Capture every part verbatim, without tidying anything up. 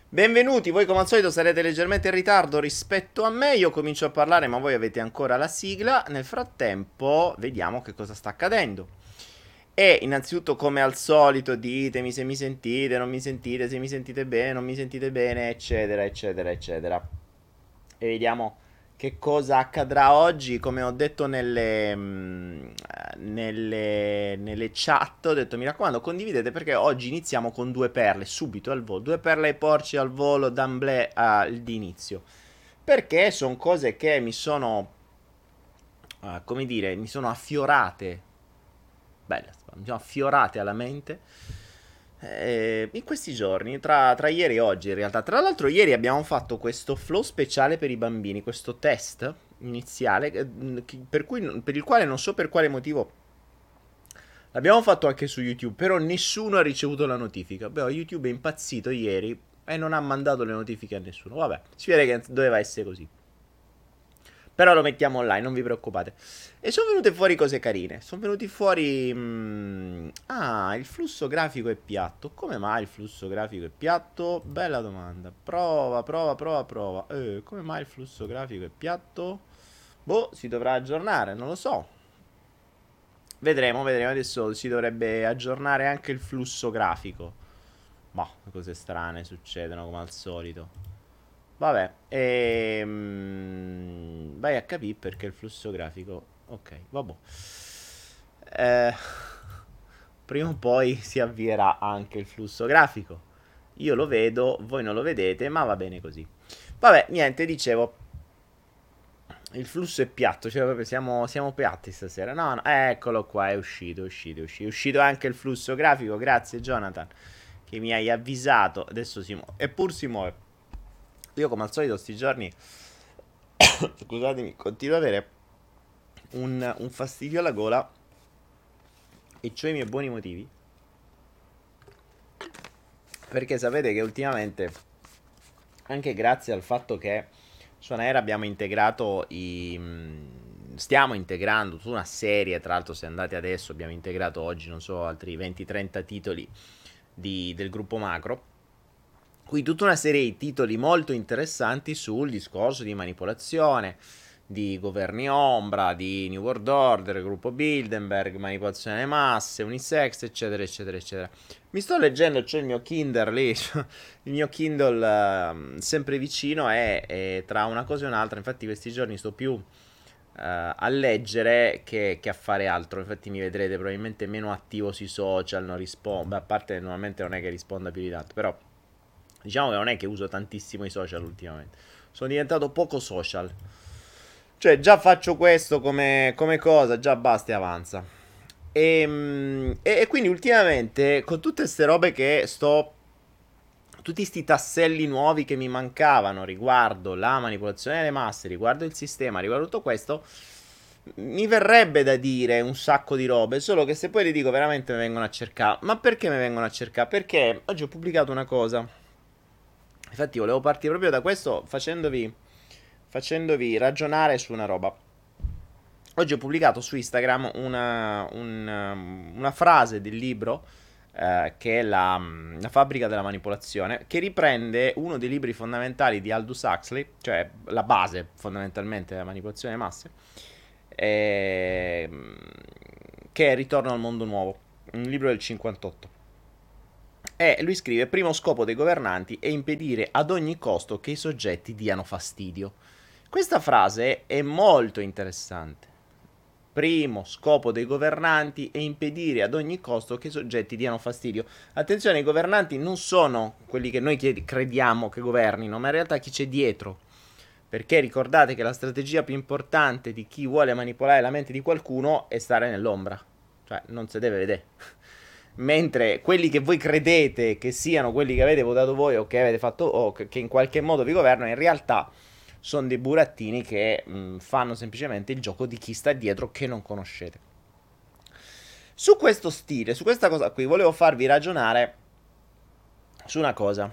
Benvenuti, voi come al solito sarete leggermente in ritardo rispetto a me, io comincio a parlare ma voi avete ancora la sigla, nel frattempo vediamo che cosa sta accadendo. E innanzitutto come al solito ditemi se mi sentite, non mi sentite, se mi sentite bene, non mi sentite bene, eccetera, eccetera, eccetera. E vediamo che cosa accadrà oggi. Come ho detto nelle, mm, eh, nelle, nelle chat, ho detto mi raccomando condividete perché oggi iniziamo con due perle, subito al volo. Due perle ai porci al volo, d'amblè all'inizio. Perché sono cose che mi sono, eh, come dire, mi sono affiorate, belle, mi sono affiorate alla mente eh, in questi giorni, tra, tra ieri e oggi in realtà. Tra l'altro ieri abbiamo fatto questo flow speciale per i bambini, questo test iniziale, eh, per, cui, per il quale non so per quale motivo l'abbiamo fatto anche su YouTube, però nessuno ha ricevuto la notifica. Beh, YouTube è impazzito ieri e non ha mandato le notifiche a nessuno. Vabbè, si vede che doveva essere così. Però lo mettiamo online, non vi preoccupate. E sono venute fuori cose carine. Sono venuti fuori... mm, ah, il flusso grafico è piatto. Come mai il flusso grafico è piatto? Bella domanda. Prova, prova, prova, prova. Eh, come mai il flusso grafico è piatto? Boh, si dovrà aggiornare, non lo so. Vedremo, vedremo. Adesso si dovrebbe aggiornare anche il flusso grafico. Ma cose strane succedono come al solito. Vabbè, ehm, vai a capire perché il flusso grafico. Ok, vabbè. Eh, prima o poi si avvierà anche il flusso grafico. Io lo vedo, voi non lo vedete, ma va bene così. Vabbè, niente, dicevo. Il flusso è piatto, cioè proprio siamo, siamo piatti stasera. No, no, eccolo qua, è uscito, è uscito, è uscito. È uscito anche il flusso grafico, grazie Jonathan, che mi hai avvisato. Adesso si muove. Eppur si muove. Io come al solito sti giorni, scusatemi, continuo ad avere un, un fastidio alla gola e cioè i miei buoni motivi. Perché sapete che ultimamente, anche grazie al fatto che su Anaera abbiamo integrato i... mh, stiamo integrando tutta una serie, tra l'altro se andate adesso abbiamo integrato oggi, non so, altri venti trenta titoli di- del gruppo macro. Qui tutta una serie di titoli molto interessanti sul discorso di manipolazione, di governi ombra, di New World Order, gruppo Bilderberg, manipolazione delle masse, unisex, eccetera, eccetera, eccetera. Mi sto leggendo, c'è il mio Kindle lì, il mio Kindle eh, sempre vicino e, e tra una cosa e un'altra, infatti questi giorni sto più eh, a leggere che, che a fare altro, infatti mi vedrete probabilmente meno attivo sui social, non rispondo, a parte normalmente non è che risponda più di tanto, però diciamo che non è che uso tantissimo i social ultimamente. Sono diventato poco social. Cioè, già faccio questo come, come cosa, già basta e avanza. E, mm, e, e quindi ultimamente, con tutte queste robe che sto... Tutti questi tasselli nuovi che mi mancavano riguardo la manipolazione delle masse, riguardo il sistema, riguardo tutto questo, mi verrebbe da dire un sacco di robe, solo che se poi le dico veramente mi vengono a cercare. Ma perché mi vengono a cercare? Perché oggi ho pubblicato una cosa. Infatti volevo partire proprio da questo facendovi, facendovi ragionare su una roba. Oggi ho pubblicato su Instagram una, un- una frase del libro eh, che è la, la fabbrica della manipolazione, che riprende uno dei libri fondamentali di Aldous Huxley, cioè la base fondamentalmente della manipolazione delle masse, ehm, che è Ritorno al mondo nuovo, un libro del cinquantotto. E lui scrive: primo scopo dei governanti è impedire ad ogni costo che i soggetti diano fastidio. Questa frase è molto interessante. Primo scopo dei governanti è impedire ad ogni costo che i soggetti diano fastidio. Attenzione, i governanti non sono quelli che noi crediamo che governino, ma in realtà chi c'è dietro. Perché ricordate che la strategia più importante di chi vuole manipolare la mente di qualcuno è stare nell'ombra. Cioè, non si deve vedere. Mentre quelli che voi credete che siano quelli che avete votato voi o che avete fatto o che in qualche modo vi governano, in realtà sono dei burattini che mh, fanno semplicemente il gioco di chi sta dietro che non conoscete. Su questo stile, su questa cosa qui, volevo farvi ragionare su una cosa.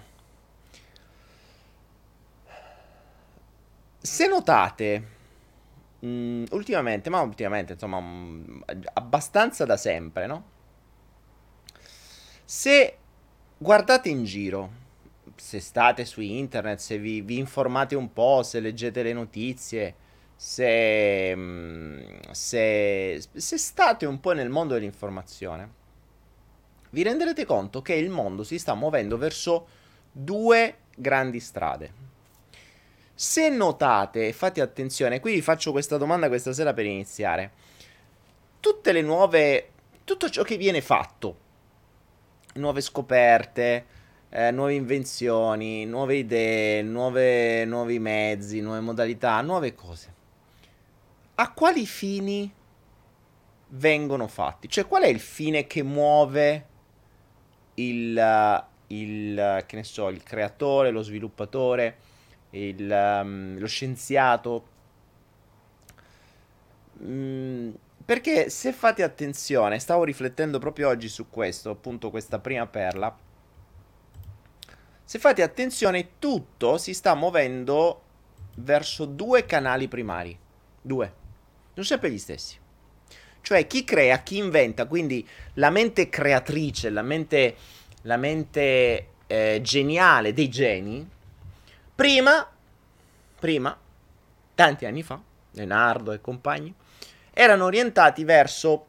Se notate, mh, ultimamente, ma ultimamente, insomma, mh, abbastanza da sempre, no? Se guardate in giro, se state su internet, se vi, vi informate un po', se leggete le notizie, se, mm, se, se state un po' nel mondo dell'informazione, vi renderete conto che il mondo si sta muovendo verso due grandi strade. Se notate, fate attenzione, qui vi faccio questa domanda questa sera per iniziare. Tutte le nuove, tutto ciò che viene fatto, nuove scoperte, eh, nuove invenzioni, nuove idee, nuove, nuovi mezzi, nuove modalità, nuove cose. A quali fini vengono fatti? Cioè, qual è il fine che muove il, il che ne so, il creatore, lo sviluppatore, il, um, lo scienziato? Mm, perché se fate attenzione, stavo riflettendo proprio oggi su questo, appunto questa prima perla. Se fate attenzione, tutto si sta muovendo verso due canali primari. Due. Non sempre gli stessi. Cioè chi crea, chi inventa, quindi la mente creatrice, la mente, la mente eh, geniale dei geni, prima, prima, tanti anni fa, Leonardo e compagni, erano orientati verso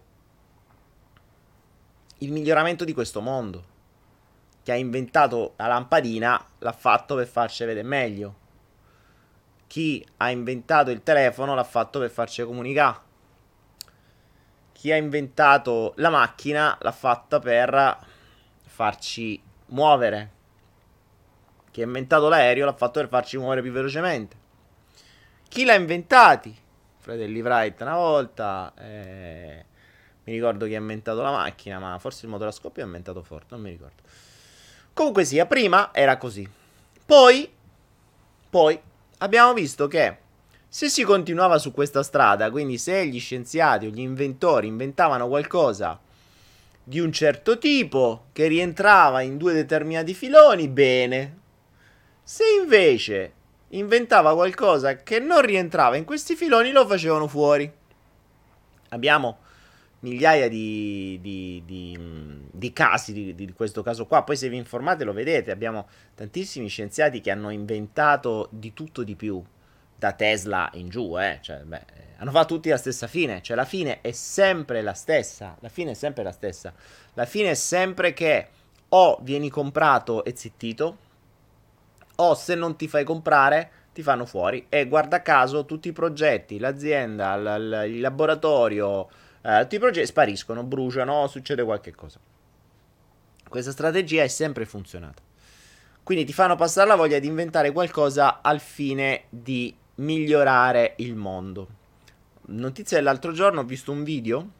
il miglioramento di questo mondo. Chi ha inventato la lampadina l'ha fatto per farci vedere meglio. Chi ha inventato il telefono l'ha fatto per farci comunicare. Chi ha inventato la macchina l'ha fatta per farci muovere. Chi ha inventato l'aereo l'ha fatto per farci muovere più velocemente. Chi l'ha inventati? Fratelli Wright una volta. Eh, mi ricordo chi ha inventato la macchina, ma forse il motore a scoppio ha inventato Ford, non mi ricordo. Comunque sia, prima era così. Poi, poi abbiamo visto che se si continuava su questa strada, quindi se gli scienziati o gli inventori inventavano qualcosa di un certo tipo che rientrava in due determinati filoni, bene. Se invece inventava qualcosa che non rientrava in questi filoni, lo facevano fuori. Abbiamo migliaia di, di, di, di casi di, di questo caso qua. Poi se vi informate lo vedete, abbiamo tantissimi scienziati che hanno inventato di tutto di più, da Tesla in giù, eh. Cioè, beh, hanno fatto tutti la stessa fine, cioè la fine è sempre la stessa, la fine è sempre la stessa, la fine è sempre che o vieni comprato e zittito, o se non ti fai comprare ti fanno fuori, e guarda caso tutti i progetti, l'azienda, l- l- il laboratorio, eh, tutti i progetti spariscono, bruciano, succede qualche cosa. Questa strategia è sempre funzionata. Quindi ti fanno passare la voglia di inventare qualcosa al fine di migliorare il mondo. Notizia dell'altro giorno, ho visto un video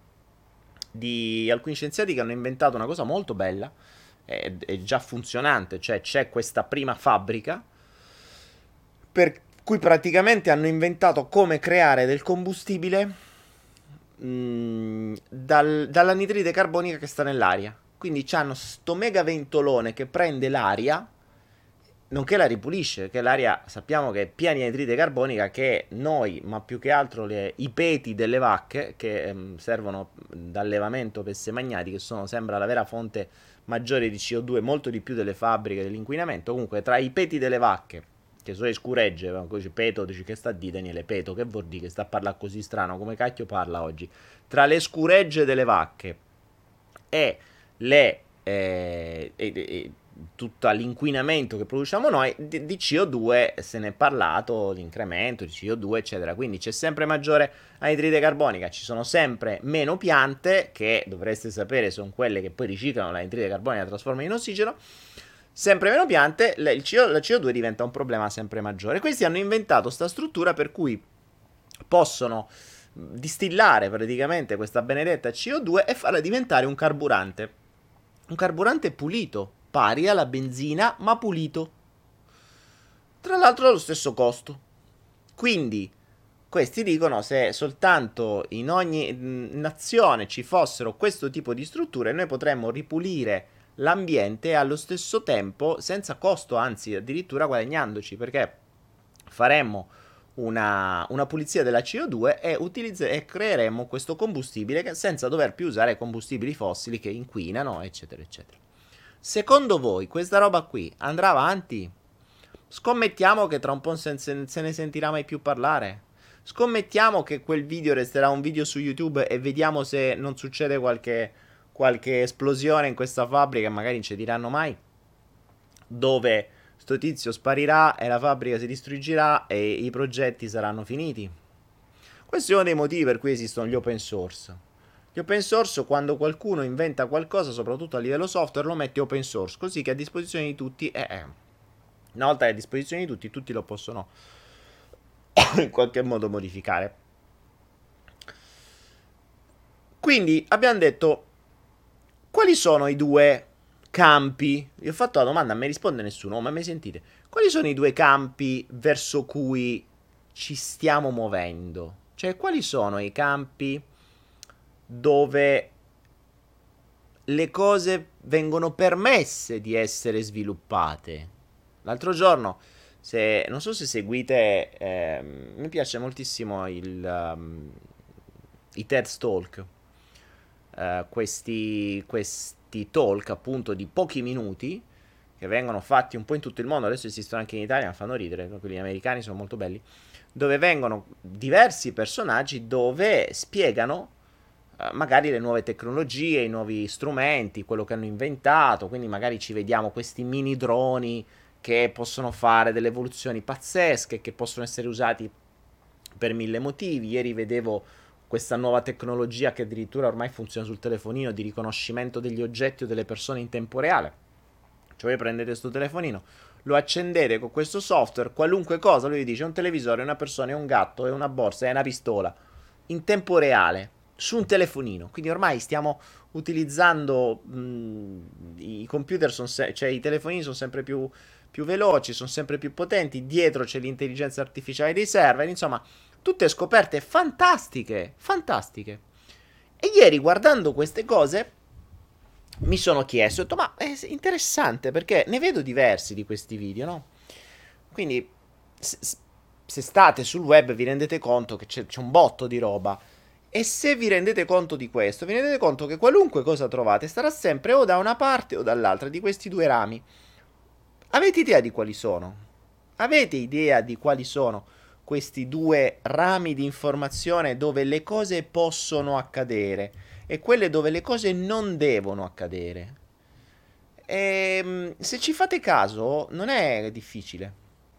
di alcuni scienziati che hanno inventato una cosa molto bella, è, è già funzionante, cioè c'è questa prima fabbrica per cui praticamente hanno inventato come creare del combustibile mh, dal, dall'anidride carbonica che sta nell'aria. Quindi hanno sto mega ventolone che prende l'aria, nonché la ripulisce, perché l'aria sappiamo che è piena di anidride carbonica che noi, ma più che altro le, i peti delle vacche che ehm, servono d'allevamento per queste magnati, che sono, sembra la vera fonte maggiore di C O due, molto di più delle fabbriche, dell'inquinamento. Comunque tra i peti delle vacche, che sono le scuregge, così peto, dici che sta di Daniele, peto, che vuol dire che sta a parlare così strano, come cacchio parla oggi? Tra le scuregge delle vacche e le eh, e, e, tutto l'inquinamento che produciamo noi di, di C O due se ne è parlato, l'incremento di C O due eccetera, quindi c'è sempre maggiore anidride carbonica, ci sono sempre meno piante che dovreste sapere sono quelle che poi riciclano l'anidride carbonica e la trasformano in ossigeno, sempre meno piante, il C O, la C O due diventa un problema sempre maggiore. Questi hanno inventato questa struttura per cui possono distillare praticamente questa benedetta C O due e farla diventare un carburante. Un carburante pulito, pari alla benzina, ma pulito. Tra l'altro allo stesso costo. Quindi, questi dicono se soltanto in ogni nazione ci fossero questo tipo di strutture, noi potremmo ripulire l'ambiente allo stesso tempo senza costo, anzi addirittura guadagnandoci, perché faremmo una, una pulizia della C O due e, utilizze- e creeremo questo combustibile che, senza dover più usare combustibili fossili che inquinano, eccetera, eccetera. Secondo voi questa roba qui andrà avanti? Scommettiamo che tra un po' se, se, se ne sentirà mai più parlare. Scommettiamo che quel video resterà un video su YouTube e vediamo se non succede qualche, qualche esplosione in questa fabbrica e magari non ci diranno mai. Dove sto tizio sparirà e la fabbrica si distruggerà e i progetti saranno finiti. Questo è uno dei motivi per cui esistono gli open source. Gli open source, quando qualcuno inventa qualcosa, soprattutto a livello software, lo mette open source, così che a disposizione di tutti è... Eh, una volta che è a disposizione di tutti, tutti lo possono in qualche modo modificare. Quindi abbiamo detto, quali sono i due campi? Vi ho fatto la domanda, non mi risponde nessuno, ma mi sentite? Quali sono i due campi verso cui ci stiamo muovendo? Cioè, quali sono i campi dove le cose vengono permesse di essere sviluppate? L'altro giorno, se, non so se seguite, eh, mi piace moltissimo il, um, i TED Talk, uh, questi, questi talk appunto di pochi minuti che vengono fatti un po' in tutto il mondo, adesso esistono anche in Italia, mi fanno ridere, quelli americani sono molto belli, dove vengono diversi personaggi dove spiegano uh, magari le nuove tecnologie, i nuovi strumenti, quello che hanno inventato, quindi magari ci vediamo questi mini droni che possono fare delle evoluzioni pazzesche, che possono essere usati per mille motivi. Ieri vedevo questa nuova tecnologia che addirittura ormai funziona sul telefonino di riconoscimento degli oggetti o delle persone in tempo reale. Cioè voi prendete questo telefonino, lo accendete con questo software, qualunque cosa, lui vi dice un televisore, una persona, è un gatto, è una borsa, è una pistola, in tempo reale, su un telefonino. Quindi ormai stiamo utilizzando mh, i computer, son se- cioè i telefonini sono sempre più più veloci, sono sempre più potenti, dietro c'è l'intelligenza artificiale dei server, insomma, tutte scoperte fantastiche, fantastiche. E ieri guardando queste cose mi sono chiesto, ho detto, ma è interessante perché ne vedo diversi di questi video, no? Quindi se, se state sul web vi rendete conto che c'è, c'è un botto di roba. E se vi rendete conto di questo, vi rendete conto che qualunque cosa trovate starà sempre o da una parte o dall'altra di questi due rami. Avete idea di quali sono? Avete idea di quali sono questi due rami di informazione dove le cose possono accadere e quelle dove le cose non devono accadere? E, se ci fate caso, non è difficile.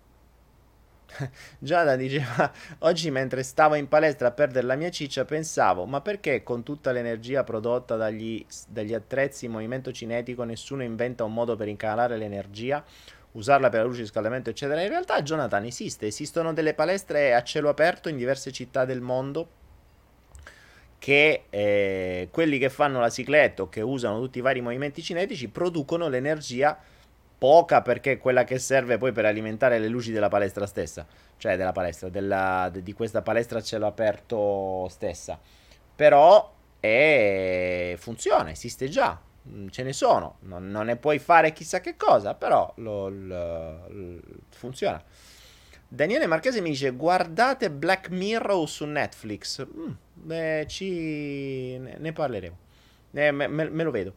Giada diceva, oggi mentre stavo in palestra a perdere la mia ciccia pensavo, ma perché con tutta l'energia prodotta dagli, dagli attrezzi in movimento cinetico nessuno inventa un modo per incanalare l'energia, usarla per la luce di riscaldamento eccetera? In realtà Jonathan esiste, esistono delle palestre a cielo aperto in diverse città del mondo che eh, quelli che fanno la cicletta o che usano tutti i vari movimenti cinetici producono l'energia poca perché è quella che serve poi per alimentare le luci della palestra stessa, cioè della palestra, della, di questa palestra a cielo aperto stessa. Però è, funziona, esiste già, ce ne sono, non, non ne puoi fare chissà che cosa, però lo, lo, lo, funziona. Daniele Marchese mi dice guardate Black Mirror su Netflix. Mm, beh, ci... ne, ne parleremo. Eh, me, me, me lo vedo.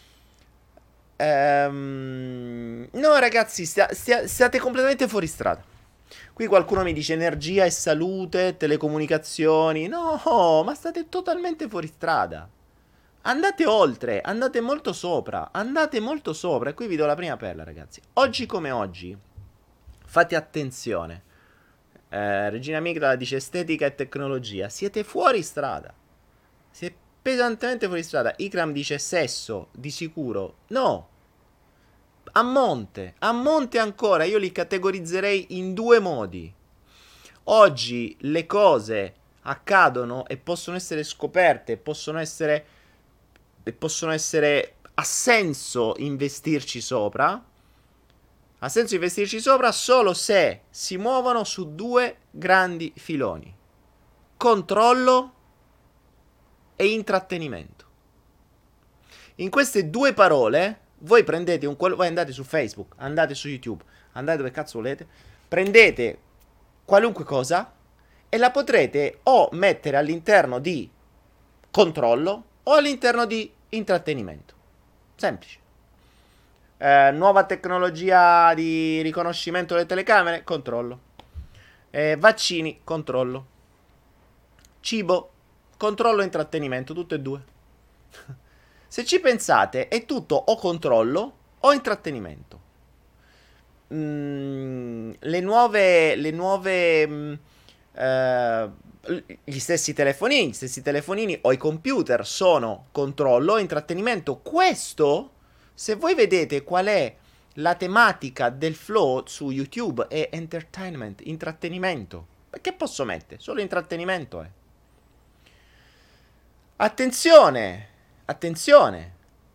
Ehm, no, ragazzi, stia, stia, siate completamente fuori strada. Qui qualcuno mi dice energia e salute, telecomunicazioni. No, ma state totalmente fuori strada. Andate oltre, andate molto sopra, andate molto sopra. E qui vi do la prima perla, ragazzi. Oggi come oggi, fate attenzione. Eh, Regina Migdala dice estetica e tecnologia. Siete fuori strada. Siete pesantemente fuori strada. Ikram dice sesso, di sicuro. No. A monte, a monte ancora, io li categorizzerei in due modi. Oggi le cose accadono e possono essere scoperte, possono essere, e possono essere, ha senso investirci sopra. Ha senso investirci sopra solo se si muovono su due grandi filoni: controllo e intrattenimento. In queste due parole voi prendete un voi andate su Facebook, andate su YouTube, andate dove cazzo volete, prendete qualunque cosa e la potrete o mettere all'interno di controllo o all'interno di intrattenimento. Semplice. Eh, nuova tecnologia di riconoscimento delle telecamere, controllo. Eh, vaccini, controllo. Cibo, controllo e intrattenimento, tutte e due. Se ci pensate, è tutto o controllo o intrattenimento. Mm, le nuove, le nuove, mm, eh, gli stessi telefonini, gli stessi telefonini o i computer sono controllo e intrattenimento. Questo, se voi vedete qual è la tematica del flow su YouTube, è entertainment, intrattenimento. Che posso mettere? Solo intrattenimento, eh. Attenzione, attenzione,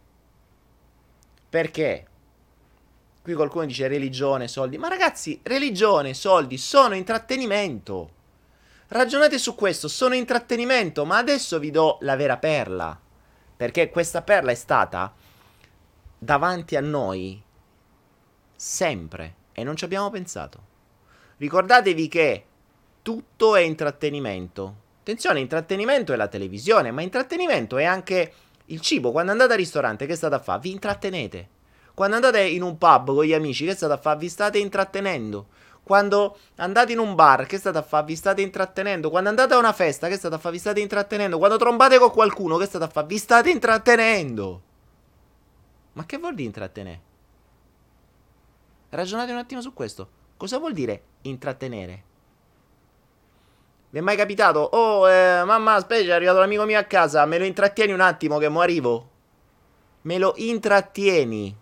perché qui qualcuno dice religione, soldi, ma ragazzi, religione, soldi sono intrattenimento. Ragionate su questo, sono intrattenimento, ma adesso vi do la vera perla, perché questa perla è stata davanti a noi sempre e non ci abbiamo pensato. Ricordatevi che tutto è intrattenimento. Attenzione, intrattenimento è la televisione, ma intrattenimento è anche il cibo. Quando andate al ristorante, che state a fare? Vi intrattenete. Quando andate in un pub con gli amici, che state a fare? Vi state intrattenendo. Quando andate in un bar, che state a fare? Vi state intrattenendo. Quando andate a una festa, che state a fare? Vi state intrattenendo. Quando trombate con qualcuno, che state a fare? Vi state intrattenendo. Ma che vuol dire intrattenere? Ragionate un attimo su questo. Cosa vuol dire intrattenere? Vi è mai capitato? Oh, eh, mamma, aspetta, è arrivato l'amico mio a casa. Me lo intrattieni un attimo che mo' arrivo. Me lo intrattieni.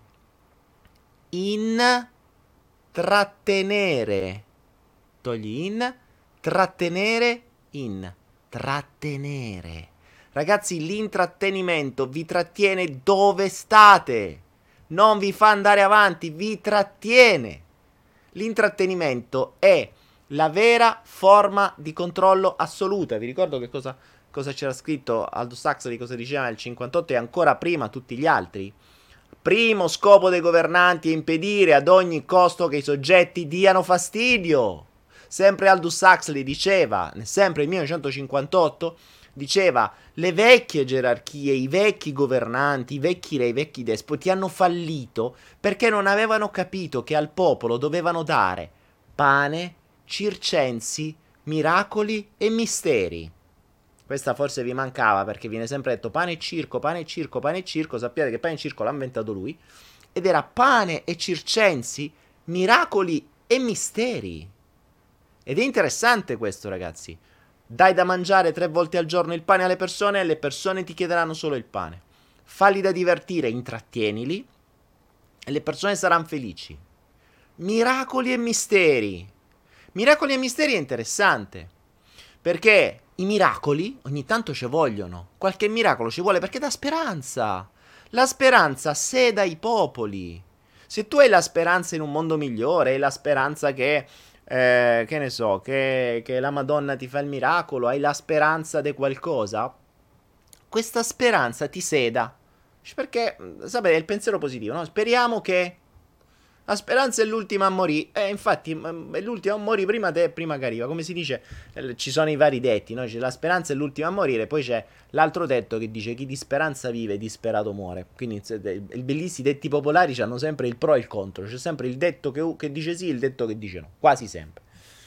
In-trattenere. Togli in. Trattenere. In. Trattenere. Ragazzi, l'intrattenimento vi trattiene dove state. Non vi fa andare avanti, vi trattiene. L'intrattenimento è la vera forma di controllo assoluta. Vi ricordo che cosa, cosa c'era scritto Aldous Huxley, cosa diceva nel cinquantotto e ancora prima tutti gli altri. Primo scopo dei governanti è impedire ad ogni costo che i soggetti diano fastidio. Sempre Aldous Huxley diceva, sempre nel millenovecentocinquantotto, diceva: le vecchie gerarchie, i vecchi governanti, i vecchi re, i vecchi despoti hanno fallito perché non avevano capito che al popolo dovevano dare pane, circensi, miracoli e misteri. Questa forse vi mancava perché viene sempre detto pane e circo, pane e circo, pane e circo. Sappiate che pane e circo l'ha inventato lui. Ed era pane e circensi, miracoli e misteri. Ed è interessante questo, ragazzi. Dai da mangiare tre volte al giorno il pane alle persone e le persone ti chiederanno solo il pane. Falli da divertire, intrattienili e le persone saranno felici. Miracoli e misteri. Miracoli e misteri è interessante, perché i miracoli ogni tanto ci vogliono. Qualche miracolo ci vuole perché dà speranza. La speranza seda i popoli. Se tu hai la speranza in un mondo migliore, hai la speranza che, eh, che ne so, che, che la Madonna ti fa il miracolo, hai la speranza di qualcosa, questa speranza ti seda. Perché, sapete, è il pensiero positivo, no? Speriamo che la speranza è l'ultima a morire. E eh, infatti è l'ultima a morire prima te e prima che arriva. Come si dice, eh, ci sono i vari detti, no? C'è la speranza è l'ultima a morire. Poi c'è l'altro detto che dice: chi di speranza vive, disperato muore. Quindi i bellissimi detti popolari hanno sempre il pro e il contro. C'è sempre il detto che, che dice sì e il detto che dice no. Quasi sempre.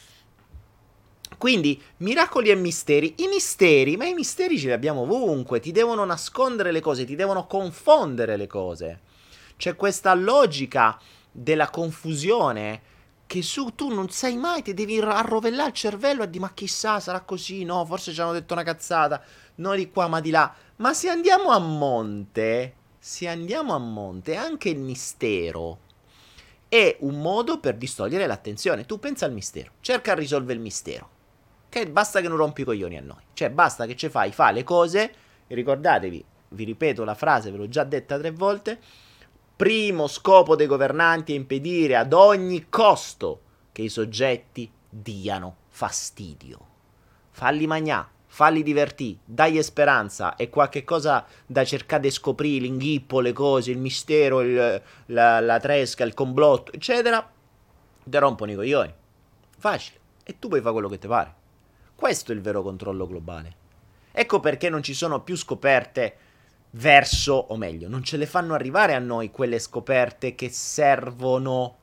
Quindi miracoli e misteri. I misteri, ma i misteri ce li abbiamo ovunque. Ti devono nascondere le cose, ti devono confondere le cose. C'è questa logica della confusione che su tu non sai mai, ti devi arrovellare il cervello e di ma chissà sarà così, no, forse ci hanno detto una cazzata, no di qua ma di là. Ma se andiamo a monte, se andiamo a monte, anche il mistero è un modo per distogliere l'attenzione. Tu pensa al mistero, cerca di risolvere il mistero, che basta che non rompi i coglioni a noi, cioè basta che ci fai, fa le cose. E ricordatevi, vi ripeto la frase, ve l'ho già detta tre volte: primo scopo dei governanti è impedire ad ogni costo che i soggetti diano fastidio. Falli magnà, falli divertì, dagli speranza e qualche cosa da cercare di scoprire, l'inghippo, le cose, il mistero, il, la, la tresca, il complotto, eccetera. Te rompono i coglioni. Facile. E tu puoi fare quello che ti pare. Questo è il vero controllo globale. Ecco perché non ci sono più scoperte verso, o meglio, non ce le fanno arrivare a noi quelle scoperte che servono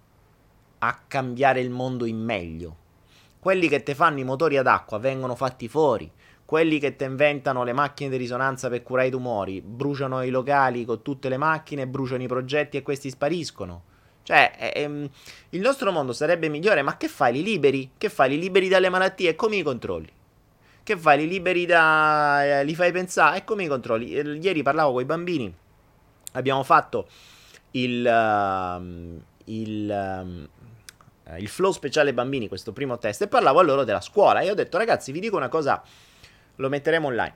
a cambiare il mondo in meglio. Quelli che te fanno i motori ad acqua vengono fatti fuori. Quelli che te inventano le macchine di risonanza per curare i tumori bruciano i locali con tutte le macchine, bruciano i progetti e questi spariscono. Cioè, ehm, il nostro mondo sarebbe migliore, ma che fai? Li liberi? Che fai? Li liberi dalle malattie? E come i controlli? Che fai? Li liberi da... Eh, li fai pensare? E come i controlli? Eh, Ieri parlavo con i bambini, abbiamo fatto il... Uh, il... Um, il flow speciale bambini, questo primo test, e parlavo a loro della scuola. E ho detto, ragazzi, vi dico una cosa, lo metteremo online.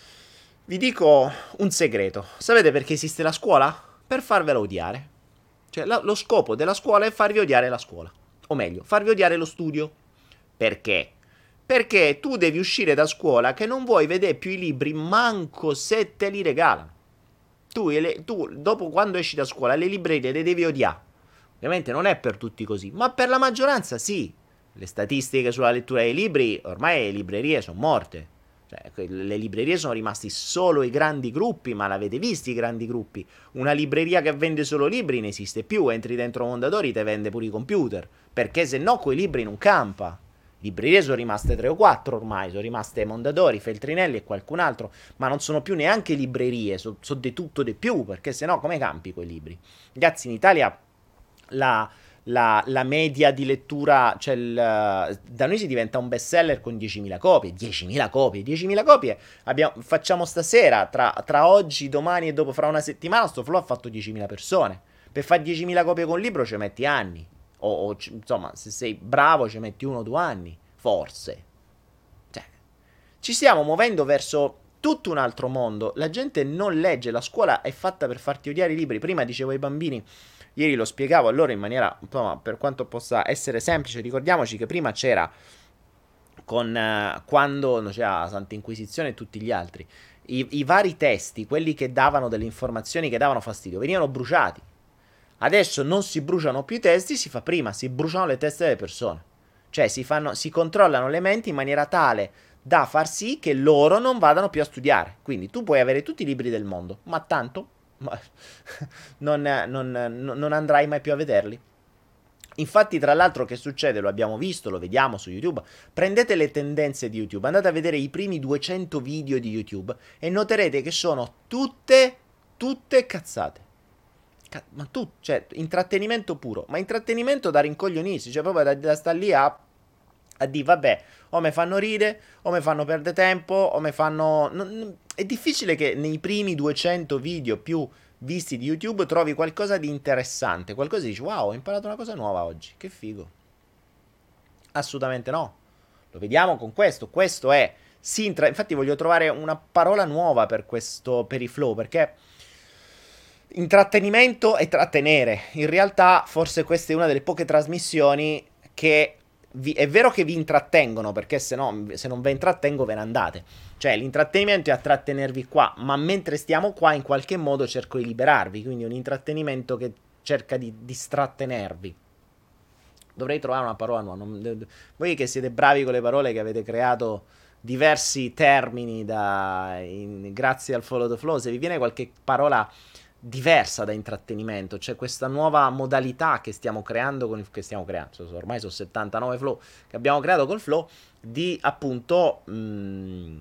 Vi dico un segreto. Sapete perché esiste la scuola? Per farvela odiare. Cioè, la, lo scopo della scuola è farvi odiare la scuola. O meglio, farvi odiare lo studio. Perché? Perché tu devi uscire da scuola che non vuoi vedere più i libri manco se te li regalano. Tu, tu dopo quando esci da scuola le librerie le devi odiare. Ovviamente non è per tutti così, ma per la maggioranza sì. Le statistiche sulla lettura dei libri, ormai le librerie sono morte. Cioè, le librerie sono rimasti solo i grandi gruppi, ma l'avete visti i grandi gruppi? Una libreria che vende solo libri non esiste più, entri dentro Mondadori te vende pure i computer, perché se no quei libri non campa. Librerie sono rimaste tre o quattro ormai, sono rimaste Mondadori, Feltrinelli e qualcun altro, ma non sono più neanche librerie, sono so di tutto di più, perché se no come campi quei libri? Ragazzi, in Italia la, la, la media di lettura, cioè il, da noi si diventa un best seller con diecimila copie, diecimila copie, diecimila copie, abbiamo, facciamo stasera, tra, tra oggi, domani e dopo, fra una settimana, sto flow ha fatto diecimila persone, per fare diecimila copie con un libro ci metti anni, o, o insomma, se sei bravo ci metti uno o due anni, forse, cioè, ci stiamo muovendo verso tutto un altro mondo, la gente non legge, la scuola è fatta per farti odiare i libri, prima dicevo ai bambini, ieri lo spiegavo a loro in maniera, insomma, per quanto possa essere semplice, ricordiamoci che prima c'era, con eh, quando non c'era la Santa Inquisizione e tutti gli altri, i, i vari testi, quelli che davano delle informazioni che davano fastidio, venivano bruciati. Adesso non si bruciano più i testi, si fa prima, si bruciano le teste delle persone. Cioè si, fanno, si controllano le menti in maniera tale da far sì che loro non vadano più a studiare. Quindi tu puoi avere tutti i libri del mondo, ma tanto ma non, non, non andrai mai più a vederli. Infatti, tra l'altro, che succede? Lo abbiamo visto, lo vediamo su YouTube. Prendete le tendenze di YouTube, andate a vedere i primi duecento video di YouTube e noterete che sono tutte, tutte cazzate. Ca- ma tu, cioè, intrattenimento puro, ma intrattenimento da rincoglionirsi, cioè proprio da, da stare lì a, a dire, vabbè, o me fanno ridere, o me fanno perdere tempo, o me fanno... Non, è difficile che nei primi duecento video più visti di YouTube trovi qualcosa di interessante, qualcosa di dici, wow, ho imparato una cosa nuova oggi, che figo. Assolutamente no. Lo vediamo con questo, questo è... Sintra... Infatti voglio trovare una parola nuova per questo, per i flow, perché... Intrattenimento e trattenere. In realtà, forse questa è una delle poche trasmissioni che vi, è vero che vi intrattengono, perché se no, se non vi intrattengo, ve ne andate. Cioè, l'intrattenimento è a trattenervi qua, ma mentre stiamo qua, in qualche modo cerco di liberarvi. Quindi, un intrattenimento che cerca di distrattenervi. Dovrei trovare una parola nuova. Non, voi che siete bravi con le parole, che avete creato diversi termini da, in, grazie al Follow the Flow, se vi viene qualche parola diversa da intrattenimento, c'è questa nuova modalità che stiamo creando con il, che stiamo creando, ormai sono settantanove flow che abbiamo creato col flow, di appunto mh,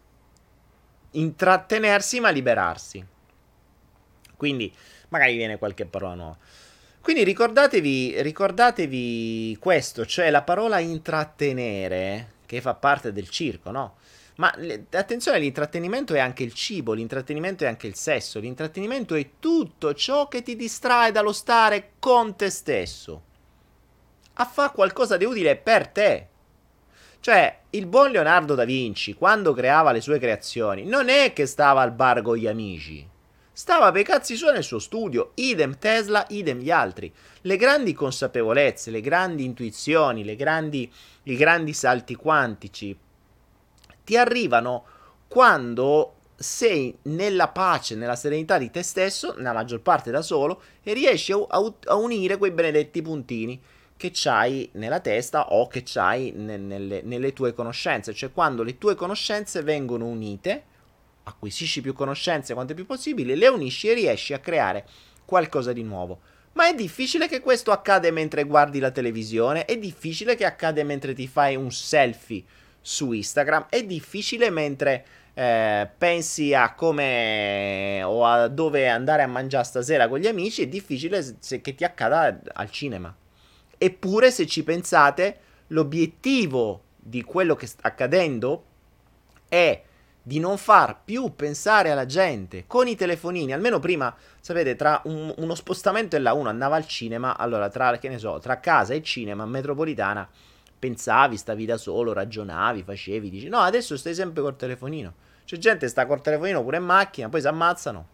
intrattenersi ma liberarsi. Quindi magari viene qualche parola nuova. Quindi ricordatevi, ricordatevi questo, cioè la parola intrattenere, che fa parte del circo, no? Ma le, attenzione, l'intrattenimento è anche il cibo, l'intrattenimento è anche il sesso, l'intrattenimento è tutto ciò che ti distrae dallo stare con te stesso. A fare qualcosa di utile per te. Cioè, il buon Leonardo da Vinci, quando creava le sue creazioni, non è che stava al bar con gli amici. Stava per i cazzi suoi nel suo studio, idem Tesla, idem gli altri. Le grandi consapevolezze, le grandi intuizioni, le grandi, i grandi salti quantici ti arrivano quando sei nella pace, nella serenità di te stesso, nella maggior parte da solo, e riesci a, a, a unire quei benedetti puntini che c'hai nella testa o che c'hai ne, nelle, nelle tue conoscenze. Cioè quando le tue conoscenze vengono unite acquisisci più conoscenze quante più possibili, le unisci e riesci a creare qualcosa di nuovo. Ma è difficile che questo accade mentre guardi la televisione, è difficile che accade mentre ti fai un selfie su Instagram, è difficile mentre eh, pensi a come o a dove andare a mangiare stasera con gli amici, è difficile se, se che ti accada al cinema. Eppure, se ci pensate, l'obiettivo di quello che sta accadendo è di non far più pensare alla gente con i telefonini. Almeno prima, sapete, tra un- uno spostamento e la uno andava al cinema, allora tra, che ne so, tra casa e cinema, metropolitana, pensavi, stavi da solo, ragionavi, facevi, dici, no, adesso stai sempre col telefonino. C'è gente che sta col telefonino pure in macchina, poi si ammazzano.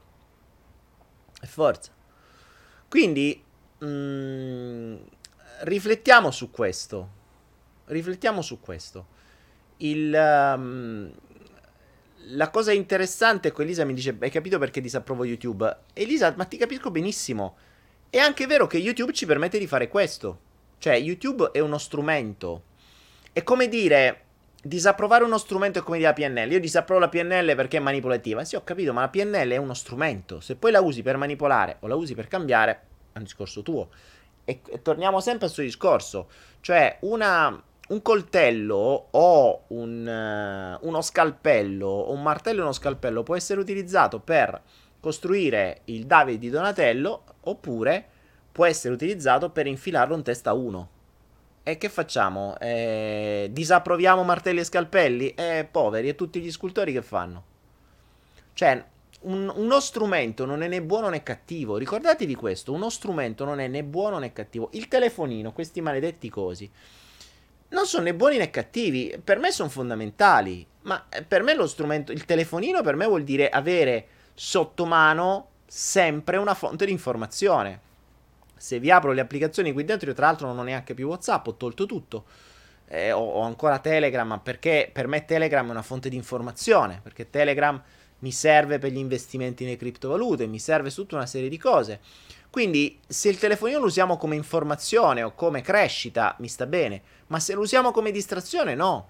E forza. Quindi, mm, riflettiamo su questo. Riflettiamo su questo. Il, um, la cosa interessante è che Elisa mi dice: hai capito perché disapprovo YouTube? Elisa, ma ti capisco benissimo. È anche vero che YouTube ci permette di fare questo. Cioè, YouTube è uno strumento. È come dire: disapprovare uno strumento è come dire la P N L. Io disapprovo la P N L perché è manipolativa. Sì, ho capito, ma la P N L è uno strumento. Se poi la usi per manipolare o la usi per cambiare, è un discorso tuo. E, e torniamo sempre al suo discorso. Cioè, una, un coltello o un, eh, uno scalpello, o un martello e uno scalpello può essere utilizzato per costruire il Davide di Donatello, oppure può essere utilizzato per infilarlo in testa a uno. E che facciamo? Eh, disapproviamo martelli e scalpelli? Eh, poveri, e tutti gli scultori che fanno? Cioè, un- uno strumento non è né buono né cattivo. Ricordatevi questo: uno strumento non è né buono né cattivo. Il telefonino, questi maledetti cosi, non sono né buoni né cattivi. Per me sono fondamentali. Ma eh, per me lo strumento, il telefonino, per me vuol dire avere sotto mano sempre una fonte di informazione. Se vi apro le applicazioni qui dentro, io tra l'altro non ho neanche più WhatsApp, ho tolto tutto. Eh, ho, ho ancora Telegram, perché per me Telegram è una fonte di informazione, perché Telegram mi serve per gli investimenti nelle criptovalute, mi serve su tutta una serie di cose. Quindi, se il telefonino lo usiamo come informazione o come crescita, mi sta bene, ma se lo usiamo come distrazione, no.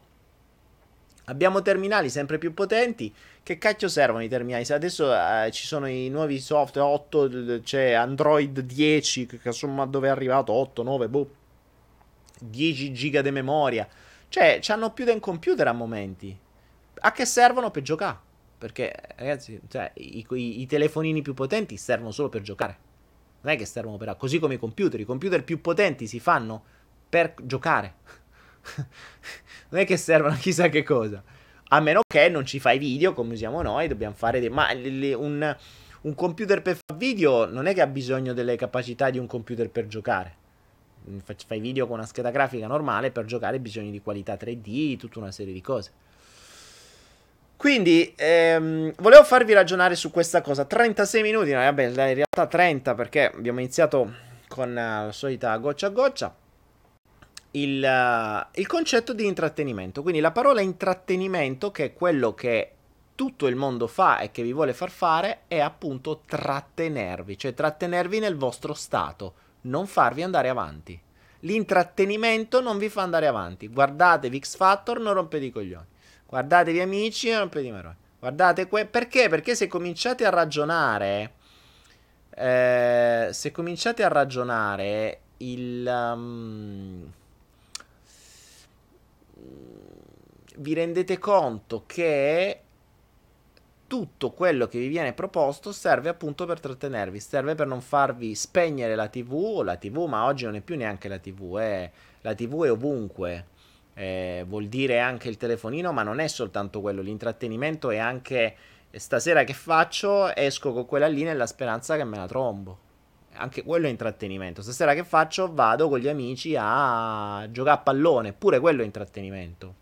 Abbiamo terminali sempre più potenti. Che cacchio servono i terminali? Se adesso eh, ci sono i nuovi software otto, c'è Android dieci, che insomma dove è arrivato otto, nove, boh, dieci giga di memoria. Cioè, c'hanno più di un computer a momenti. A che servono? Per giocare. Perché, ragazzi, cioè, i, i, i telefonini più potenti servono solo per giocare. Non è che servono per... Così come i computer. I computer più potenti si fanno per giocare. Non è che servono a chissà che cosa. A meno che non ci fai video come usiamo noi, dobbiamo fare... Dei... Ma le, un, un computer per fare video non è che ha bisogno delle capacità di un computer per giocare. Fai video con una scheda grafica normale, per giocare hai bisogno di qualità tre D, tutta una serie di cose. Quindi, ehm, volevo farvi ragionare su questa cosa. trentasei minuti, no, vabbè, in realtà trenta, perché abbiamo iniziato con uh, la solita goccia a goccia. Il, uh, il concetto di intrattenimento. Quindi la parola intrattenimento, che è quello che tutto il mondo fa e che vi vuole far fare, è appunto trattenervi, cioè trattenervi nel vostro stato, non farvi andare avanti. L'intrattenimento non vi fa andare avanti. Guardatevi X Factor, non rompete i coglioni. Guardatevi Amici, non rompete i maroni. Guardate que- perché? Perché se cominciate a ragionare, eh, se cominciate a ragionare, il um, vi rendete conto che tutto quello che vi viene proposto serve appunto per trattenervi, serve per non farvi spegnere la T V o la T V, ma oggi non è più neanche la T V, eh. La T V è ovunque, eh, vuol dire anche il telefonino, ma non è soltanto quello, l'intrattenimento è anche stasera che faccio, esco con quella lì nella speranza che me la trombo. Anche quello è intrattenimento. Stasera che faccio? Vado con gli amici a giocare a pallone, pure quello è intrattenimento.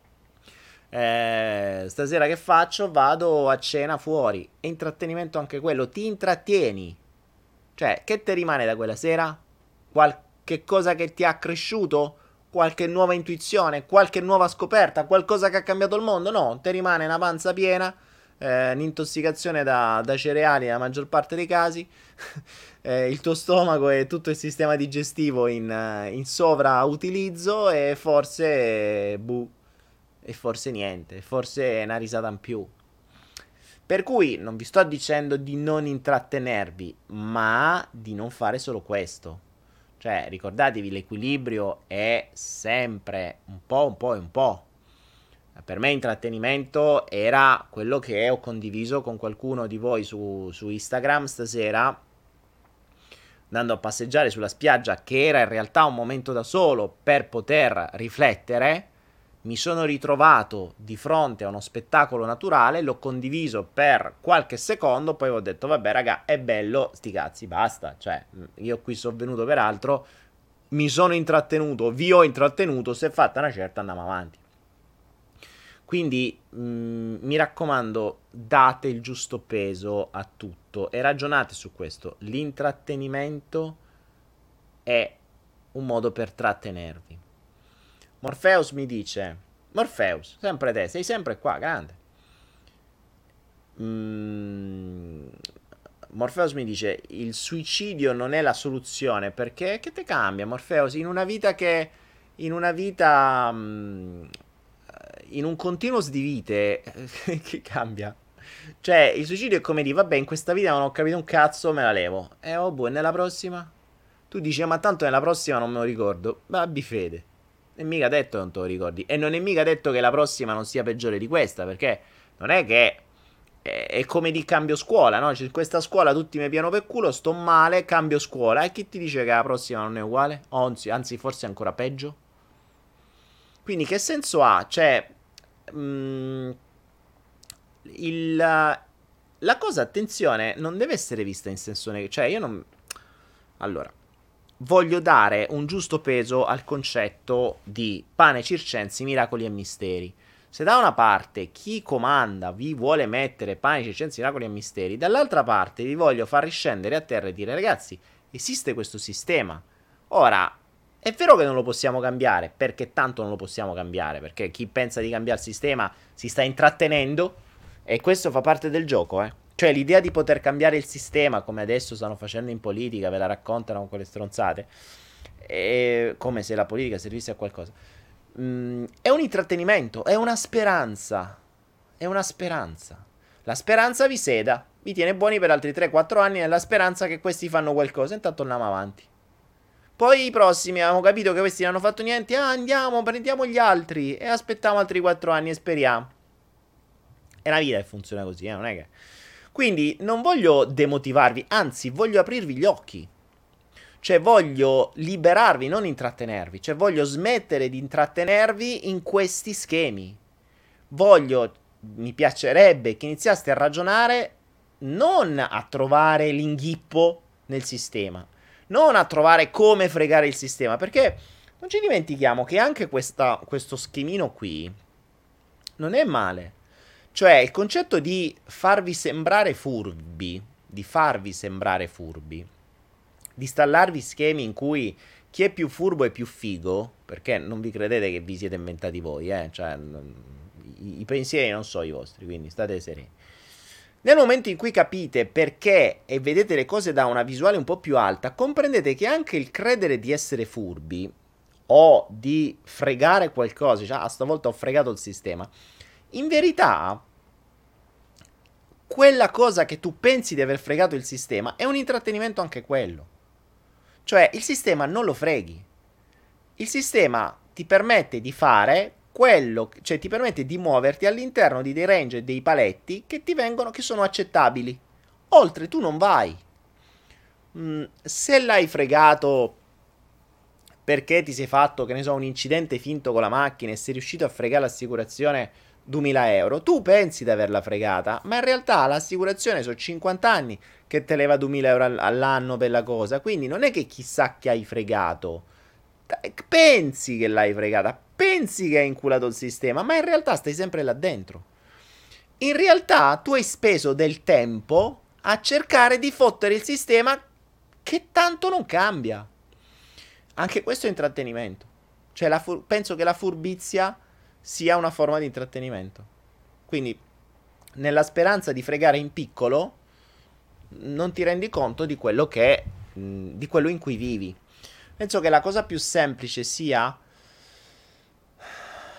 Eh, stasera che faccio? Vado a cena fuori. È intrattenimento anche quello. Ti intrattieni. Cioè, che ti rimane da quella sera? Qualche cosa che ti ha cresciuto? Qualche nuova intuizione? Qualche nuova scoperta? Qualcosa che ha cambiato il mondo? No, ti rimane una panza piena. Eh, un'intossicazione da, da cereali nella maggior parte dei casi. Eh, il tuo stomaco e tutto il sistema digestivo in, eh, in sovrautilizzo. E forse. Buh. E forse niente, forse è una risata in più. Per cui non vi sto dicendo di non intrattenervi, ma di non fare solo questo. Cioè, ricordatevi, l'equilibrio è sempre un po', un po' e un po'. Per me intrattenimento era quello che ho condiviso con qualcuno di voi su, su Instagram stasera, andando a passeggiare sulla spiaggia, che era in realtà un momento da solo per poter riflettere. Mi sono ritrovato di fronte a uno spettacolo naturale, l'ho condiviso per qualche secondo, poi ho detto vabbè raga, è bello, sti cazzi, basta. Cioè, io qui sono venuto per altro, mi sono intrattenuto, vi ho intrattenuto, se è fatta una certa andiamo avanti. Quindi mh, mi raccomando, date il giusto peso a tutto e ragionate su questo. L'intrattenimento è un modo per trattenervi. Morpheus mi dice, Morpheus, sempre te, sei sempre qua, grande. Mm, Morpheus mi dice, il suicidio non è la soluzione perché che te cambia, Morpheus? In una vita che, in una vita, mm, in un continuous di vite, che cambia? Cioè, il suicidio è come dire, vabbè, in questa vita non ho capito un cazzo, me la levo. E oh, boh, e nella prossima? Tu dici, ma tanto nella prossima non me lo ricordo. Ma abbi fede. Non è mica detto che non te lo ricordi. E non è mica detto che la prossima non sia peggiore di questa, perché non è che è, è come di cambio scuola, no? Cioè, in questa scuola tutti mi piano per culo, sto male, cambio scuola. E chi ti dice che la prossima non è uguale? Anzi, anzi forse ancora peggio. Quindi che senso ha? Cioè, mh, il, la cosa, attenzione, non deve essere vista in senso negativo. Cioè, io non... Allora, voglio dare un giusto peso al concetto di pane circensi, miracoli e misteri. Se da una parte chi comanda vi vuole mettere pane circensi, miracoli e misteri, dall'altra parte vi voglio far riscendere a terra e dire ragazzi, esiste questo sistema. Ora, è vero che non lo possiamo cambiare, perché tanto non lo possiamo cambiare, perché chi pensa di cambiare il sistema si sta intrattenendo e questo fa parte del gioco, eh. Cioè l'idea di poter cambiare il sistema, come adesso stanno facendo in politica, ve la raccontano con quelle stronzate, è come se la politica servisse a qualcosa. Mm, è un intrattenimento, è una speranza, è una speranza. La speranza vi seda, vi tiene buoni per altri tre quattro anni nella speranza che questi fanno qualcosa, intanto andiamo avanti. Poi i prossimi abbiamo capito che questi non hanno fatto niente, ah andiamo, prendiamo gli altri e aspettiamo altri quattro anni e speriamo. È una vita che funziona così, eh, non è che... Quindi non voglio demotivarvi, anzi voglio aprirvi gli occhi. Cioè voglio liberarvi, non intrattenervi. Cioè voglio smettere di intrattenervi in questi schemi. Voglio, mi piacerebbe che iniziaste a ragionare non a trovare l'inghippo nel sistema, non a trovare come fregare il sistema, perché non ci dimentichiamo che anche questa, questo schemino qui non è male. Cioè, il concetto di farvi sembrare furbi, di farvi sembrare furbi, di installarvi schemi in cui chi è più furbo è più figo, perché non vi credete che vi siete inventati voi, eh? Cioè, i, i pensieri non sono i vostri, quindi state sereni. Nel momento in cui capite perché e vedete le cose da una visuale un po' più alta, comprendete che anche il credere di essere furbi o di fregare qualcosa, cioè, ah, stavolta ho fregato il sistema, in verità, quella cosa che tu pensi di aver fregato il sistema è un intrattenimento anche quello. Cioè, il sistema non lo freghi. Il sistema ti permette di fare quello, cioè ti permette di muoverti all'interno di dei range e dei paletti che ti vengono, che sono accettabili. Oltre tu non vai. Mm, se l'hai fregato perché ti sei fatto, che ne so, un incidente finto con la macchina e sei riuscito a fregare l'assicurazione duemila euro, tu pensi di averla fregata, ma in realtà l'assicurazione sono cinquanta anni che te leva duemila euro all'anno per la cosa, quindi non è che chissà che hai fregato, pensi che l'hai fregata, pensi che hai inculato il sistema, ma in realtà stai sempre là dentro. In realtà tu hai speso del tempo a cercare di fottere il sistema che tanto non cambia. Anche questo è intrattenimento. Cioè, la fur- penso che la furbizia sia una forma di intrattenimento. Quindi, nella speranza di fregare in piccolo, non ti rendi conto di quello che mh, di quello in cui vivi. Penso che la cosa più semplice sia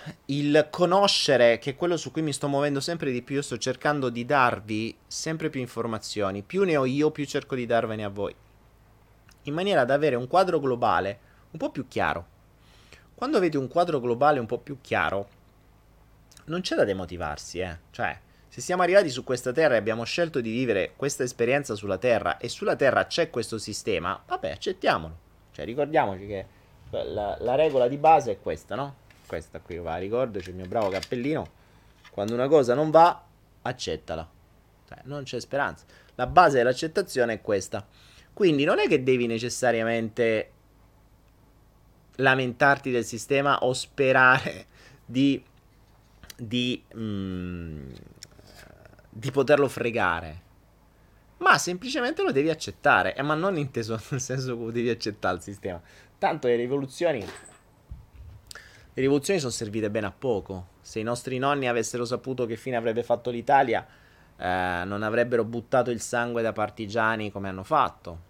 il conoscere, che è quello su cui mi sto muovendo sempre di più, io sto cercando di darvi sempre più informazioni, più ne ho io, più cerco di darvene a voi, in maniera da avere un quadro globale un po' più chiaro. Quando avete un quadro globale un po' più chiaro, non c'è da demotivarsi, eh. Cioè, se siamo arrivati su questa terra e abbiamo scelto di vivere questa esperienza sulla terra e sulla terra c'è questo sistema, vabbè, accettiamolo. Cioè, ricordiamoci che la, la regola di base è questa, no? Questa qui, va, ricordo, c'è il mio bravo cappellino. Quando una cosa non va, accettala. Cioè, non c'è speranza. La base dell'accettazione è questa. Quindi non è che devi necessariamente lamentarti del sistema o sperare di di, mm, di poterlo fregare, ma semplicemente lo devi accettare, eh, ma non inteso nel senso che devi accettare il sistema. Tanto le rivoluzioni, le rivoluzioni sono servite bene a poco. Se i nostri nonni avessero saputo che fine avrebbe fatto l'Italia, eh, non avrebbero buttato il sangue da partigiani come hanno fatto.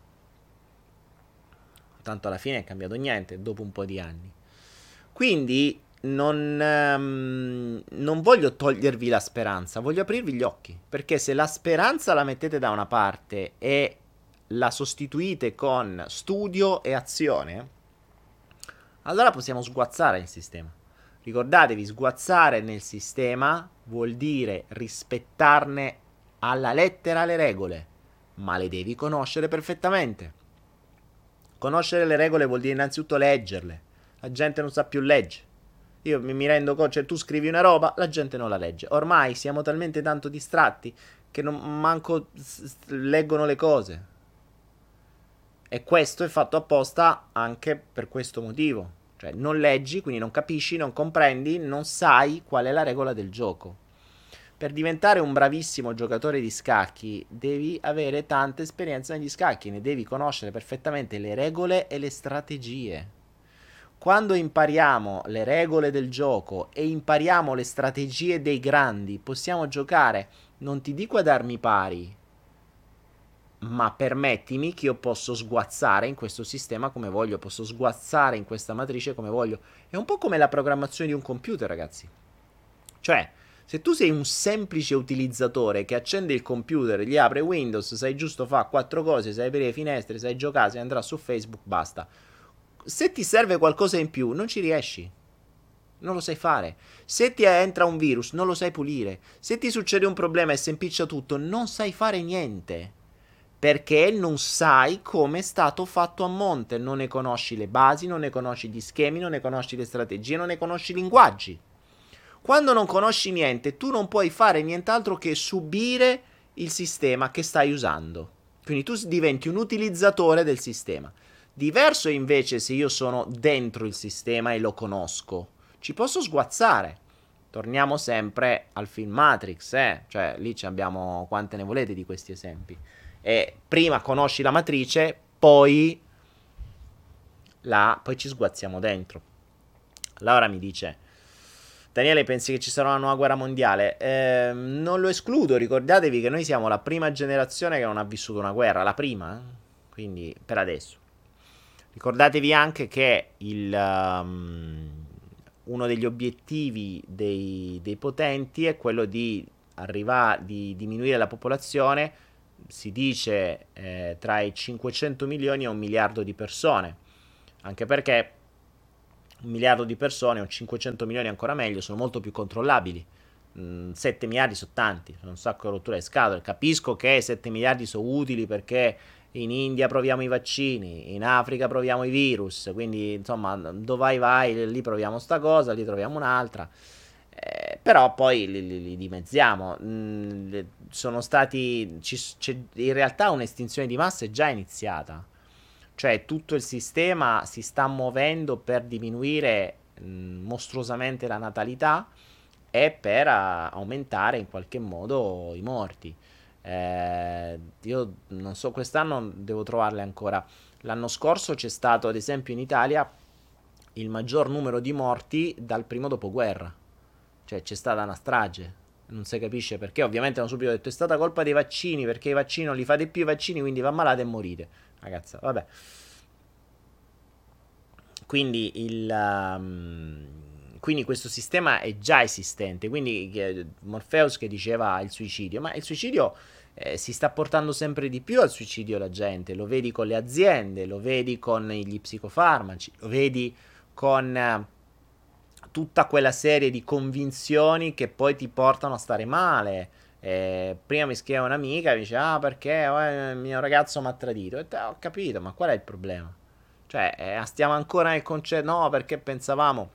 Tanto alla fine è cambiato niente dopo un po' di anni. Quindi non, ehm, non voglio togliervi la speranza, voglio aprirvi gli occhi. Perché se la speranza la mettete da una parte e la sostituite con studio e azione, allora possiamo sguazzare il sistema. Ricordatevi, sguazzare nel sistema vuol dire rispettarne alla lettera le regole, ma le devi conoscere perfettamente. Conoscere le regole vuol dire innanzitutto leggerle. La gente non sa più leggere. Io mi, mi rendo conto, cioè tu scrivi una roba, la gente non la legge. Ormai siamo talmente tanto distratti che non manco s- s- leggono le cose. E questo è fatto apposta anche per questo motivo. Cioè non leggi, quindi non capisci, non comprendi, non sai qual è la regola del gioco. Per diventare un bravissimo giocatore di scacchi devi avere tanta esperienza negli scacchi, ne devi conoscere perfettamente le regole e le strategie. Quando impariamo le regole del gioco e impariamo le strategie dei grandi, possiamo giocare, non ti dico ad armi pari, ma permettimi che io posso sguazzare in questo sistema come voglio, posso sguazzare in questa matrice come voglio. È un po' come la programmazione di un computer, ragazzi. Cioè, se tu sei un semplice utilizzatore che accende il computer, gli apre Windows, sai giusto fa quattro cose, sai aprire le finestre, sai giocare, sai andrà su Facebook, basta. Se ti serve qualcosa in più, non ci riesci. Non lo sai fare. Se ti entra un virus, non lo sai pulire. Se ti succede un problema e si impiccia tutto, non sai fare niente. Perché non sai come è stato fatto a monte. Non ne conosci le basi, non ne conosci gli schemi, non ne conosci le strategie, non ne conosci i linguaggi. Quando non conosci niente, tu non puoi fare nient'altro che subire il sistema che stai usando. Quindi tu diventi un utilizzatore del sistema. Diverso invece se io sono dentro il sistema e lo conosco. Ci posso sguazzare. Torniamo sempre al film Matrix, eh? Cioè lì abbiamo quante ne volete di questi esempi. E prima conosci la matrice, poi, la, poi ci sguazziamo dentro. Laura mi dice: Daniele, pensi che ci sarà una nuova guerra mondiale? Eh, non lo escludo, ricordatevi che noi siamo la prima generazione che non ha vissuto una guerra, la prima, eh? Quindi per adesso. Ricordatevi anche che il, um, uno degli obiettivi dei, dei potenti è quello di arrivare, di diminuire la popolazione, si dice eh, tra i cinquecento milioni e un miliardo di persone, anche perché un miliardo di persone o cinquecento milioni ancora meglio sono molto più controllabili. Mm, sette miliardi sono tanti, sono un sacco di rotture di scatole. Capisco che sette miliardi sono utili perché in India proviamo i vaccini, in Africa proviamo i virus, quindi insomma dove vai vai, lì proviamo sta cosa, lì troviamo un'altra. Eh, però poi li, li, li dimezziamo. Mm, sono stati. Ci, c'è in realtà un'estinzione di massa è già iniziata. Cioè tutto il sistema si sta muovendo per diminuire mh, mostruosamente la natalità e per a- aumentare in qualche modo i morti. Eh, io non so, quest'anno devo trovarle ancora. L'anno scorso c'è stato, ad esempio, in Italia il maggior numero di morti dal primo dopoguerra. Cioè c'è stata una strage. Non si capisce perché. Ovviamente hanno subito detto è stata colpa dei vaccini perché i vaccini non li fate più i vaccini, quindi va malate e morite. Ragazza, vabbè. Quindi il, um, quindi questo sistema è già esistente. Quindi eh, Morpheus che diceva il suicidio, ma il suicidio eh, si sta portando sempre di più al suicidio la gente, lo vedi con le aziende, lo vedi con gli psicofarmaci, lo vedi con eh, tutta quella serie di convinzioni che poi ti portano a stare male. Eh, prima mi scriveva un'amica e mi dice: ah, perché oh, il mio ragazzo mi ha tradito. E te, ho capito, ma qual è il problema? Cioè, eh, stiamo ancora nel concetto, no, perché pensavamo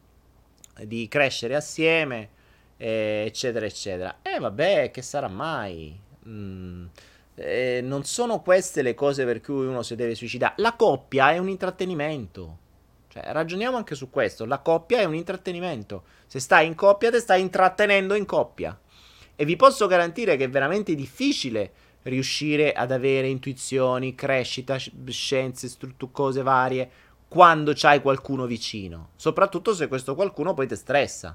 di crescere assieme, eh, eccetera, eccetera. E eh, vabbè, che sarà mai? Mm, eh, non sono queste le cose per cui uno si deve suicidare. La coppia è un intrattenimento. Cioè, ragioniamo anche su questo. La coppia è un intrattenimento. Se stai in coppia, te stai intrattenendo in coppia. E vi posso garantire che è veramente difficile riuscire ad avere intuizioni, crescita, scienze, strutture, cose varie quando c'hai qualcuno vicino. Soprattutto se questo qualcuno poi ti stressa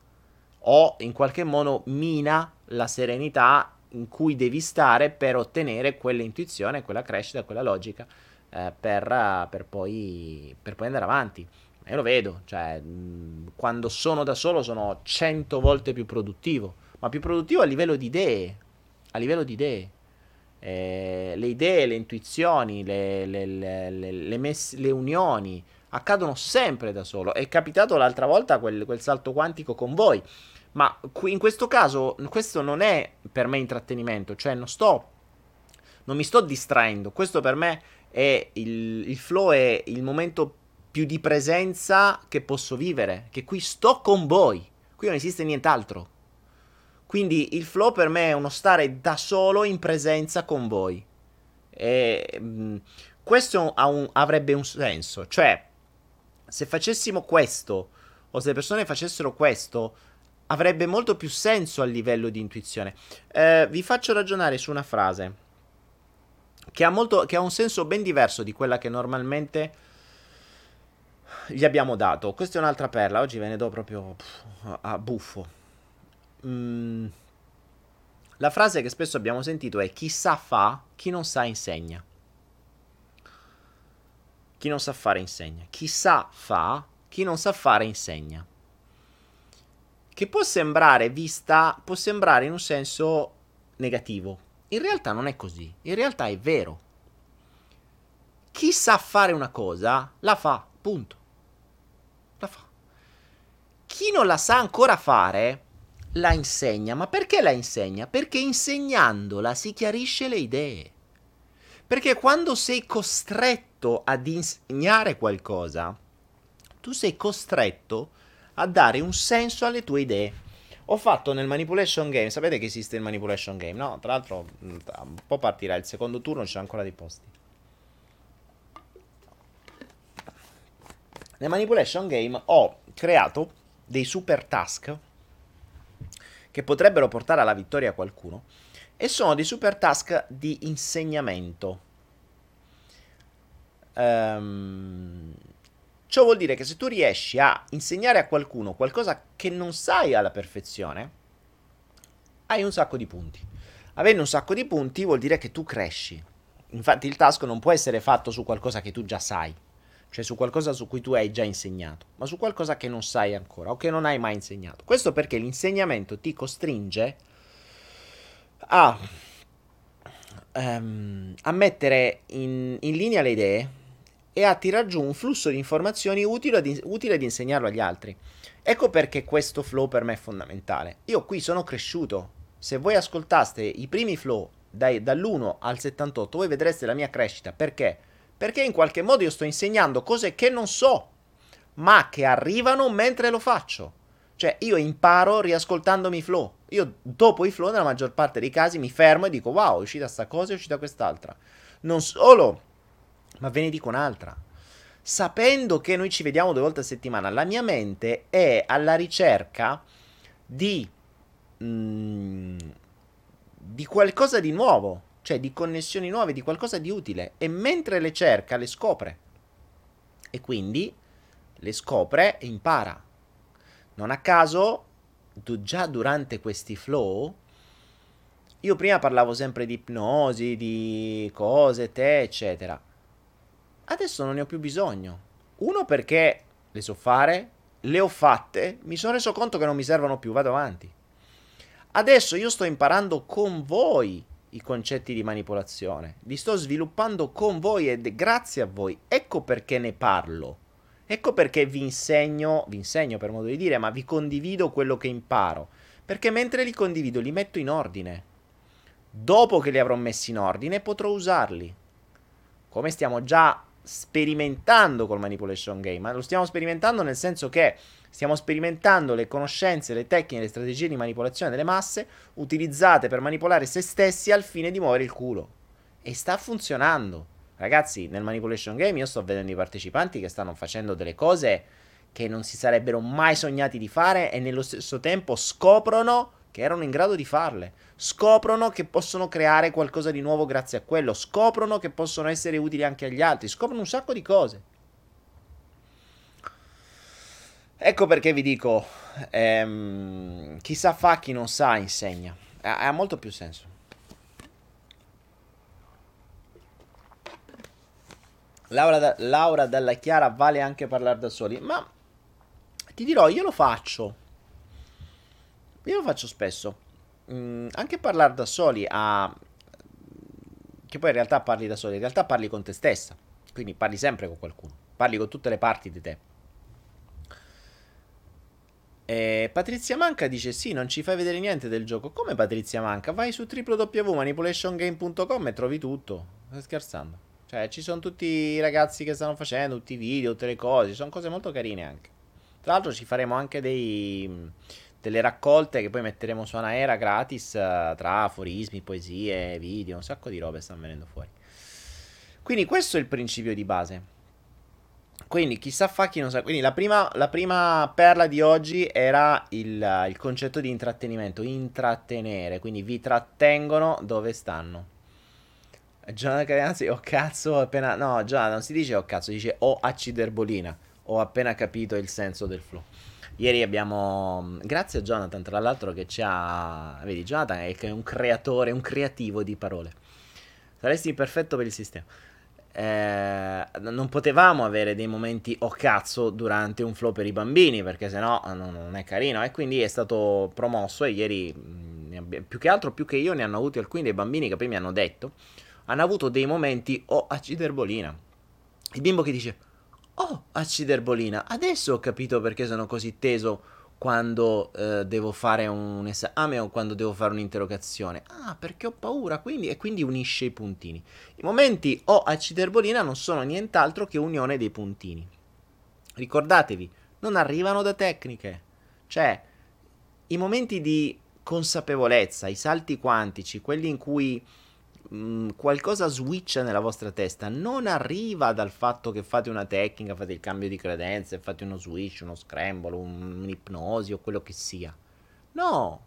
o in qualche modo mina la serenità in cui devi stare per ottenere quell'intuizione, quella crescita, quella logica eh, per, uh, per, poi, per poi andare avanti. Io lo vedo, cioè mh, quando sono da solo sono cento volte più produttivo, ma più produttivo a livello di idee, a livello di idee. Eh, le idee, le intuizioni, le, le, le, le, le, mess- le unioni accadono sempre da solo. È capitato l'altra volta quel, quel salto quantico con voi, ma qui in questo caso questo non è per me intrattenimento, cioè non sto, non mi sto distraendo. Questo per me è il, il flow, è il momento più di presenza che posso vivere, che qui sto con voi, qui non esiste nient'altro. Quindi il flow per me è uno stare da solo in presenza con voi. E, mh, questo ha un, avrebbe un senso. Cioè, se facessimo questo, o se le persone facessero questo, avrebbe molto più senso a livello di intuizione. Eh, vi faccio ragionare su una frase che ha, molto, che ha un senso ben diverso di quella che normalmente gli abbiamo dato. Questa è un'altra perla. Oggi ve ne do proprio pff, a buffo. Mm, la frase che spesso abbiamo sentito è: chi sa fa, chi non sa insegna. Chi non sa fare insegna. Chi sa fa, chi non sa fare insegna. Che può sembrare vista, può sembrare in un senso negativo. In realtà non è così. In realtà è vero. Chi sa fare una cosa, la fa, punto. La fa. Chi non la sa ancora fare, la insegna. Ma perché la insegna? Perché insegnandola si chiarisce le idee. Perché quando sei costretto ad insegnare qualcosa, tu sei costretto a dare un senso alle tue idee. Ho fatto nel Manipulation Game, sapete che esiste il Manipulation Game, no? Tra l'altro, un po' partirà il secondo turno, c'è ancora dei posti. Nel Manipulation Game ho creato dei super task che potrebbero portare alla vittoria a qualcuno. E sono dei super task di insegnamento. Um, ciò vuol dire che se tu riesci a insegnare a qualcuno qualcosa che non sai alla perfezione, hai un sacco di punti. Avendo un sacco di punti vuol dire che tu cresci. Infatti il task non può essere fatto su qualcosa che tu già sai, cioè su qualcosa su cui tu hai già insegnato, ma su qualcosa che non sai ancora o che non hai mai insegnato. Questo perché l'insegnamento ti costringe a, um, a mettere in, in linea le idee e a tirar giù un flusso di informazioni utile ad, utile ad insegnarlo agli altri. Ecco perché questo flow per me è fondamentale. Io qui sono cresciuto. Se voi ascoltaste i primi flow dai, dall'uno al settantotto, voi vedreste la mia crescita. Perché? Perché in qualche modo io sto insegnando cose che non so, ma che arrivano mentre lo faccio. Cioè io imparo riascoltandomi i flow. Io dopo i flow nella maggior parte dei casi mi fermo e dico: wow, è uscita sta cosa, è uscita quest'altra. Non solo, ma ve ne dico un'altra. Sapendo che noi ci vediamo due volte a settimana, la mia mente è alla ricerca di, mm, di qualcosa di nuovo, cioè di connessioni nuove, di qualcosa di utile. E mentre le cerca, le scopre. E quindi le scopre e impara. Non a caso, già durante questi flow, io prima parlavo sempre di ipnosi, di cose, te, eccetera. Adesso non ne ho più bisogno. Uno perché le so fare, le ho fatte, mi sono reso conto che non mi servono più, vado avanti. Adesso io sto imparando con voi i concetti di manipolazione, li sto sviluppando con voi ed grazie a voi. Ecco perché ne parlo. Ecco perché vi insegno, vi insegno per modo di dire, ma vi condivido quello che imparo. Perché mentre li condivido li metto in ordine. Dopo che li avrò messi in ordine potrò usarli. Come stiamo già sperimentando col manipulation game, ma lo stiamo sperimentando nel senso che stiamo sperimentando le conoscenze, le tecniche, le strategie di manipolazione delle masse utilizzate per manipolare se stessi al fine di muovere il culo. E sta funzionando. Ragazzi, nel manipulation game io sto vedendo i partecipanti che stanno facendo delle cose che non si sarebbero mai sognati di fare e nello stesso tempo scoprono che erano in grado di farle. Scoprono che possono creare qualcosa di nuovo grazie a quello. Scoprono che possono essere utili anche agli altri. Scoprono un sacco di cose. Ecco perché vi dico, ehm, chi sa fa, chi non sa insegna. Ha, ha molto più senso. Laura, da, Laura Dalla Chiara vale anche parlare da soli. Ma ti dirò, io lo faccio. Io lo faccio spesso. Mm, anche parlare da soli ha... Che poi in realtà parli da soli, in realtà parli con te stessa. Quindi parli sempre con qualcuno. Parli con tutte le parti di te. E Patrizia Manca dice sì, non ci fai vedere niente del gioco. Come Patrizia Manca? Vai su w w w punto manipulation game punto com e trovi tutto. Stai scherzando? Cioè, ci sono tutti i ragazzi che stanno facendo, tutti i video, tutte le cose. Sono cose molto carine anche. Tra l'altro ci faremo anche dei, delle raccolte che poi metteremo su Anaera gratis, eh, tra aforismi, poesie, video, un sacco di robe stanno venendo fuori. Quindi questo è il principio di base. Quindi chissà fa chi non sa. Quindi la prima, la prima perla di oggi era il, il concetto di intrattenimento, intrattenere, quindi vi trattengono dove stanno. Giovanna Carinazzi, oh cazzo, ho appena... No, Giovanna, non si dice oh cazzo, si dice oh acciderbolina. Ho appena capito il senso del flow. Ieri abbiamo... Grazie a Jonathan, tra l'altro, che ci ha... Vedi, Jonathan è un creatore, un creativo di parole. Saresti perfetto per il sistema. Eh, non potevamo avere dei momenti oh cazzo durante un flow per i bambini perché sennò non, non è carino e quindi è stato promosso e ieri mh, più che altro più che io ne hanno avuti alcuni dei bambini che poi mi hanno detto hanno avuto dei momenti oh acciderbolina, il bimbo che dice oh acciderbolina, adesso ho capito perché sono così teso quando eh, devo fare un esame o quando devo fare un'interrogazione. Ah, perché ho paura, quindi, e quindi unisce i puntini. I momenti o acciderbolina non sono nient'altro che unione dei puntini. Ricordatevi, non arrivano da tecniche. Cioè, i momenti di consapevolezza, i salti quantici, quelli in cui mh, qualcosa switcha nella vostra testa, non arriva dal fatto che fate una tecnica, fate il cambio di credenze, fate uno switch, uno scramble, un, un'ipnosi o quello che sia. No,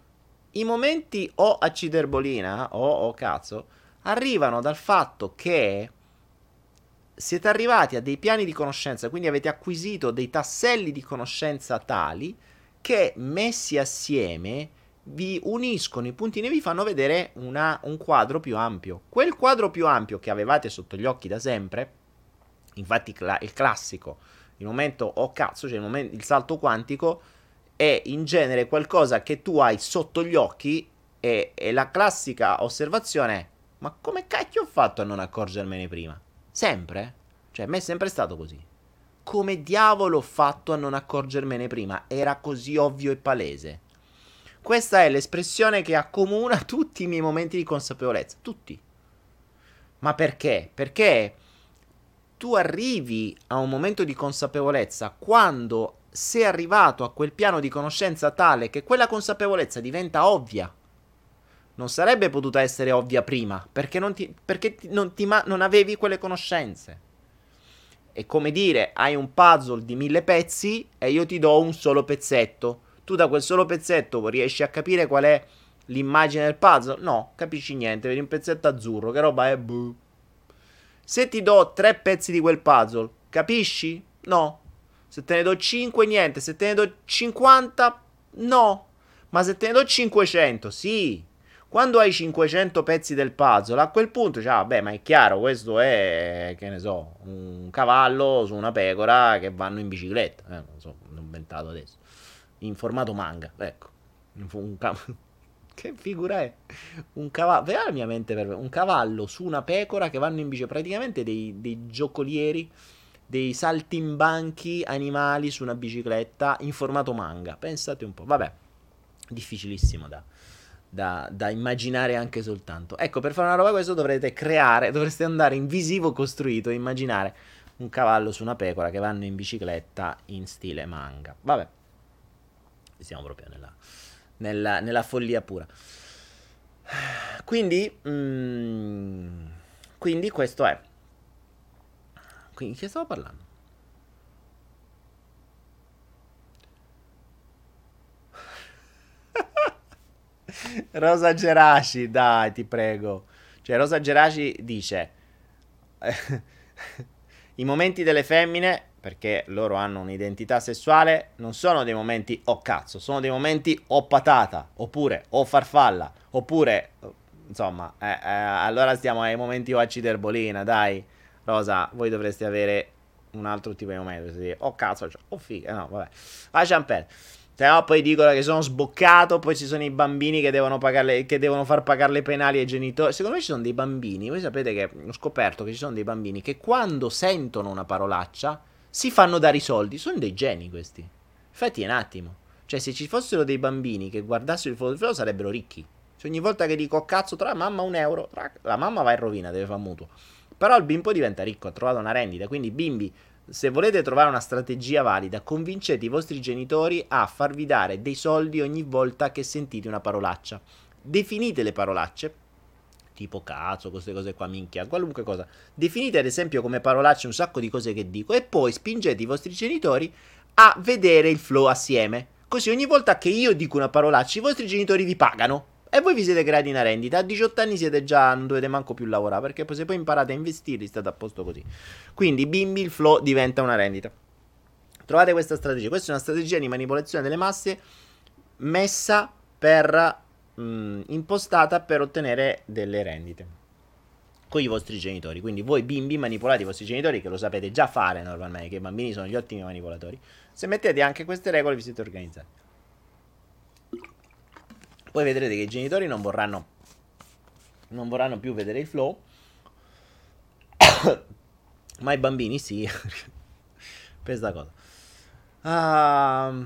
i momenti o acciderbolina o o cazzo arrivano dal fatto che siete arrivati a dei piani di conoscenza, quindi avete acquisito dei tasselli di conoscenza tali che messi assieme vi uniscono i puntini e vi fanno vedere una, un quadro più ampio. Quel quadro più ampio che avevate sotto gli occhi da sempre, infatti il classico, il momento oh cazzo, cioè il, momento, il salto quantico, è in genere qualcosa che tu hai sotto gli occhi e, e la classica osservazione è ma come cacchio ho fatto a non accorgermene prima? Sempre? Cioè a me è sempre stato così. Come diavolo ho fatto a non accorgermene prima? Era così ovvio e palese. Questa è l'espressione che accomuna tutti i miei momenti di consapevolezza, tutti. Ma perché? Perché tu arrivi a un momento di consapevolezza quando sei arrivato a quel piano di conoscenza tale che quella consapevolezza diventa ovvia. Non sarebbe potuta essere ovvia prima, perché non, ti, perché non, ti ma- non avevi quelle conoscenze. È come dire, hai un puzzle di mille pezzi e io ti do un solo pezzetto. Tu da quel solo pezzetto riesci a capire qual è l'immagine del puzzle? No, capisci niente, vedi un pezzetto azzurro, che roba è? Buh. Se ti do tre pezzi di quel puzzle, capisci? No. Se te ne do cinque, niente. Se te ne do cinquanta, no. Ma se te ne do cinquecento, sì. Quando hai cinquecento pezzi del puzzle, a quel punto, cioè, vabbè, ma è chiaro, questo è, che ne so, un cavallo su una pecora che vanno in bicicletta. Eh, non so, inventato adesso, in formato manga, ecco. Un cav- che figura è? Un cavallo, vedete la mia mente per un cavallo su una pecora che vanno in bici, praticamente dei, dei giocolieri, dei saltimbanchi animali su una bicicletta in formato manga. Pensate un po', vabbè, difficilissimo da, da, da immaginare anche soltanto. Ecco, per fare una roba questo dovrete creare, dovreste andare in visivo costruito e immaginare un cavallo su una pecora che vanno in bicicletta in stile manga. Vabbè, siamo proprio nella, nella, nella follia pura. Quindi, mm, quindi questo è. Quindi che stavo parlando? Rosa Geraci, dai, ti prego. Cioè, Rosa Geraci dice: i momenti delle femmine, perché loro hanno un'identità sessuale, non sono dei momenti oh cazzo, sono dei momenti o patata, oppure o farfalla, oppure insomma, eh, eh, allora stiamo ai momenti o aciderbolina, dai. Rosa, voi dovreste avere un altro tipo di momento, dire, oh cazzo, cioè, oh figa, no, vabbè. Lasciamo perdere. Se no, poi dicono che sono sboccato. Poi ci sono i bambini che devono, pagarle, che devono far pagare le penali ai genitori. Secondo me ci sono dei bambini. Voi sapete che ho scoperto che ci sono dei bambini che quando sentono una parolaccia si fanno dare i soldi. Sono dei geni questi. Infatti, un attimo. Cioè, se ci fossero dei bambini che guardassero il fotofilo sarebbero ricchi. Se ogni volta che dico oh, cazzo, tra mamma un euro, tra... la mamma va in rovina, deve fare mutuo. Però il bimbo diventa ricco, ha trovato una rendita. Quindi, bimbi, se volete trovare una strategia valida, convincete i vostri genitori a farvi dare dei soldi ogni volta che sentite una parolaccia. Definite le parolacce, tipo cazzo, queste cose qua, minchia, qualunque cosa. Definite ad esempio come parolacce un sacco di cose che dico e poi spingete i vostri genitori a vedere il flow assieme. Così ogni volta che io dico una parolaccia i vostri genitori vi pagano. E voi vi siete creati una rendita. A diciotto anni siete già, non dovete manco più lavorare. Perché poi se poi imparate a investire state a posto così. Quindi bimbi il flow diventa una rendita. Trovate questa strategia. Questa è una strategia di manipolazione delle masse messa per mh, impostata per ottenere delle rendite con i vostri genitori. Quindi voi bimbi manipolate i vostri genitori, che lo sapete già fare normalmente, che i bambini sono gli ottimi manipolatori. Se mettete anche queste regole vi siete organizzati. Poi vedrete che i genitori non vorranno non vorranno più vedere il flow, ma i bambini sì. Per sta cosa. Ah,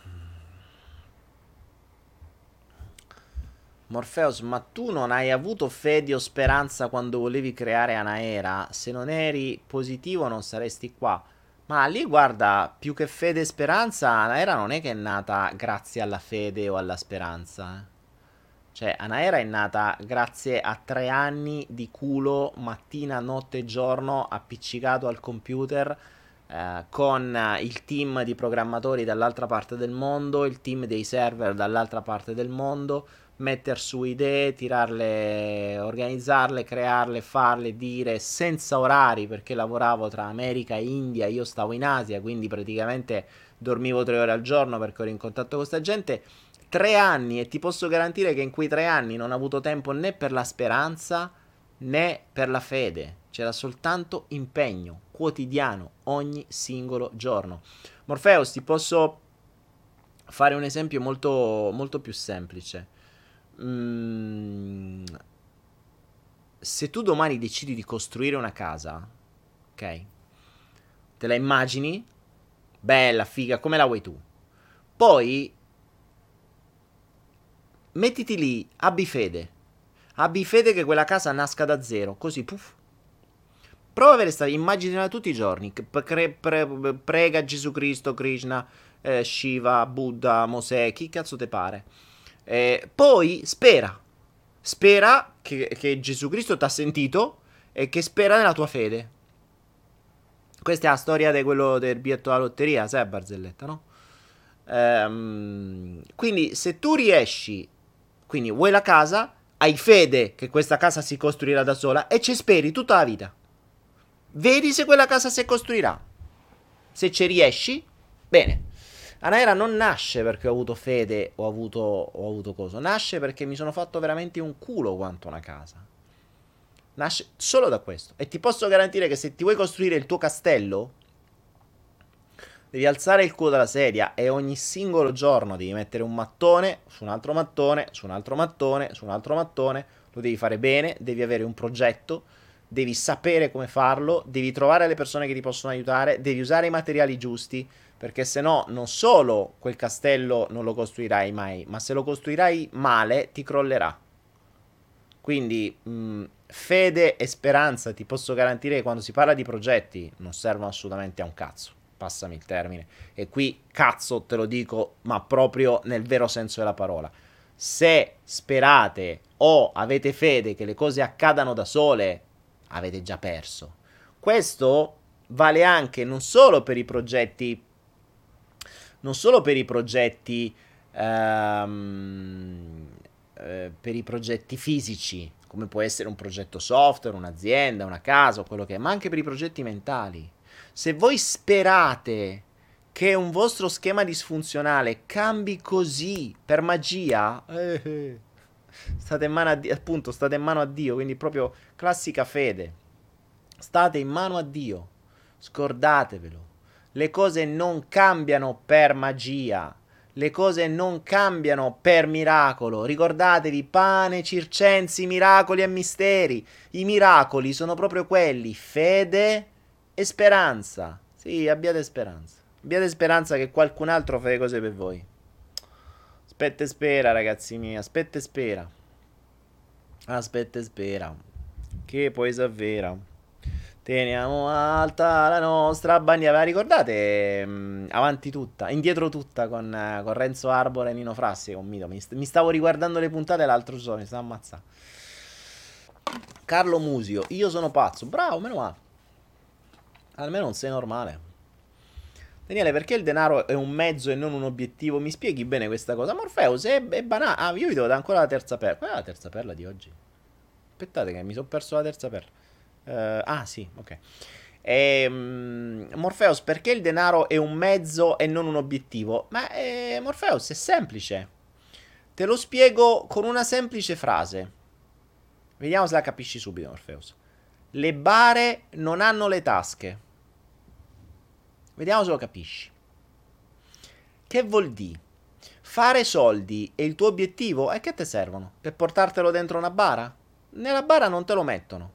Morpheus, ma tu non hai avuto fede o speranza quando volevi creare Anaera? Se non eri positivo non saresti qua. Ma lì guarda, più che fede e speranza, Anaera non è che è nata grazie alla fede o alla speranza. Eh. Cioè, Anaera è nata grazie a tre anni di culo, mattina, notte e giorno, appiccicato al computer, eh, con il team di programmatori dall'altra parte del mondo, il team dei server dall'altra parte del mondo, metter su idee, tirarle, organizzarle, crearle, farle, dire, senza orari, perché lavoravo tra America e India, io stavo in Asia, quindi praticamente dormivo tre ore al giorno perché ero in contatto con questa gente. Tre anni, e ti posso garantire che in quei tre anni non ho avuto tempo né per la speranza né per la fede. C'era soltanto impegno quotidiano ogni singolo giorno. Morpheus, ti posso fare un esempio molto, molto più semplice. Mm, se tu domani decidi di costruire una casa, ok? Te la immagini? Bella, figa, come la vuoi tu. Poi mettiti lì, abbi fede. Abbi fede che quella casa nasca da zero, così, puff. Prova a avere questa immagine tutti i giorni. Pre, pre, prega Gesù Cristo, Krishna, eh, Shiva, Buddha, Mosè, chi cazzo te pare. Eh, poi spera. Spera che, che Gesù Cristo ti ha sentito e che spera nella tua fede. Questa è la storia di quello del biglietto alla lotteria, sai, barzelletta, no? Ehm, quindi se tu riesci, quindi vuoi la casa, hai fede che questa casa si costruirà da sola e ci speri tutta la vita. Vedi se quella casa si costruirà. Se ci riesci, bene. Anaera non nasce perché ho avuto fede o ho avuto, ho avuto cosa. Nasce perché mi sono fatto veramente un culo quanto una casa. Nasce solo da questo. E ti posso garantire che se ti vuoi costruire il tuo castello, Devi alzare il culo dalla sedia e ogni singolo giorno devi mettere un mattone su un altro mattone, su un altro mattone, su un altro mattone. Lo devi fare bene, devi avere un progetto, devi sapere come farlo, devi trovare le persone che ti possono aiutare, devi usare i materiali giusti, perché se no non solo quel castello non lo costruirai mai, ma se lo costruirai male ti crollerà. Quindi mh, fede e speranza ti posso garantire che quando si parla di progetti non servono assolutamente a un cazzo, passami il termine. E qui cazzo te lo dico, ma proprio nel vero senso della parola. Se sperate o avete fede che le cose accadano da sole, avete già perso. Questo vale anche non solo per i progetti, non solo per i progetti, ehm, eh, per i progetti fisici, come può essere un progetto software, un'azienda, una casa o quello che è, ma anche per i progetti mentali. Se voi sperate che un vostro schema disfunzionale cambi così per magia, eh, eh, state in mano a Dio, appunto, state in mano a Dio, quindi proprio classica fede. State in mano a Dio, scordatevelo. Le cose non cambiano per magia, le cose non cambiano per miracolo. Ricordatevi, pane, circensi, miracoli e misteri. I miracoli sono proprio quelli, fede e speranza. Sì, abbiate speranza. Abbiate speranza che qualcun altro fa le cose per voi. Aspetta e spera, ragazzi miei, aspetta e spera. Aspetta e spera. Che poi si avvera. Teniamo alta la nostra bandiera. La ricordate? Mm, avanti tutta, indietro tutta con, eh, con Renzo Arbore e Nino Frassi. Con Mito. Mi, st- mi stavo riguardando le puntate l'altro giorno. Mi stavo ammazzando. Carlo Musio. Io sono pazzo. Bravo, meno male. Almeno non sei normale. Daniele, perché il denaro è un mezzo e non un obiettivo? Mi spieghi bene questa cosa? Morpheus è, è banale. Ah, io vi devo dare ancora la terza perla. Qual è la terza perla di oggi? Aspettate che mi sono perso la terza perla. Eh, ah, sì, ok. Ehm, Morpheus, perché il denaro è un mezzo e non un obiettivo? Ma eh, Morpheus è semplice. Te lo spiego con una semplice frase. Vediamo se la capisci subito, Morpheus. Le bare non hanno le tasche. Vediamo se lo capisci. Che vuol dire? Fare soldi è il tuo obiettivo? E che te servono? Per portartelo dentro una bara? Nella bara non te lo mettono.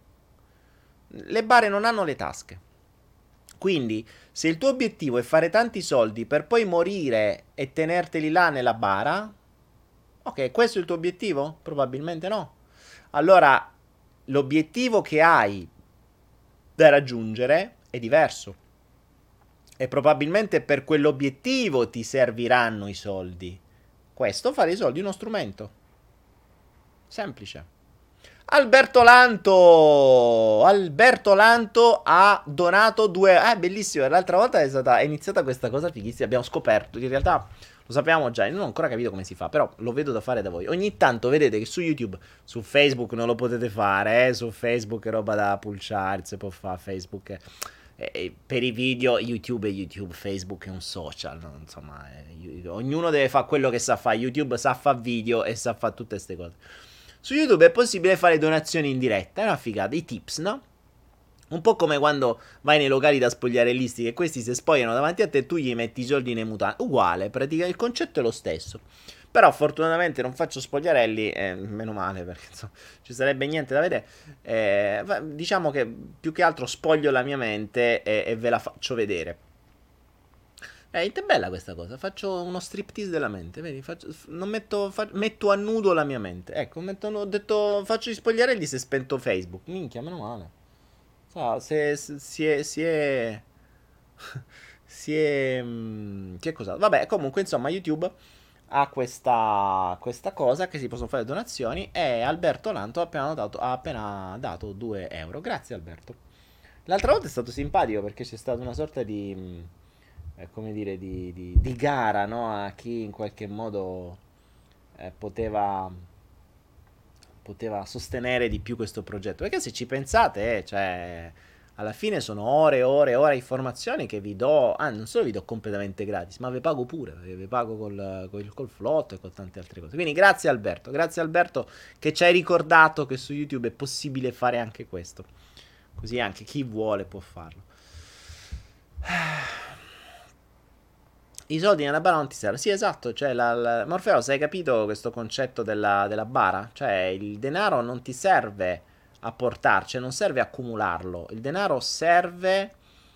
Le bare non hanno le tasche. Quindi, se il tuo obiettivo è fare tanti soldi per poi morire e tenerteli là nella bara, ok, questo è il tuo obiettivo? Probabilmente no. Allora, l'obiettivo che hai da raggiungere è diverso. E probabilmente per quell'obiettivo ti serviranno i soldi. Questo fa dei soldi uno strumento. Semplice. Alberto Lanto Alberto Lanto ha donato due. Ah, bellissimo. L'altra volta è stata è iniziata questa cosa fighissima. Abbiamo scoperto. In realtà lo sapevamo già. Io non ho ancora capito come si fa. Però lo vedo da fare da voi. Ogni tanto vedete che su YouTube, su Facebook non lo potete fare. Eh? Su Facebook è roba da pulciare. Si può fare Facebook. Eh, eh, per i video YouTube è YouTube. Facebook è un social. No? Insomma, eh, ognuno deve fare quello che sa fare. YouTube sa fare video e sa fare tutte queste cose. Su YouTube è possibile fare donazioni in diretta, è una figata, i tips, no? Un po' come quando vai nei locali da spogliarellisti che questi si spogliano davanti a te e tu gli metti i soldi nei mutanti. Uguale, praticamente il concetto è lo stesso. Però fortunatamente non faccio spogliarelli, eh, meno male perché insomma ci sarebbe niente da vedere. Eh, diciamo che più che altro spoglio la mia mente e, e ve la faccio vedere. È bella questa cosa, faccio uno striptease della mente, vedi? Faccio, non metto, fa, metto a nudo la mia mente. Ecco, metto, ho detto, faccio gli spogliarelli se è spento Facebook. Minchia, meno male. Sa, se, se si è, si è, si è, mm, si è cosa? Vabbè, comunque, insomma, YouTube ha questa, questa cosa che si possono fare donazioni e Alberto Lanto ha appena dato, ha appena dato due euro. Grazie Alberto. L'altra volta è stato simpatico perché c'è stata una sorta di... mm, eh, come dire, di, di, di gara, no? A chi in qualche modo eh, poteva, poteva sostenere di più questo progetto. Perché se ci pensate, eh, cioè, alla fine sono ore e ore e ore di informazioni che vi do, ah, non solo vi do completamente gratis, ma vi pago pure, vi pago col, col, col flotto e con tante altre cose. Quindi grazie Alberto, grazie Alberto che ci hai ricordato che su YouTube è possibile fare anche questo. Così anche chi vuole può farlo. I soldi nella bara non ti servono. Sì, esatto. Cioè, la, la... Morpheus, hai capito questo concetto della, della bara? Cioè, il denaro non ti serve a portarci, non serve a accumularlo. Il denaro serve.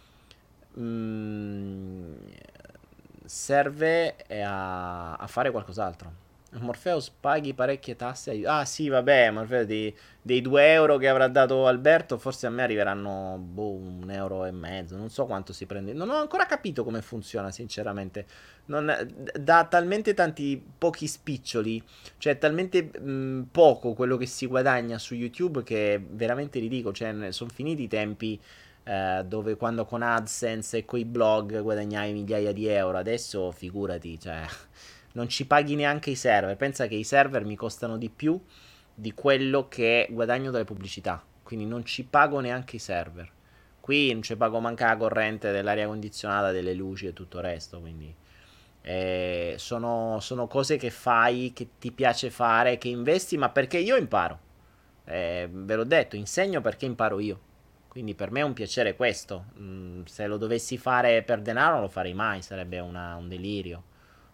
mm, serve a, a fare qualcos'altro. Morpheus paghi parecchie tasse. ai- Ah, sì, vabbè, Morpheus dei, dei due euro che avrà dato Alberto, forse a me arriveranno boh, un euro e mezzo. Non so quanto si prende. Non ho ancora capito come funziona, sinceramente. Non, da talmente tanti pochi spiccioli, cioè talmente mh, poco quello che si guadagna su YouTube che è veramente ridicolo. Cioè, sono finiti i tempi eh, dove quando con AdSense e coi blog guadagnavi migliaia di euro. Adesso figurati, cioè, non ci paghi neanche i server. Pensa che i server mi costano di più di quello che guadagno dalle pubblicità. Quindi non ci pago neanche i server. Qui non ci pago manca la corrente dell'aria condizionata, delle luci e tutto il resto. Quindi eh, sono, sono cose che fai, che ti piace fare, che investi, ma perché io imparo. Eh, ve l'ho detto, insegno perché imparo io. Quindi per me è un piacere questo. Mm, se lo dovessi fare per denaro non lo farei mai, sarebbe una- un delirio.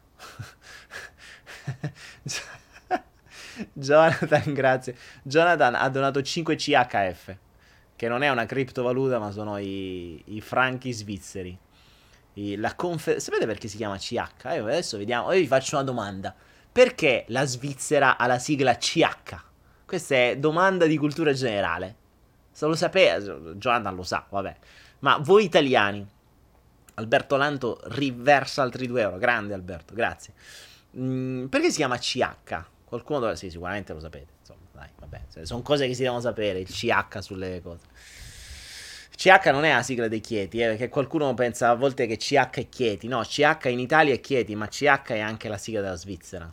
Jonathan, grazie. Jonathan ha donato cinque C H F, che non è una criptovaluta, ma sono i, i franchi svizzeri. I- la confer- Sapete perché si chiama C H? Eh, adesso vediamo. Io vi faccio una domanda. Perché la Svizzera ha la sigla C H? Questa è domanda di cultura generale. Se lo sapete, Jonathan lo sa, vabbè. Ma voi italiani, Alberto Lanto riversa altri due euro. Grande Alberto, grazie. Mm, perché si chiama C H? Qualcuno dovrebbe... Sì, sicuramente lo sapete. Insomma, dai, vabbè. Sono cose che si devono sapere, il C H sulle cose. C H non è la sigla dei Chieti, eh, perché qualcuno pensa a volte che C H è Chieti. No, C H in Italia è Chieti, ma C H è anche la sigla della Svizzera.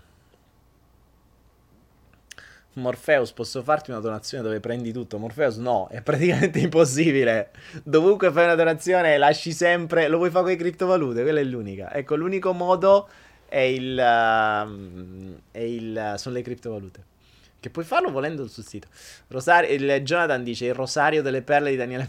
Morpheus, posso farti una donazione dove prendi tutto? Morpheus, no, è praticamente impossibile. Dovunque fai una donazione, lasci sempre. Lo vuoi fare con le criptovalute? Quella è l'unica. Ecco, l'unico modo è il. uh, è il sono le criptovalute. Che puoi farlo volendo sul sito. Rosario, il Jonathan dice il rosario delle perle di Daniele.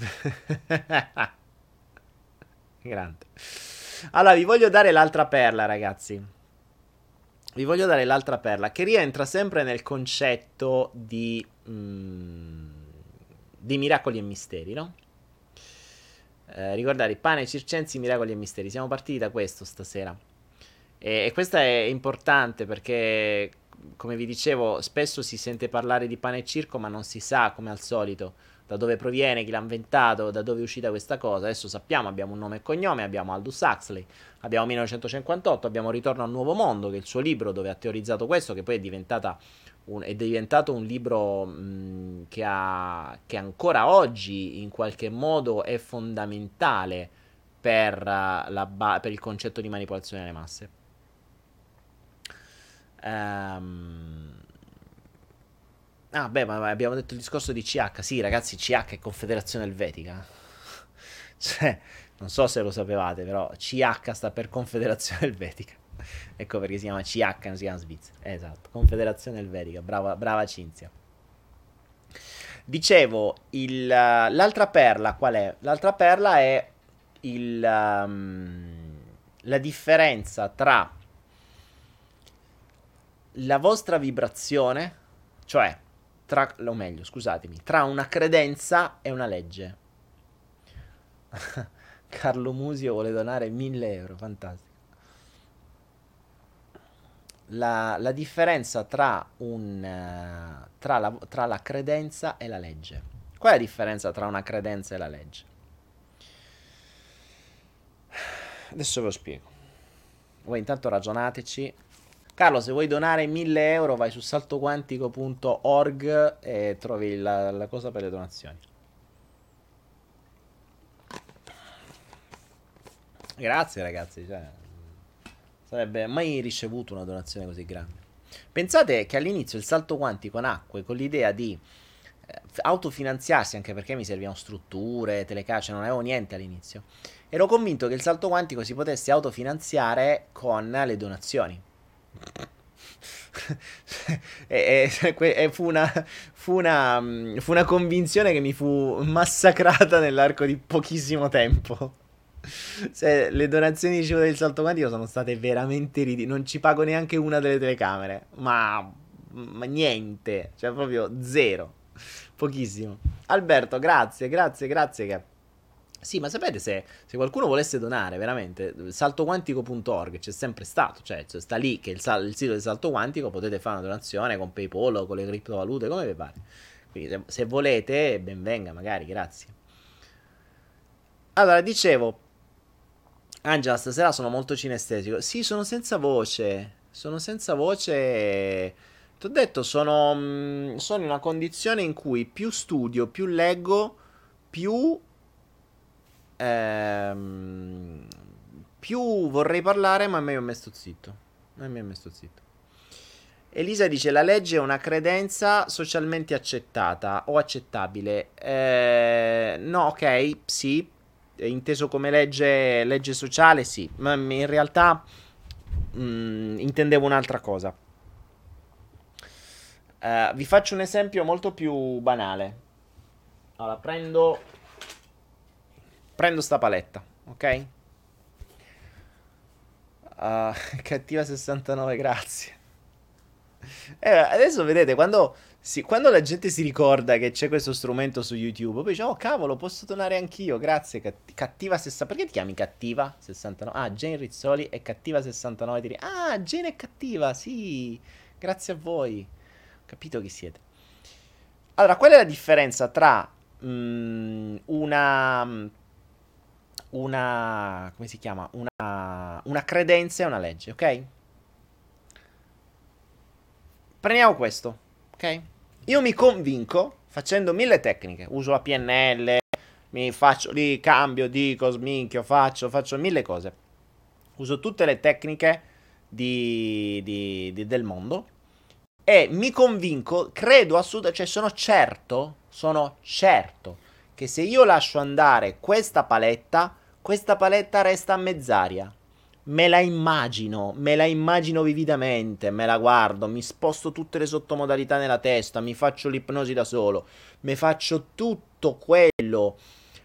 Grande. Allora, vi voglio dare l'altra perla, ragazzi. Vi voglio dare l'altra perla che rientra sempre nel concetto di, mm, di miracoli e misteri, no? Eh, ricordate, pane, circensi, miracoli e misteri. Siamo partiti da questo stasera. E, e questo è importante perché, come vi dicevo, spesso si sente parlare di pane e circo, ma non si sa, come al solito, da dove proviene, chi l'ha inventato, da dove è uscita questa cosa. Adesso sappiamo, abbiamo un nome e cognome, abbiamo Aldous Huxley, abbiamo millenovecentocinquantotto, abbiamo Ritorno al Nuovo Mondo, che è il suo libro dove ha teorizzato questo, che poi è, diventata un, è diventato un libro mh, che, ha, che ancora oggi in qualche modo è fondamentale per, uh, la ba- per il concetto di manipolazione delle masse. Ehm... Ah, beh, ma abbiamo detto il discorso di C H. Sì, ragazzi, C H è Confederazione Elvetica. Cioè, non so se lo sapevate, però C H sta per Confederazione Elvetica. Ecco perché si chiama C H, non si chiama Svizzera. Esatto, Confederazione Elvetica. Brava, brava Cinzia. Dicevo, il, l'altra perla qual è? L'altra perla è il, um, la differenza tra la vostra vibrazione, cioè, tra, o meglio, scusatemi, tra una credenza e una legge. Carlo Musio vuole donare mille euro, fantastico. La, la differenza tra, un, eh, tra, la, tra la credenza e la legge. Qual è la differenza tra una credenza e la legge? Adesso ve lo spiego. Voi intanto ragionateci. Carlo, se vuoi donare mille euro vai su saltoquantico punto org e trovi la, la cosa per le donazioni. Grazie ragazzi, cioè, sarebbe mai ricevuto una donazione così grande. Pensate che all'inizio il salto quantico nacque con l'idea di eh, autofinanziarsi, anche perché mi servivano strutture, telecamere, non avevo niente all'inizio. Ero convinto che il salto quantico si potesse autofinanziare con le donazioni. e, e, e fu, una, fu, una, fu una convinzione che mi fu massacrata nell'arco di pochissimo tempo. Se le donazioni di cibo del salto quantico sono state veramente ridicole. Non ci pago neanche una delle telecamere. Ma, ma niente. Cioè, proprio zero. Pochissimo. Alberto, grazie, grazie, grazie. Che... Sì, ma sapete se, se qualcuno volesse donare, veramente, saltoquantico punto org c'è sempre stato. Cioè, cioè, sta lì che il, sal- il sito del salto quantico, potete fare una donazione con PayPal o con le criptovalute, come vi pare. Quindi se, se volete, ben venga, magari, grazie. Allora, dicevo, Angela, stasera sono molto cinestesico. Sì, sono senza voce. Sono senza voce. Ti ho detto, sono, mm, sono in una condizione in cui più studio, più leggo, più... ehm, più vorrei parlare, ma a me ho messo zitto. A me ho messo zitto. Elisa dice: la legge è una credenza socialmente accettata o accettabile. Eh, no, ok, sì. Inteso come legge, legge sociale, sì. Ma in realtà mm, intendevo un'altra cosa. Eh, vi faccio un esempio molto più banale. Allora, prendo, prendo sta paletta, ok? Uh, cattiva sessantanove, grazie. Eh, adesso vedete, quando, si- quando la gente si ricorda che c'è questo strumento su YouTube, poi dice, oh cavolo, posso donare anch'io, grazie, cat- cattiva sessantanove. Perché ti chiami cattiva sessantanove? Ah, Jane Rizzoli è cattiva sessantanove. Ti ri- Ah, Jane è cattiva, sì, grazie a voi. Ho capito chi siete. Allora, qual è la differenza tra mm, una... una... come si chiama? Una, una credenza e una legge, ok? Prendiamo questo, ok? Io mi convinco facendo mille tecniche. Uso la P N L, mi faccio lì, cambio, dico, sminchio, faccio, faccio mille cose. Uso tutte le tecniche di, di- di- del mondo e mi convinco, credo assolutamente, cioè sono certo, sono certo che se io lascio andare questa paletta, questa paletta resta a mezz'aria. Me la immagino, me la immagino vividamente, me la guardo, mi sposto tutte le sottomodalità nella testa, mi faccio l'ipnosi da solo, mi faccio tutto quello,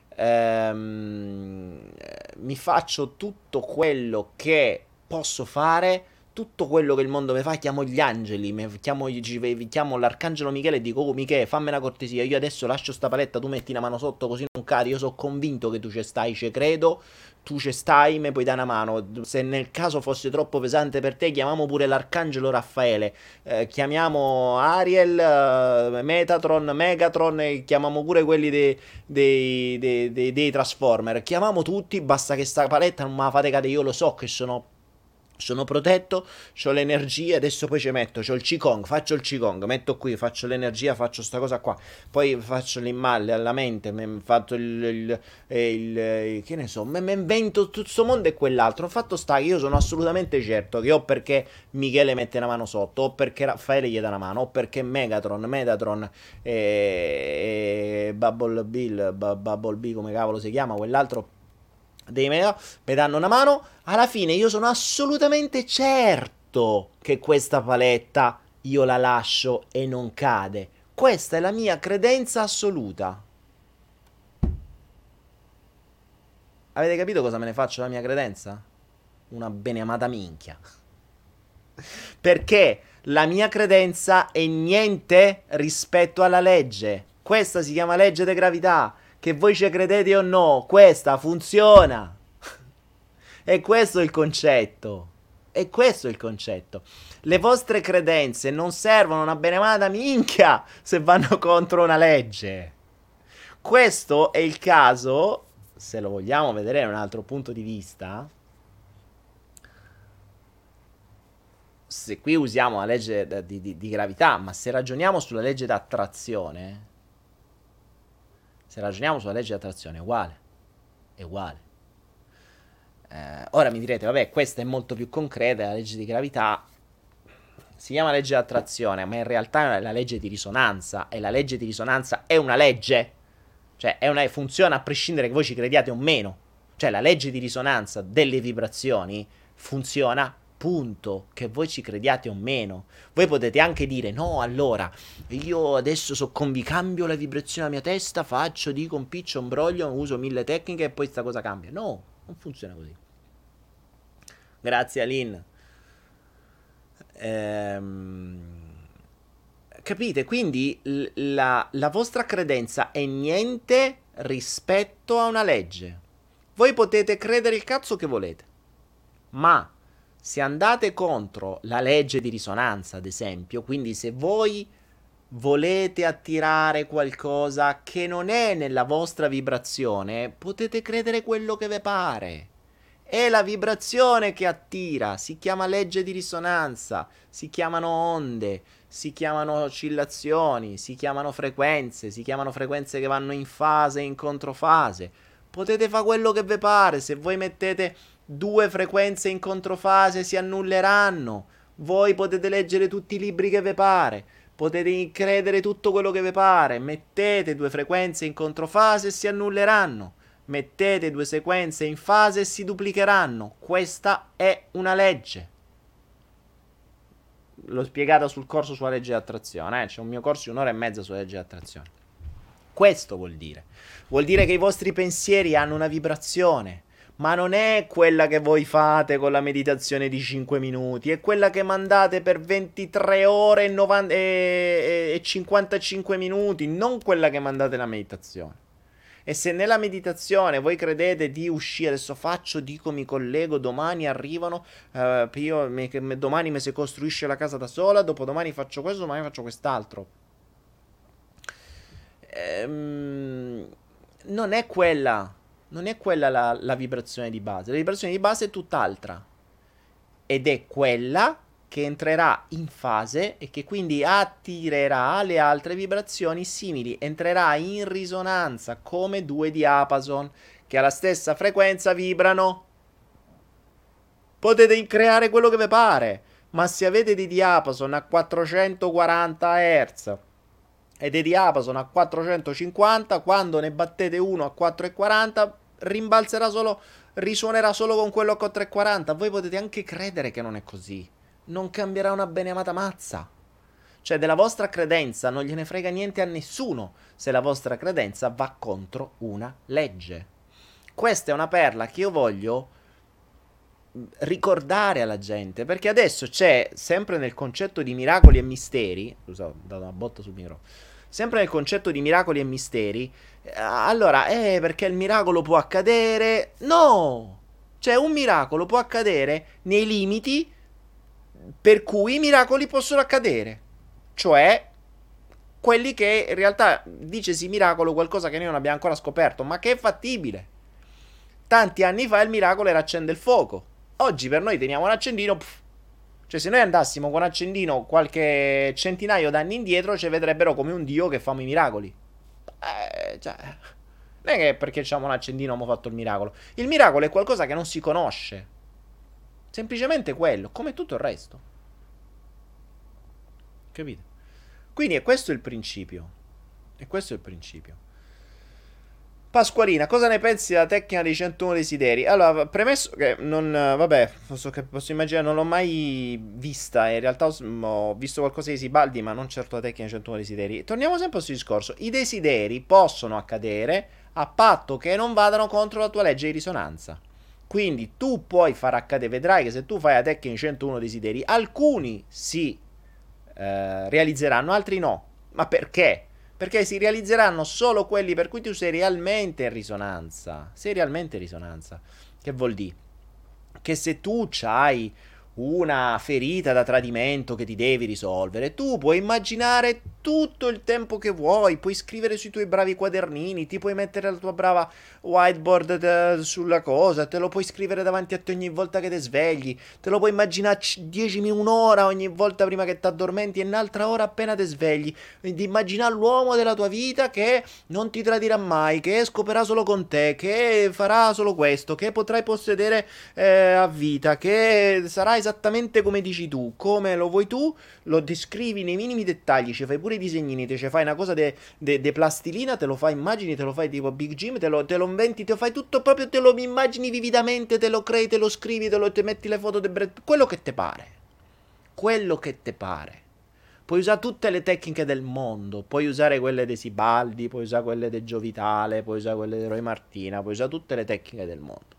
ehm, mi faccio tutto quello che posso fare, tutto quello che il mondo mi fa, chiamo gli angeli, mi chiamo, chiamo l'arcangelo Michele e dico, oh Michele, fammi una cortesia, io adesso lascio sta paletta, tu metti una mano sotto così non cadi, io sono convinto che tu ci stai, ci credo, tu ci stai, mi puoi dare una mano. Se nel caso fosse troppo pesante per te, chiamiamo pure l'arcangelo Raffaele. Eh, chiamiamo Ariel, eh, Metatron, Megatron e chiamiamo pure quelli dei, dei, dei, dei, dei Transformer. Chiamiamo tutti, basta che sta paletta non me la fate cadere. Io lo so che sono sono protetto, ho l'energia, adesso poi ci metto, c'ho il Qigong, faccio il Qigong, metto qui, faccio l'energia, faccio sta cosa qua, poi faccio l'immagine alla mente, mi fatto il, il, il, il, che ne so, mi invento tutto questo mondo e quell'altro, fatto sta che io sono assolutamente certo che o perché Michele mette una mano sotto, o perché Raffaele gli dà una mano, o perché Megatron, Metatron e, e Bubble Bill, Bubble B come cavolo si chiama, quell'altro dei me, mi danno una mano. Alla fine io sono assolutamente certo che questa paletta io la lascio e non cade. Questa è la mia credenza assoluta. Avete capito cosa me ne faccio della mia credenza? Una beneamata minchia. Perché la mia credenza è niente rispetto alla legge. Questa si chiama legge di gravità. Che voi ci credete o no, questa funziona. E questo è il concetto. E questo è il concetto. Le vostre credenze non servono una benemata minchia se vanno contro una legge. Questo è il caso, se lo vogliamo vedere da un altro punto di vista. Se qui usiamo la legge di, di, di gravità, ma se ragioniamo sulla legge d'attrazione, se ragioniamo sulla legge d'attrazione è uguale. È uguale. Eh, ora mi direte, vabbè, questa è molto più concreta, la legge di gravità si chiama legge di attrazione, ma in realtà è la legge di risonanza, e la legge di risonanza è una legge, cioè è una, funziona a prescindere che voi ci crediate o meno, cioè la legge di risonanza delle vibrazioni funziona, punto, che voi ci crediate o meno. Voi potete anche dire, no, allora, io adesso so convi, cambio la vibrazione della mia testa, faccio, dico, impiccio, imbroglio, uso mille tecniche e poi sta cosa cambia. No, Non funziona così. Grazie Alin. Ehm, capite? Quindi l- la, la vostra credenza è niente rispetto a una legge. Voi potete credere il cazzo che volete, ma se andate contro la legge di risonanza, ad esempio, quindi se voi volete attirare qualcosa che non è nella vostra vibrazione, potete credere quello che vi pare. È la vibrazione che attira, si chiama legge di risonanza, si chiamano onde, si chiamano oscillazioni, si chiamano frequenze, si chiamano frequenze che vanno in fase e in controfase. Potete fare quello che vi pare, se voi mettete due frequenze in controfase si annulleranno. Voi potete leggere tutti i libri che vi pare, potete credere tutto quello che vi pare, mettete due frequenze in controfase e si annulleranno. Mettete due sequenze in fase e si duplicheranno. Questa è una legge. L'ho spiegata sul corso sulla legge di attrazione. Eh? C'è un mio corso di un'ora e mezza sulla legge di attrazione. Questo vuol dire. Vuol dire che i vostri pensieri hanno una vibrazione. Ma non è quella che voi fate con la meditazione di cinque minuti, è quella che mandate per ventitré ore e, novanta, e, e cinquantacinque minuti, non quella che mandate la meditazione. E se nella meditazione voi credete di uscire, adesso faccio, dico, mi collego, domani arrivano, eh, io, mi, domani mi si costruisce la casa da sola, dopodomani faccio questo, domani faccio quest'altro. Ehm, non è quella, non è quella la, la vibrazione di base. La vibrazione di base è tutt'altra. Ed è quella che entrerà in fase e che quindi attirerà le altre vibrazioni simili, entrerà in risonanza come due diapason che alla stessa frequenza vibrano. Potete creare quello che vi pare, ma se avete dei diapason a quattrocentoquaranta hertz e dei diapason a quattrocentocinquanta, quando ne battete uno a quattrocentoquaranta rimbalzerà solo, risuonerà solo con quello a quattrocentoquaranta. Voi potete anche credere che non è così, non cambierà una beneamata mazza. Cioè della vostra credenza non gliene frega niente a nessuno se la vostra credenza va contro una legge. Questa è una perla che io voglio ricordare alla gente, perché adesso c'è, sempre nel concetto di miracoli e misteri, scusa, ho dato una botta sul microfono, sempre nel concetto di miracoli e misteri, allora, eh, perché il miracolo può accadere? No! Cioè, un miracolo può accadere nei limiti per cui i miracoli possono accadere. Cioè, quelli che in realtà, dicesi miracolo, qualcosa che noi non abbiamo ancora scoperto, ma che è fattibile. Tanti anni fa il miracolo era accendere il fuoco. Oggi per noi teniamo un accendino. Pff. Cioè, se noi andassimo con un accendino qualche centinaio d'anni indietro, ci vedrebbero come un dio che fa i miracoli. Eh, cioè, non è che perché abbiamo un accendino abbiamo fatto il miracolo. Il miracolo è qualcosa che non si conosce. Semplicemente quello, come tutto il resto. Capite? Quindi è questo il principio. E questo è il principio. Pasqualina, cosa ne pensi della tecnica dei centouno desideri? Allora, premesso che non, vabbè, posso, posso immaginare, non l'ho mai vista, in realtà ho, ho visto qualcosa di Sibaldi, ma non certo la tecnica dei centouno desideri. Torniamo sempre al suo discorso, i desideri possono accadere a patto che non vadano contro la tua legge di risonanza. Quindi tu puoi far accadere, vedrai che se tu fai la tecnica dei centouno desideri, alcuni si eh, realizzeranno, altri no. Ma perché? Perché si realizzeranno solo quelli per cui tu sei realmente in risonanza. Sei realmente in risonanza. Che vuol dire? Che se tu hai una ferita da tradimento che ti devi risolvere, tu puoi immaginare tutto il tempo che vuoi, puoi scrivere sui tuoi bravi quadernini, ti puoi mettere la tua brava whiteboard de- sulla cosa, te lo puoi scrivere davanti a te ogni volta che ti svegli, te lo puoi immaginare dieci minuti, un'ora ogni volta prima che ti addormenti e un'altra ora appena ti svegli, di immaginare l'uomo della tua vita che non ti tradirà mai, che scoperà solo con te, che farà solo questo, che potrai possedere eh, a vita, che sarà esattamente come dici tu, come lo vuoi tu, lo descrivi nei minimi dettagli, ci fai pure i disegnini, te ci fai una cosa de, de, de plastilina, te lo fai immagini, te lo fai tipo Big Jim, te lo, te lo inventi, te lo fai tutto proprio, te lo immagini vividamente, te lo crei, te lo scrivi, te, lo, te metti le foto, de, quello che te pare, quello che te pare. Puoi usare tutte le tecniche del mondo, puoi usare quelle dei Sibaldi, puoi usare quelle del Giovitale, puoi usare quelle di Roy Martina, puoi usare tutte le tecniche del mondo.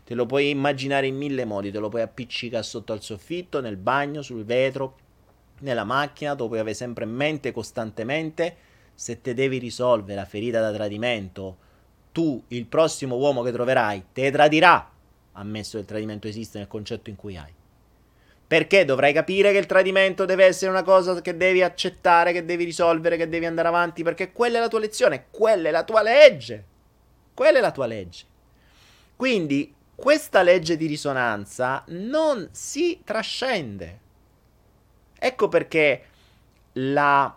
te lo puoi immaginare in mille modi, te lo puoi appiccicare sotto al soffitto, nel bagno, sul vetro, nella macchina, te lo puoi avere sempre in mente costantemente. Se te devi risolvere la ferita da tradimento, tu, il prossimo uomo che troverai, te tradirà, ammesso che il tradimento esiste nel concetto in cui hai. Perché dovrai capire che il tradimento deve essere una cosa che devi accettare, che devi risolvere, che devi andare avanti, perché quella è la tua lezione, quella è la tua legge. Quella è la tua legge. Quindi questa legge di risonanza non si trascende. Ecco perché la,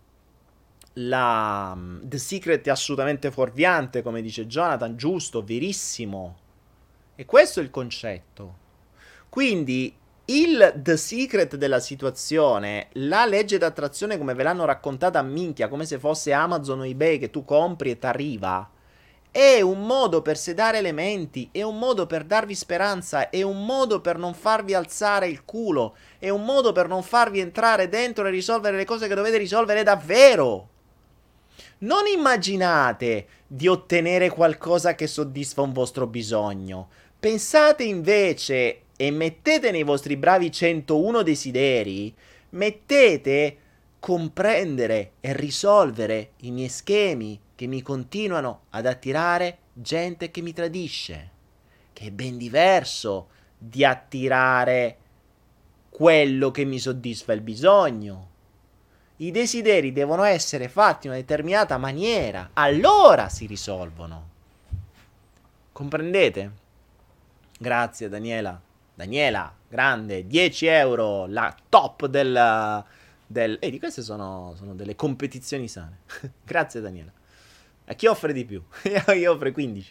la The Secret è assolutamente fuorviante, come dice Jonathan, giusto, verissimo. E questo è il concetto. Quindi il The Secret della situazione, la legge d'attrazione come ve l'hanno raccontata a minchia, come se fosse Amazon o eBay che tu compri e ti arriva, è un modo per sedare le menti, è un modo per darvi speranza, è un modo per non farvi alzare il culo, è un modo per non farvi entrare dentro e risolvere le cose che dovete risolvere davvero. Non immaginate di ottenere qualcosa che soddisfa un vostro bisogno. Pensate invece e mettete nei vostri bravi centouno desideri, mettete comprendere e risolvere i miei schemi che mi continuano ad attirare gente che mi tradisce, che è ben diverso di attirare quello che mi soddisfa il bisogno. I desideri devono essere fatti in una determinata maniera, allora si risolvono. Comprendete? Grazie Daniela. Daniela, grande, dieci euro, la top del... del e di queste sono, sono delle competizioni sane. Grazie Daniela. A chi offre di più? Io offro quindici.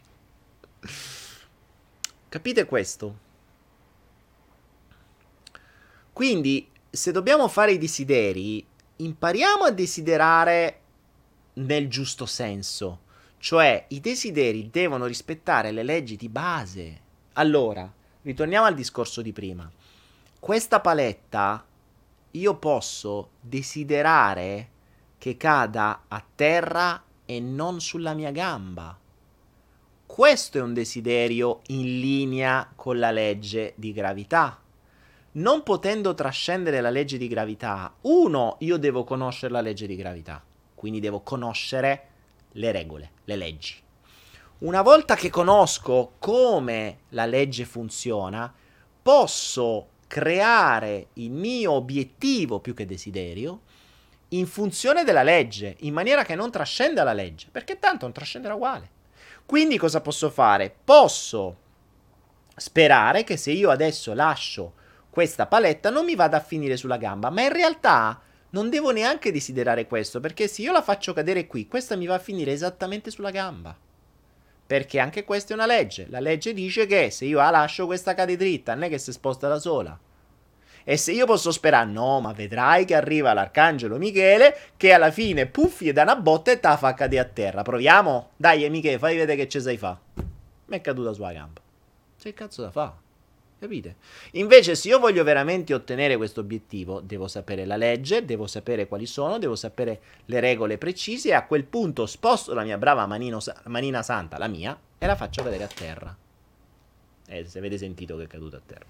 Capite questo? Quindi, se dobbiamo fare i desideri, impariamo a desiderare nel giusto senso. Cioè, i desideri devono rispettare le leggi di base. Allora, ritorniamo al discorso di prima. Questa paletta io posso desiderare che cada a terra e non sulla mia gamba. Questo è un desiderio in linea con la legge di gravità. Non potendo trascendere la legge di gravità, uno, io devo conoscere la legge di gravità, quindi devo conoscere le regole, le leggi. Una volta che conosco come la legge funziona, posso creare il mio obiettivo più che desiderio in funzione della legge, in maniera che non trascenda la legge, perché tanto non trascenderà uguale. Quindi cosa posso fare? Posso sperare che se io adesso lascio questa paletta non mi vada a finire sulla gamba, ma in realtà non devo neanche desiderare questo, perché se io la faccio cadere qui, questa mi va a finire esattamente sulla gamba. Perché anche questa è una legge. La legge dice che se io la lascio questa cade dritta, non è che si sposta da sola. E se io posso sperare, no, ma vedrai che arriva l'arcangelo Michele che alla fine puffi e dà una botta e te la fa cadere a terra. Proviamo? Dai Michele, fai vedere che ci sai fa. Mi è caduta sulla gamba. Che cazzo da fa? Capite? Invece se io voglio veramente ottenere questo obiettivo, devo sapere la legge, devo sapere quali sono, devo sapere le regole precise e a quel punto sposto la mia brava manino, manina santa, la mia, e la faccio cadere a terra. E se avete sentito che è caduta a terra.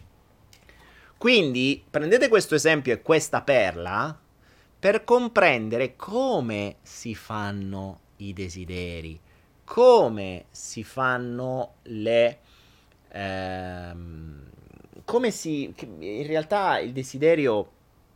Quindi prendete questo esempio e questa perla per comprendere come si fanno i desideri, come si fanno le... Ehm, come si... in realtà il desiderio,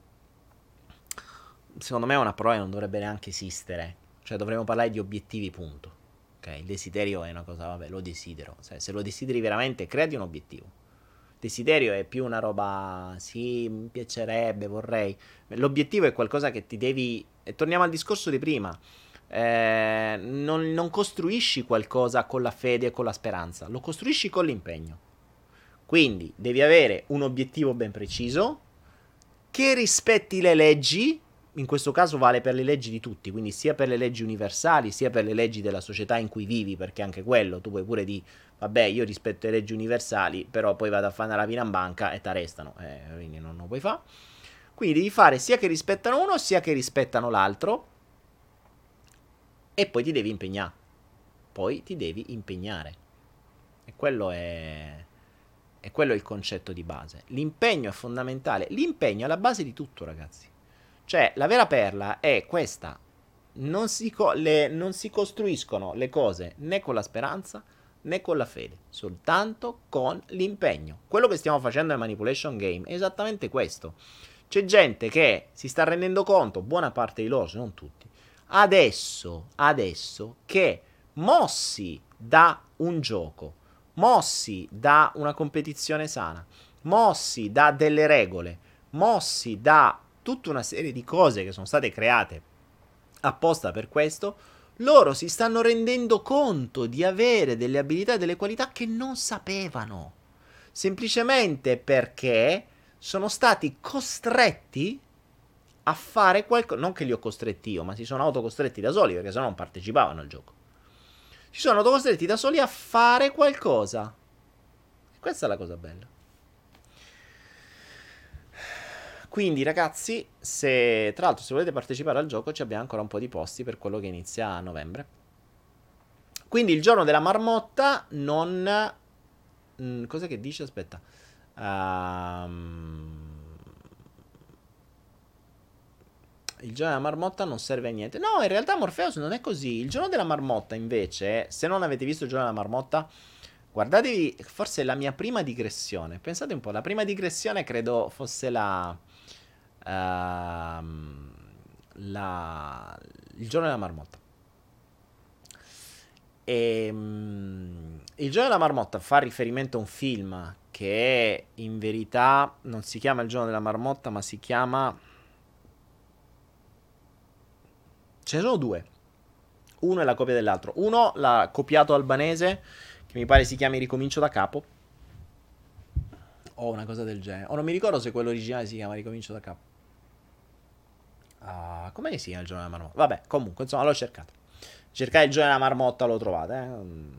secondo me è una parola che non dovrebbe neanche esistere. Cioè dovremmo parlare di obiettivi, punto. Ok, il desiderio è una cosa, vabbè, lo desidero. Se, se lo desideri veramente, creati un obiettivo. Desiderio è più una roba, sì, mi piacerebbe, vorrei. L'obiettivo è qualcosa che ti devi... E torniamo al discorso di prima. Eh, non, non costruisci qualcosa con la fede e con la speranza, lo costruisci con l'impegno. Quindi devi avere un obiettivo ben preciso, che rispetti le leggi, in questo caso vale per le leggi di tutti, quindi sia per le leggi universali, sia per le leggi della società in cui vivi, perché anche quello, tu puoi pure dire, vabbè, io rispetto le leggi universali, però poi vado a fare una rapina in banca e ti arrestano, eh, quindi non lo puoi fare. Quindi devi fare sia che rispettano uno, sia che rispettano l'altro, e poi ti devi impegnare. Poi ti devi impegnare. E quello è, e quello è il concetto di base. L'impegno è fondamentale. L'impegno è la base di tutto, ragazzi. Cioè, la vera perla è questa. Non si, co- le, non si costruiscono le cose né con la speranza né con la fede, soltanto con l'impegno. Quello che stiamo facendo nel Manipulation Game è esattamente questo. C'è gente che si sta rendendo conto, buona parte di loro, se non tutti, adesso, adesso che mossi da un gioco, mossi da una competizione sana, mossi da delle regole, mossi da tutta una serie di cose che sono state create apposta per questo, loro si stanno rendendo conto di avere delle abilità e delle qualità che non sapevano. Semplicemente perché sono stati costretti a fare qualcosa. Non che li ho costretti io, ma si sono autocostretti da soli, perché sennò non partecipavano al gioco. Si sono autocostretti da soli a fare qualcosa. E questa è la cosa bella. Quindi ragazzi, se tra l'altro se volete partecipare al gioco ci abbiamo ancora un po' di posti per quello che inizia a novembre. Quindi il giorno della marmotta non... Mm, cos'è che dice? Aspetta. Um, il giorno della marmotta non serve a niente. No, in realtà Morpheus non è così. Il giorno della marmotta invece, se non avete visto il giorno della marmotta, guardatevi, forse la mia prima digressione. Pensate un po', la prima digressione credo fosse la... ehm, la il giorno della marmotta. E, mm, il giorno della marmotta fa riferimento a un film che in verità non si chiama il giorno della marmotta, ma si chiama... Ce ne sono due. Uno è la copia dell'altro. Uno l'ha copiato albanese, che mi pare si chiami Ricomincio da capo. O una cosa del genere. O non mi ricordo se quello originale si chiama Ricomincio da capo. Ah, come si chiama il giorno della marmotta? Vabbè, comunque, insomma, l'ho cercato. Cercare il giorno della marmotta lo trovate, eh?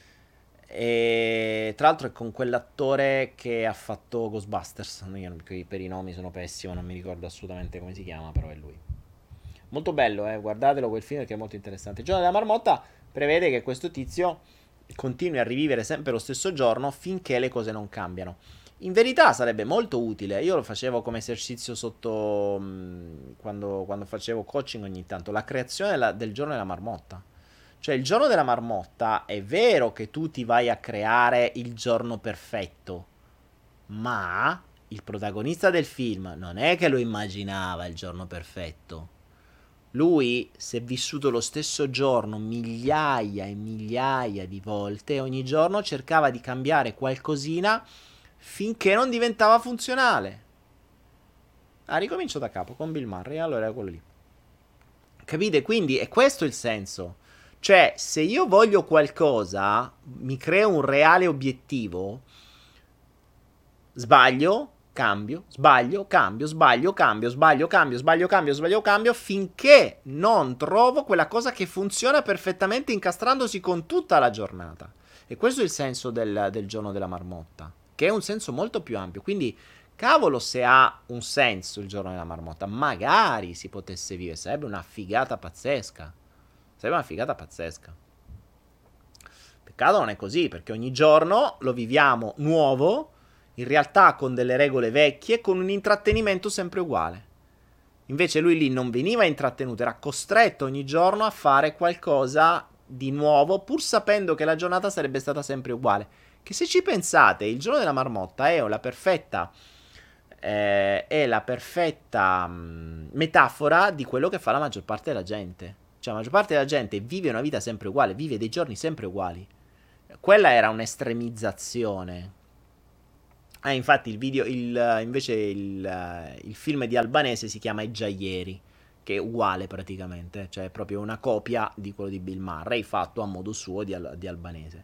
E tra l'altro è con quell'attore che ha fatto Ghostbusters. Io per i nomi sono pessimo, non mi ricordo assolutamente come si chiama, però è lui. Molto bello, eh? Guardatelo quel film che è molto interessante. Il giorno della marmotta prevede che questo tizio continui a rivivere sempre lo stesso giorno finché le cose non cambiano. In verità sarebbe molto utile. Io lo facevo come esercizio sotto mh, quando, quando facevo coaching ogni tanto. La creazione della- del giorno della marmotta. Cioè, il giorno della marmotta è vero che tu ti vai a creare il giorno perfetto, ma il protagonista del film non è che lo immaginava il giorno perfetto. Lui si è vissuto lo stesso giorno migliaia e migliaia di volte e ogni giorno cercava di cambiare qualcosina finché non diventava funzionale. Ah, ricomincio da capo con Bill Murray, allora era quello lì. Capite? Quindi è questo il senso. Cioè, se io voglio qualcosa, mi creo un reale obiettivo, sbaglio, cambio, sbaglio, cambio, sbaglio, cambio, sbaglio, cambio, sbaglio, cambio, sbaglio, cambio, finché non trovo quella cosa che funziona perfettamente incastrandosi con tutta la giornata. E questo è il senso del, del giorno della marmotta, che è un senso molto più ampio. Quindi, cavolo, se ha un senso il giorno della marmotta, magari si potesse vivere, sarebbe una figata pazzesca. Sarebbe una figata pazzesca. Peccato non è così, perché ogni giorno lo viviamo nuovo, in realtà con delle regole vecchie, con un intrattenimento sempre uguale. Invece lui lì non veniva intrattenuto, era costretto ogni giorno a fare qualcosa di nuovo, pur sapendo che la giornata sarebbe stata sempre uguale. Che se ci pensate, il giorno della marmotta è la perfetta, eh, è la perfetta mh, metafora di quello che fa la maggior parte della gente. Cioè la maggior parte della gente vive una vita sempre uguale, vive dei giorni sempre uguali. Quella era un'estremizzazione. Ah, infatti il video, il, invece il, il film di Albanese si chiama I Giaieri, che è uguale praticamente, cioè è proprio una copia di quello di Bill Murray, fatto a modo suo di, di Albanese.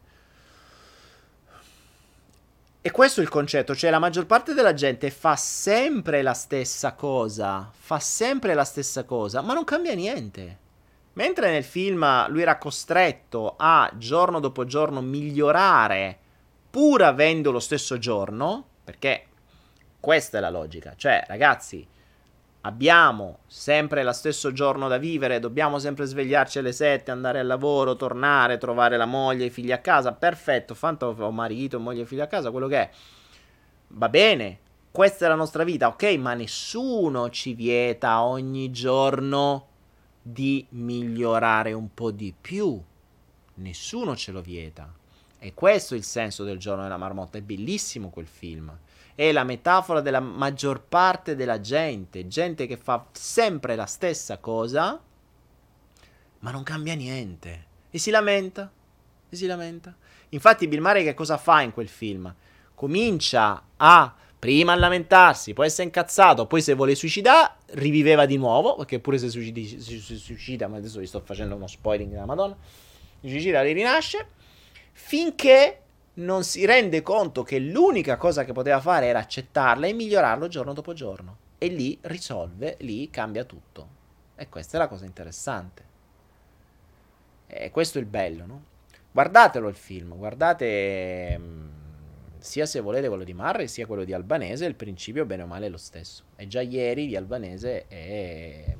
E questo è il concetto, cioè la maggior parte della gente fa sempre la stessa cosa, fa sempre la stessa cosa, ma non cambia niente. Mentre nel film lui era costretto a giorno dopo giorno migliorare pur avendo lo stesso giorno, perché questa è la logica. Cioè, ragazzi, abbiamo sempre lo stesso giorno da vivere, dobbiamo sempre svegliarci alle sette, andare al lavoro, tornare, trovare la moglie e i figli a casa, perfetto, fanto ho marito, moglie e figli a casa, quello che è, va bene, questa è la nostra vita, ok, ma nessuno ci vieta ogni giorno di migliorare un po' di più, nessuno ce lo vieta. E questo è il senso del giorno della marmotta, è bellissimo quel film. È la metafora della maggior parte della gente, gente che fa sempre la stessa cosa, ma non cambia niente. E si lamenta, e si lamenta. Infatti Bill Murray che cosa fa in quel film? Comincia a, prima a lamentarsi, poi essere incazzato, poi se vuole suicidare, riviveva di nuovo, perché pure se suicidi, si, si suicida, ma adesso vi sto facendo uno spoiling della Madonna, si suicida, rinasce, finché non si rende conto che l'unica cosa che poteva fare era accettarla e migliorarlo giorno dopo giorno. E lì risolve, lì cambia tutto. E questa è la cosa interessante. E questo è il bello, no? Guardatelo il film, guardate mh, sia se volete quello di Murray sia quello di Albanese, il principio bene o male è lo stesso. E già ieri di Albanese è...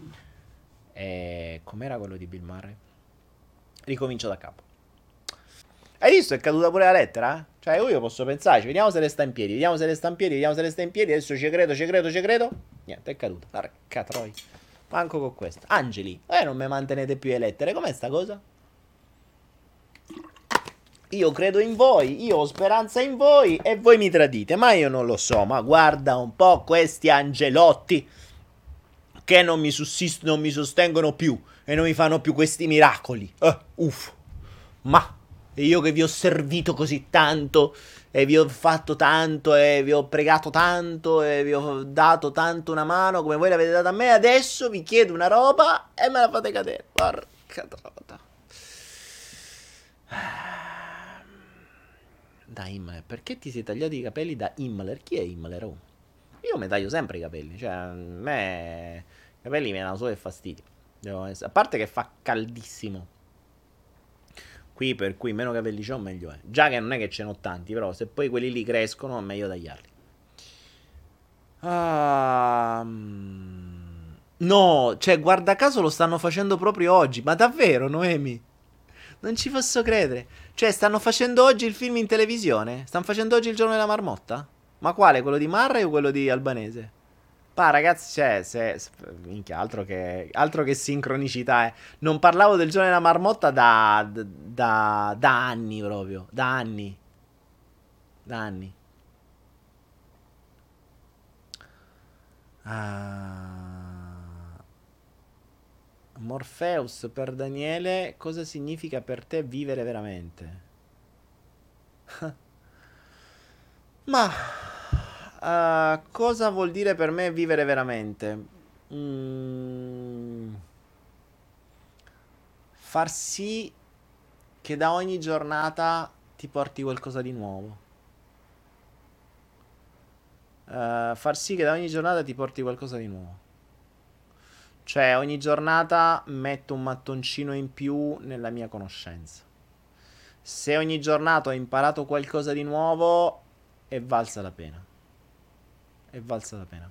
è... com'era quello di Bill Murray? Ricomincio da capo. Hai visto? È caduta pure la lettera? Cioè, io posso pensarci, vediamo se resta in piedi, vediamo se resta in piedi, vediamo se resta in piedi. Adesso ci credo, ci credo, ci credo. Niente, è caduta. Porca troia. Manco con questa. Angeli, eh, non mi mantenete più le lettere. Com'è sta cosa? Io credo in voi, io ho speranza in voi e voi mi tradite. Ma io non lo so, ma guarda un po' questi angelotti che non mi sussistono, non mi sostengono più e non mi fanno più questi miracoli. Eh, uff. Ma... e io che vi ho servito così tanto, e vi ho fatto tanto, e vi ho pregato tanto, e vi ho dato tanto una mano come voi l'avete data a me, adesso vi chiedo una roba e me la fate cadere. Porca trota. Da Himmler, perché ti sei tagliati i capelli da Himmler? Chi è Himmler? Oh. Io mi taglio sempre i capelli, cioè a me i capelli mi danno solo il fastidio. A parte che fa caldissimo. Qui per cui meno capelli c'ho meglio è. Già che non è che ce n'ho tanti, però se poi quelli lì crescono è meglio tagliarli. Ah, no, cioè guarda caso lo stanno facendo proprio oggi. Ma davvero, Noemi? Non ci posso credere. Cioè stanno facendo oggi il film in televisione? Stanno facendo oggi il giorno della marmotta? Ma quale? Quello di Marra o quello di Albanese? Pa, ragazzi, cioè, se, se- minchia, altro che, altro che sincronicità, eh. Non parlavo del giorno della marmotta da, da, da anni proprio, da anni, da anni. Ah, Morpheus per Daniele, cosa significa per te vivere veramente? Ma, ah, cosa vuol dire per me vivere veramente? Mm, far sì che da ogni giornata ti porti qualcosa di nuovo. Eh, far sì che da ogni giornata ti porti qualcosa di nuovo. Cioè, ogni giornata metto un mattoncino in più nella mia conoscenza. Se ogni giornata ho imparato qualcosa di nuovo, è valsa la pena. È valsa la pena.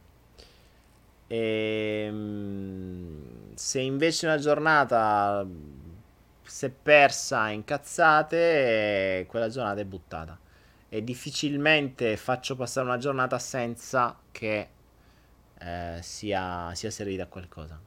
E se invece una giornata si è persa in cazzate, quella giornata è buttata. E difficilmente faccio passare una giornata senza che eh, sia, sia servita a qualcosa.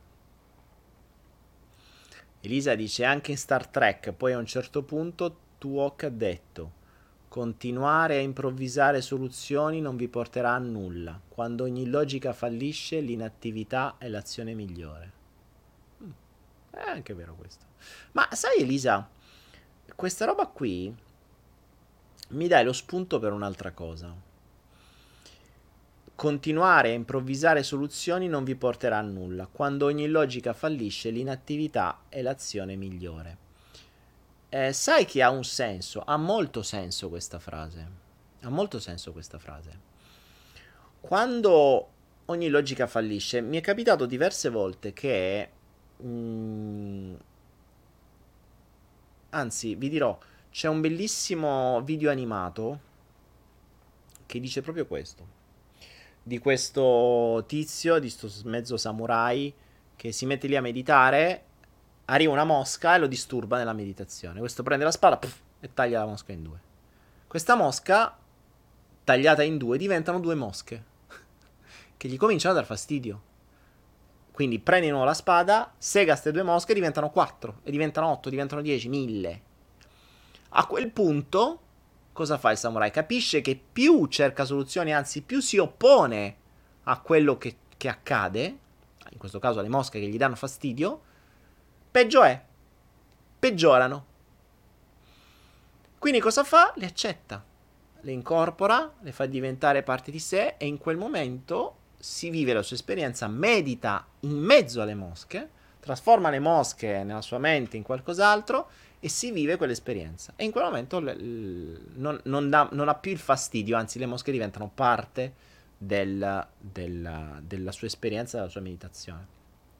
Elisa dice anche in Star Trek, poi a un certo punto Tuok ha detto continuare a improvvisare soluzioni non vi porterà a nulla. Quando ogni logica fallisce, l'inattività è l'azione migliore. Mm, è anche vero questo. Ma sai Elisa, questa roba qui mi dai lo spunto per un'altra cosa. Continuare a improvvisare soluzioni non vi porterà a nulla. Quando ogni logica fallisce, l'inattività è l'azione migliore. Eh, sai che ha un senso, ha molto senso questa frase. Ha molto senso questa frase. Quando ogni logica fallisce, mi è capitato diverse volte che... mm, anzi, vi dirò, c'è un bellissimo video animato che dice proprio questo. di questo tizio, di sto mezzo samurai che si mette lì a meditare, arriva una mosca e lo disturba nella meditazione. Questo prende la spada puff, e taglia la mosca in due. Questa mosca, tagliata in due, diventano due mosche che gli cominciano a dar fastidio. Quindi prendi di nuovo la spada, sega queste due mosche, diventano quattro, e diventano otto, diventano dieci, mille. A quel punto, cosa fa il samurai? Capisce che più cerca soluzioni, anzi più si oppone a quello che, che accade, in questo caso alle mosche che gli danno fastidio, peggio è. Peggiorano. Quindi cosa fa? Le accetta, le incorpora, le fa diventare parte di sé e in quel momento si vive la sua esperienza, medita in mezzo alle mosche, trasforma le mosche nella sua mente in qualcos'altro e si vive quell'esperienza. E in quel momento l- l- non, non, dà, non ha più il fastidio, anzi le mosche diventano parte del, del, della sua esperienza, della sua meditazione.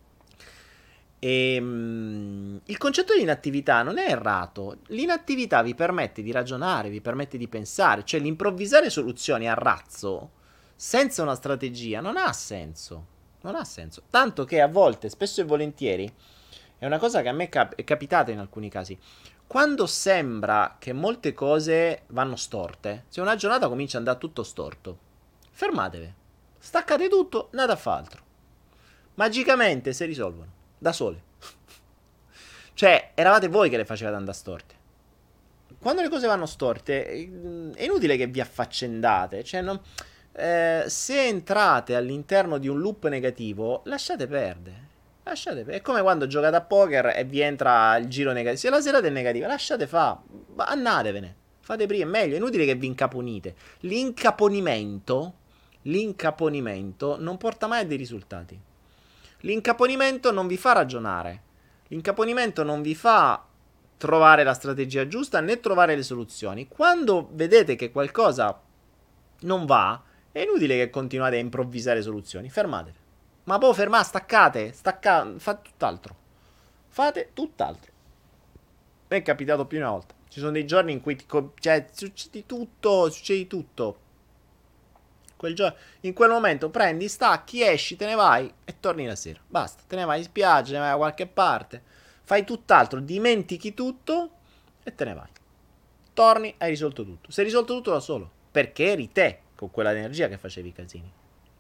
E, mm, il concetto di inattività non è errato. L'inattività vi permette di ragionare, vi permette di pensare, cioè l'improvvisare soluzioni a razzo senza una strategia non ha senso. Non ha senso. Tanto che a volte, spesso e volentieri, è una cosa che a me cap- è capitata in alcuni casi. Quando sembra che molte cose vanno storte, se una giornata comincia ad andare tutto storto, fermatevi, staccate tutto, nada fa altro. Magicamente si risolvono da sole. Cioè, eravate voi che le facevate andare storte. Quando le cose vanno storte, è inutile che vi affaccendate. Cioè, non, eh, se entrate all'interno di un loop negativo, lasciate perdere. Lasciate perdere. È come quando giocate a poker e vi entra il giro negativo. Se la serata è negativa, lasciate fa. Andatevene. Fate prima, è meglio. È inutile che vi incaponite. L'incaponimento, l'incaponimento non porta mai a dei risultati. L'incaponimento non vi fa ragionare. L'incaponimento non vi fa trovare la strategia giusta né trovare le soluzioni. Quando vedete che qualcosa non va, è inutile che continuate a improvvisare soluzioni. Fermatevi. Ma poi fermate, staccate, staccate, fate tutt'altro. Fate tutt'altro. Mi è capitato più di una volta. Ci sono dei giorni in cui ti co- cioè, succede tutto, succede tutto. Quel gio- in quel momento prendi, stacchi, esci, te ne vai e torni la sera. Basta, te ne vai in spiaggia, te ne vai da qualche parte, fai tutt'altro, dimentichi tutto e te ne vai. Torni, hai risolto tutto. Sei risolto tutto da solo, perché eri te con quella energia che facevi i casini.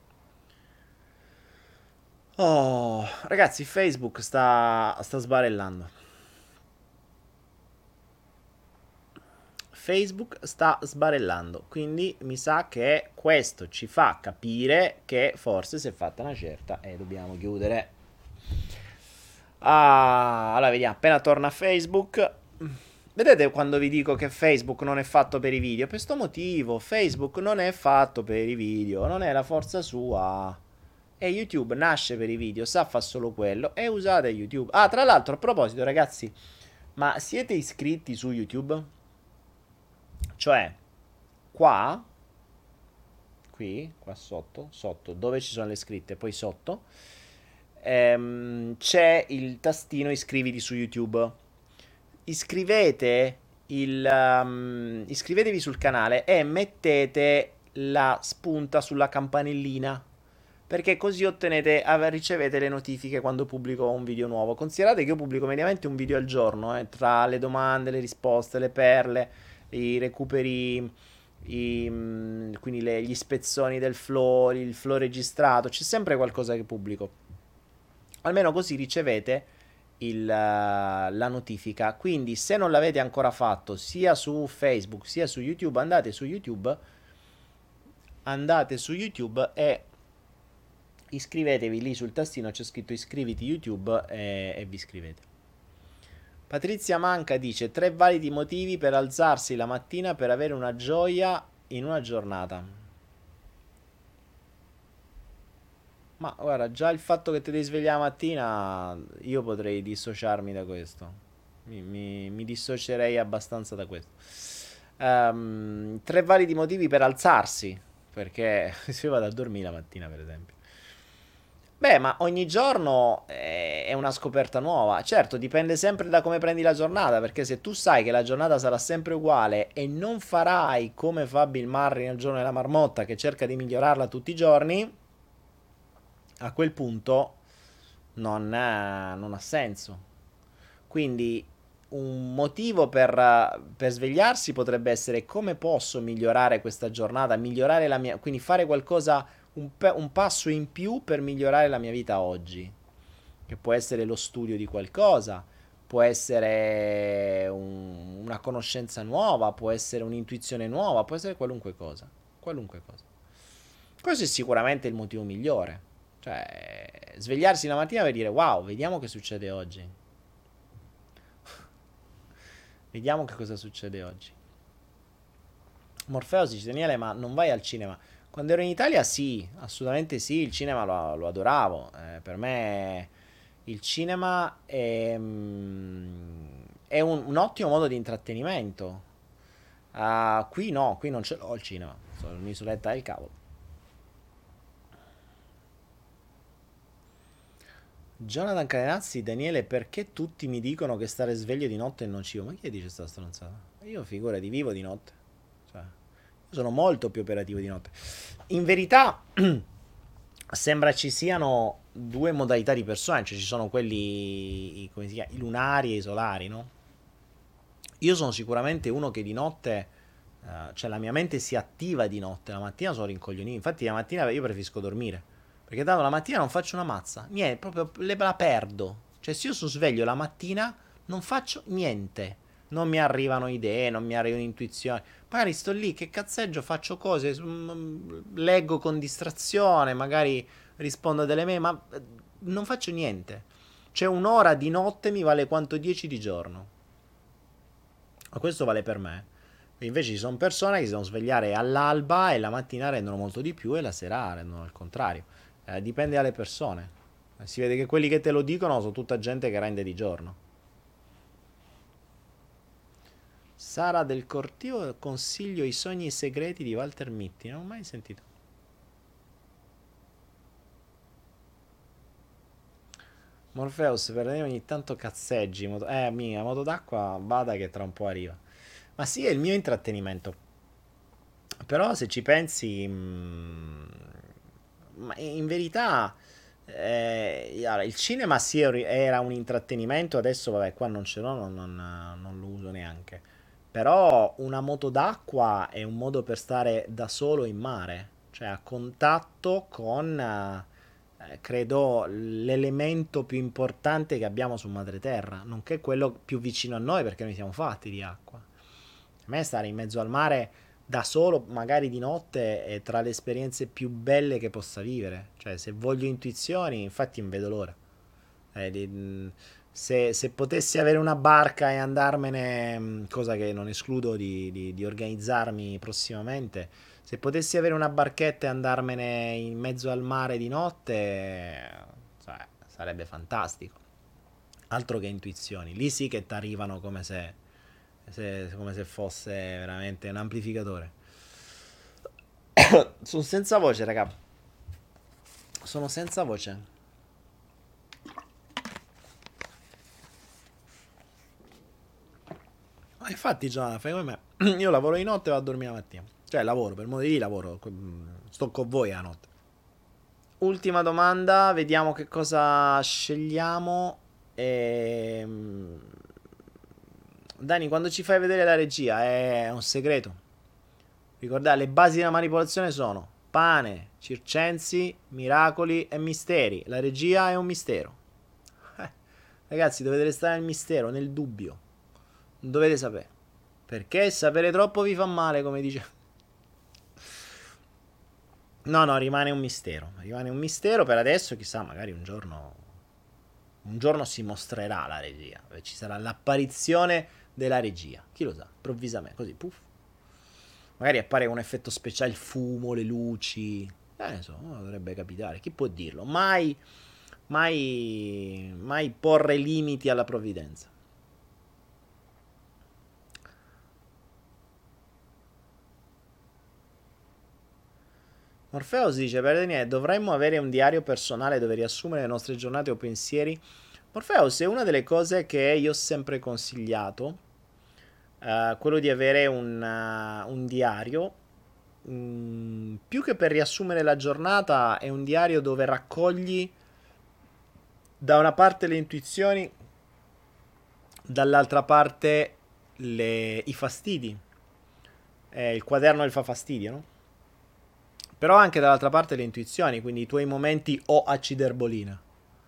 Oh, ragazzi, Facebook sta, sta sbarellando. Facebook sta sbarellando, quindi mi sa che questo ci fa capire che forse si è fatta una certa e dobbiamo chiudere. Ah, allora vediamo, appena torna Facebook. Vedete quando vi dico che Facebook non è fatto per i video? Per questo motivo, Facebook non è fatto per i video, non è la forza sua. E YouTube nasce per i video, sa fa solo quello e usate YouTube. Ah, tra l'altro, a proposito, ragazzi, ma siete iscritti su YouTube? Cioè, qua, qui, qua sotto, sotto, dove ci sono le scritte, poi sotto, ehm, c'è il tastino iscriviti su YouTube. Iscrivete il, um, iscrivetevi sul canale e mettete la spunta sulla campanellina. Perché così ottenete, ricevete le notifiche quando pubblico un video nuovo. Considerate che io pubblico mediamente un video al giorno, eh, tra le domande, le risposte, le perle, i recuperi, i, mm, quindi le- gli spezzoni del flow, il flow registrato, c'è sempre qualcosa che pubblico. Almeno così ricevete il, uh, la notifica. Quindi se non l'avete ancora fatto sia su Facebook sia su YouTube, andate su YouTube, andate su YouTube e iscrivetevi lì sul tastino, c'è scritto iscriviti YouTube e, e vi iscrivete. Patrizia Manca dice tre validi motivi per alzarsi la mattina per avere una gioia in una giornata. Ma guarda, già il fatto che ti devi svegliare la mattina, io potrei dissociarmi da questo. Mi, mi, mi dissocierei abbastanza da questo. Ehm, tre validi motivi per alzarsi. Perché se io vado a dormire la mattina, per esempio. Beh, ma ogni giorno è è una scoperta nuova. Certo, dipende sempre da come prendi la giornata, perché se tu sai che la giornata sarà sempre uguale e non farai come fa Bill Murray nel giorno della marmotta, che cerca di migliorarla tutti i giorni, a quel punto non, ha- non ha senso. Quindi un motivo per, per svegliarsi potrebbe essere come posso migliorare questa giornata, migliorare la mia, quindi fare qualcosa, un, pe- un passo in più per migliorare la mia vita oggi, che può essere lo studio di qualcosa, può essere un- una conoscenza nuova, può essere un'intuizione nuova, può essere qualunque cosa, qualunque cosa. Questo è sicuramente il motivo migliore. Cioè, svegliarsi la mattina per dire wow, vediamo che succede oggi. Vediamo che cosa succede oggi. Morfeo si dice, Daniele, ma non vai al cinema? Quando ero in Italia sì, assolutamente sì, il cinema lo, lo adoravo. Eh, per me il cinema è, mm, è un, un ottimo modo di intrattenimento. Ah, qui no, qui non ce l'ho il cinema, sono un'isoletta del cavolo. Jonathan Cadenazzi, Daniele, perché tutti mi dicono che stare sveglio di notte è nocivo? Ma chi dice sta stronzata? Io figurati, vivo di notte. Cioè, io sono molto più operativo di notte. In verità, sembra ci siano due modalità di persone, cioè ci sono quelli, come si chiama, i lunari e i solari, no? Io sono sicuramente uno che di notte, eh, cioè la mia mente si attiva di notte, la mattina sono rincoglionito. Infatti la mattina io preferisco dormire, perché tanto la mattina non faccio una mazza, niente, proprio le- la perdo. Cioè se io sono sveglio la mattina non faccio niente. Non mi arrivano idee, non mi arrivano intuizioni. Magari sto lì che cazzeggio, faccio cose, mm, leggo con distrazione, magari rispondo a delle mail, ma eh, non faccio niente. Cioè un'ora di notte mi vale quanto dieci di giorno. Ma questo vale per me. Invece ci sono persone che si devono svegliare all'alba e la mattina rendono molto di più e la sera rendono il contrario. Eh, dipende dalle persone. Eh, Si vede che quelli che te lo dicono sono tutta gente che rende di giorno. Sara del Cortio consiglio i sogni segreti di Walter Mitty. Non ho mai sentito. Morpheus, per me ogni tanto cazzeggi. Moto- eh, mia, moto d'acqua, vada che tra un po' arriva. Ma sì, è il mio intrattenimento. Però se ci pensi, mm, ma in verità eh, allora, il cinema sì era un intrattenimento, adesso vabbè qua non ce l'ho, non, non- non lo uso neanche. Però una moto d'acqua è un modo per stare da solo in mare, cioè a contatto con, eh, credo, l'elemento più importante che abbiamo su madreterra, nonché quello più vicino a noi perché noi siamo fatti di acqua. A me stare in mezzo al mare da solo, magari di notte, è tra le esperienze più belle che possa vivere. Cioè, se voglio intuizioni, infatti non vedo l'ora. Eh, di- se, se potessi avere una barca e andarmene, mh, cosa che non escludo di, di- di organizzarmi prossimamente, se potessi avere una barchetta e andarmene in mezzo al mare di notte, eh, sai, sarebbe fantastico. Altro che intuizioni, lì sì che ti arrivano come se, se- come se fosse veramente un amplificatore. Sono senza voce, raga. Sono senza voce. Ma infatti, Giovanna, fai come me. Io lavoro di notte e vado a dormire la mattina. Cioè, lavoro, per modo di dire, lavoro. Sto con voi la notte. Ultima domanda, vediamo che cosa scegliamo. Ehm... Dani, quando ci fai vedere la regia è un segreto. Ricordate, le basi della manipolazione sono pane, circensi, miracoli e misteri. La regia è un mistero. Eh, ragazzi, dovete restare nel mistero, nel dubbio. Non dovete sapere. Perché sapere troppo vi fa male, come dice. No, no, rimane un mistero. Rimane un mistero per adesso, chissà, magari un giorno. Un giorno si mostrerà la regia. Ci sarà l'apparizione della regia. Chi lo sa? Improvvisamente, così, puff. Magari appare un effetto speciale, il fumo, le luci. Eh, ne so, dovrebbe capitare. Chi può dirlo? Mai, mai, mai porre limiti alla provvidenza. Morpheus dice, per Daniele, dovremmo avere un diario personale dove riassumere le nostre giornate o pensieri. Morpheus è una delle cose che io ho sempre consigliato, eh, quello di avere un, uh, un diario. Mm, più che per riassumere la giornata, è un diario dove raccogli da una parte le intuizioni, dall'altra parte le- i fastidi. Eh, il quaderno del fa fastidio, no? Però anche dall'altra parte le intuizioni, quindi i tuoi momenti o aciderbolina.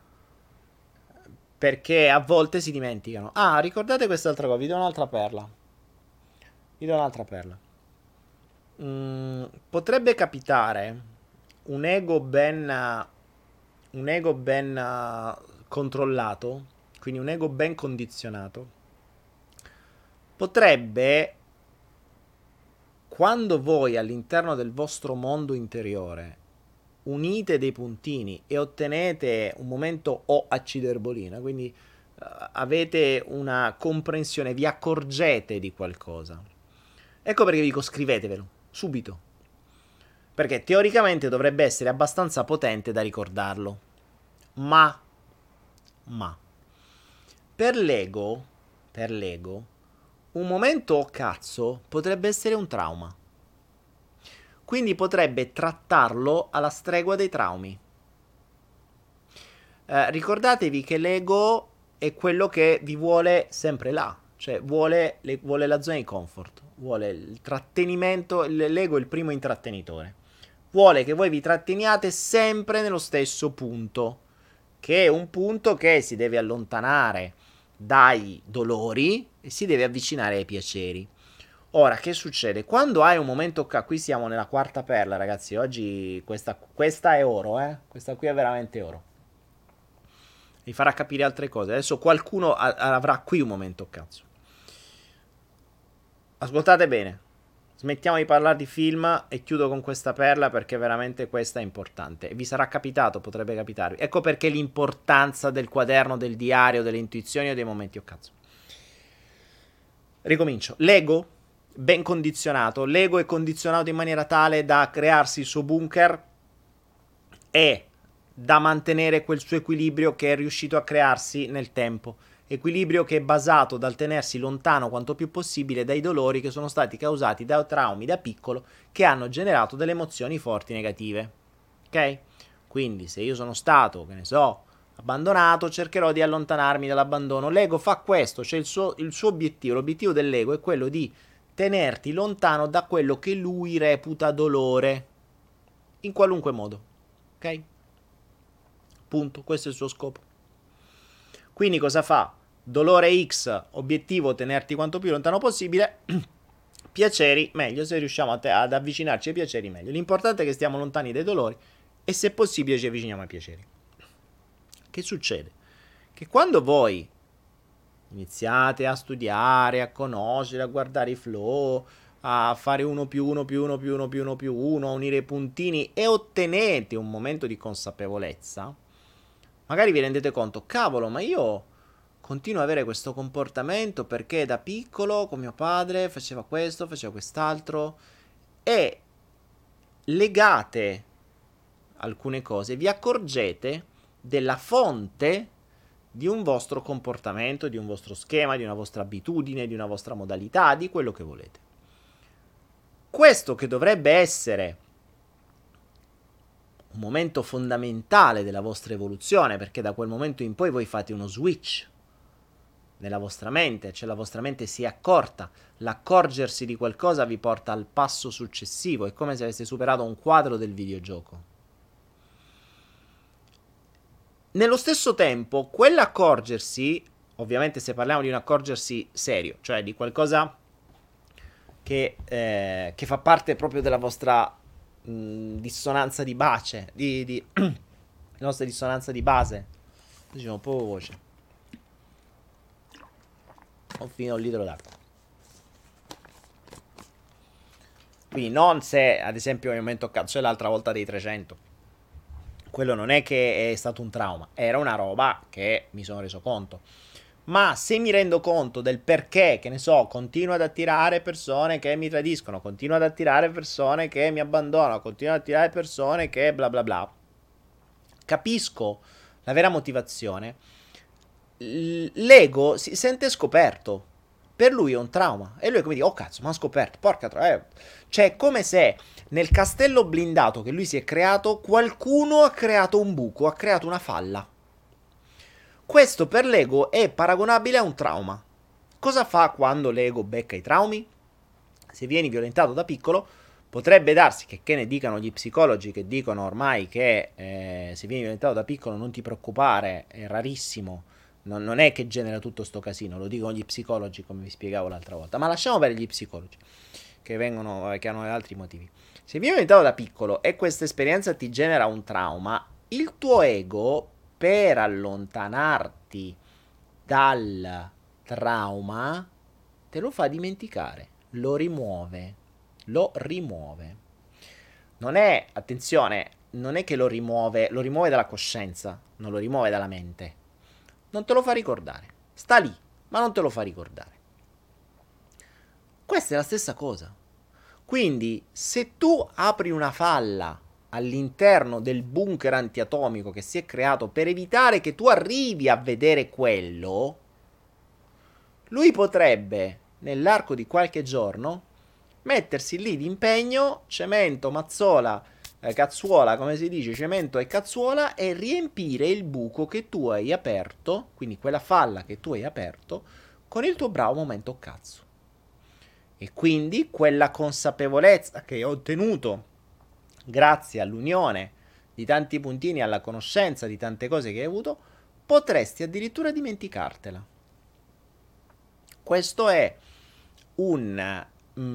Perché a volte si dimenticano. Ah, ricordate quest'altra cosa, vi do un'altra perla. Vi do un'altra perla. Mm, potrebbe capitare un ego ben un ego ben eh, controllato, quindi un ego ben condizionato, potrebbe, quando voi all'interno del vostro mondo interiore unite dei puntini e ottenete un momento o acciderbolina, quindi uh, avete una comprensione, vi accorgete di qualcosa. Ecco perché vi dico scrivetevelo subito, perché teoricamente dovrebbe essere abbastanza potente da ricordarlo. Ma, ma, per l'ego, per l'ego, un momento o cazzo potrebbe essere un trauma. Quindi potrebbe trattarlo alla stregua dei traumi. Eh, ricordatevi che l'ego è quello che vi vuole sempre là, cioè vuole, le, vuole la zona di comfort, vuole il trattenimento, l'ego è il primo intrattenitore. Vuole che voi vi tratteniate sempre nello stesso punto, che è un punto che si deve allontanare dai dolori e si deve avvicinare ai piaceri. Ora, che succede? Quando hai un momento K, qui siamo nella quarta perla, ragazzi, oggi questa, questa è oro, eh? Questa qui è veramente oro. Vi farà capire altre cose. Adesso qualcuno a- avrà qui un momento cazzo. Ascoltate bene. Smettiamo di parlare di film e chiudo con questa perla perché veramente questa è importante. Vi sarà capitato, potrebbe capitarvi. Ecco perché l'importanza del quaderno, del diario, delle intuizioni o dei momenti o cazzo. Ricomincio. L'ego, ben condizionato. L'ego è condizionato in maniera tale da crearsi il suo bunker e da mantenere quel suo equilibrio che è riuscito a crearsi nel tempo. Equilibrio che è basato dal tenersi lontano quanto più possibile dai dolori che sono stati causati da traumi da piccolo che hanno generato delle emozioni forti negative. Ok? Quindi se io sono stato, che ne so, abbandonato, cercherò di allontanarmi dall'abbandono. L'ego fa questo, cioè il suo, il suo obiettivo, l'obiettivo dell'ego è quello di tenerti lontano da quello che lui reputa dolore, in qualunque modo. Ok? Punto, questo è il suo scopo. Quindi cosa fa? Dolore X, obiettivo tenerti quanto più lontano possibile. Piaceri, meglio, se riusciamo te- ad avvicinarci ai piaceri, meglio. L'importante è che stiamo lontani dai dolori e se possibile ci avviciniamo ai piaceri. Che succede? Che quando voi iniziate a studiare, a conoscere, a guardare i flow, a fare uno più uno più uno più uno più uno più uno, a unire i puntini e ottenete un momento di consapevolezza, magari vi rendete conto, cavolo, ma io continuo ad avere questo comportamento perché da piccolo con mio padre faceva questo, faceva quest'altro e legate alcune cose, vi accorgete della fonte di un vostro comportamento, di un vostro schema, di una vostra abitudine, di una vostra modalità, di quello che volete. Questo che dovrebbe essere un momento fondamentale della vostra evoluzione, perché da quel momento in poi voi fate uno switch nella vostra mente, cioè la vostra mente si è accorta, l'accorgersi di qualcosa vi porta al passo successivo, è come se aveste superato un quadro del videogioco. Nello stesso tempo, quell'accorgersi, ovviamente se parliamo di un accorgersi serio, cioè di qualcosa che, eh, che fa parte proprio della vostra mh, dissonanza di base, di, di la nostra dissonanza di base, diciamo un po' voce. Ho finito il litro d'acqua. Quindi non se, ad esempio, mi momento cazzo è l'altra volta dei trecento. Quello non è che è stato un trauma, era una roba che mi sono reso conto. Ma se mi rendo conto del perché, che ne so, continuo ad attirare persone che mi tradiscono, continuo ad attirare persone che mi abbandonano, continuo ad attirare persone che bla bla bla, capisco la vera motivazione, l'ego si sente scoperto. Per lui è un trauma. E lui è come dire, oh cazzo, mi ha scoperto, porca troia. Eh. Cioè, è come se nel castello blindato che lui si è creato, qualcuno ha creato un buco, ha creato una falla. Questo per l'ego è paragonabile a un trauma. Cosa fa quando l'ego becca i traumi? Se vieni violentato da piccolo, potrebbe darsi che, che ne dicano gli psicologi, che dicono ormai che eh, se vieni violentato da piccolo non ti preoccupare, è rarissimo, non, non è che genera tutto sto casino, lo dicono gli psicologi come vi spiegavo l'altra volta, ma lasciamo per gli psicologi che, vengono, che hanno altri motivi. Se vieni violentato da piccolo e questa esperienza ti genera un trauma, il tuo ego, per allontanarti dal trauma, te lo fa dimenticare, lo rimuove, lo rimuove. Non è, attenzione, non è che lo rimuove, lo rimuove dalla coscienza, non lo rimuove dalla mente. Non te lo fa ricordare. Sta lì, ma non te lo fa ricordare. Questa è la stessa cosa. Quindi, se tu apri una falla all'interno del bunker antiatomico che si è creato per evitare che tu arrivi a vedere quello, lui potrebbe, nell'arco di qualche giorno, mettersi lì d'impegno, cemento, mazzola, eh, cazzuola, come si dice, cemento e cazzuola, e riempire il buco che tu hai aperto, quindi quella falla che tu hai aperto, con il tuo bravo momento cazzo. E quindi quella consapevolezza che hai ottenuto grazie all'unione di tanti puntini, alla conoscenza di tante cose che hai avuto, potresti addirittura dimenticartela. Questo è un,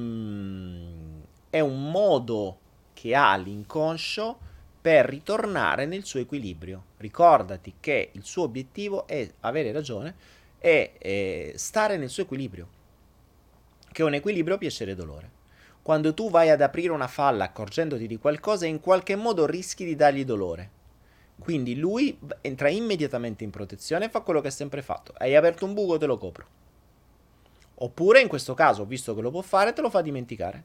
mm, è un modo che ha l'inconscio per ritornare nel suo equilibrio. Ricordati che il suo obiettivo è avere ragione e eh, stare nel suo equilibrio, che è un equilibrio piacere-dolore. Quando tu vai ad aprire una falla accorgendoti di qualcosa, in qualche modo rischi di dargli dolore. Quindi lui entra immediatamente in protezione e fa quello che ha sempre fatto. Hai aperto un buco, te lo copro. Oppure in questo caso, visto che lo può fare, te lo fa dimenticare.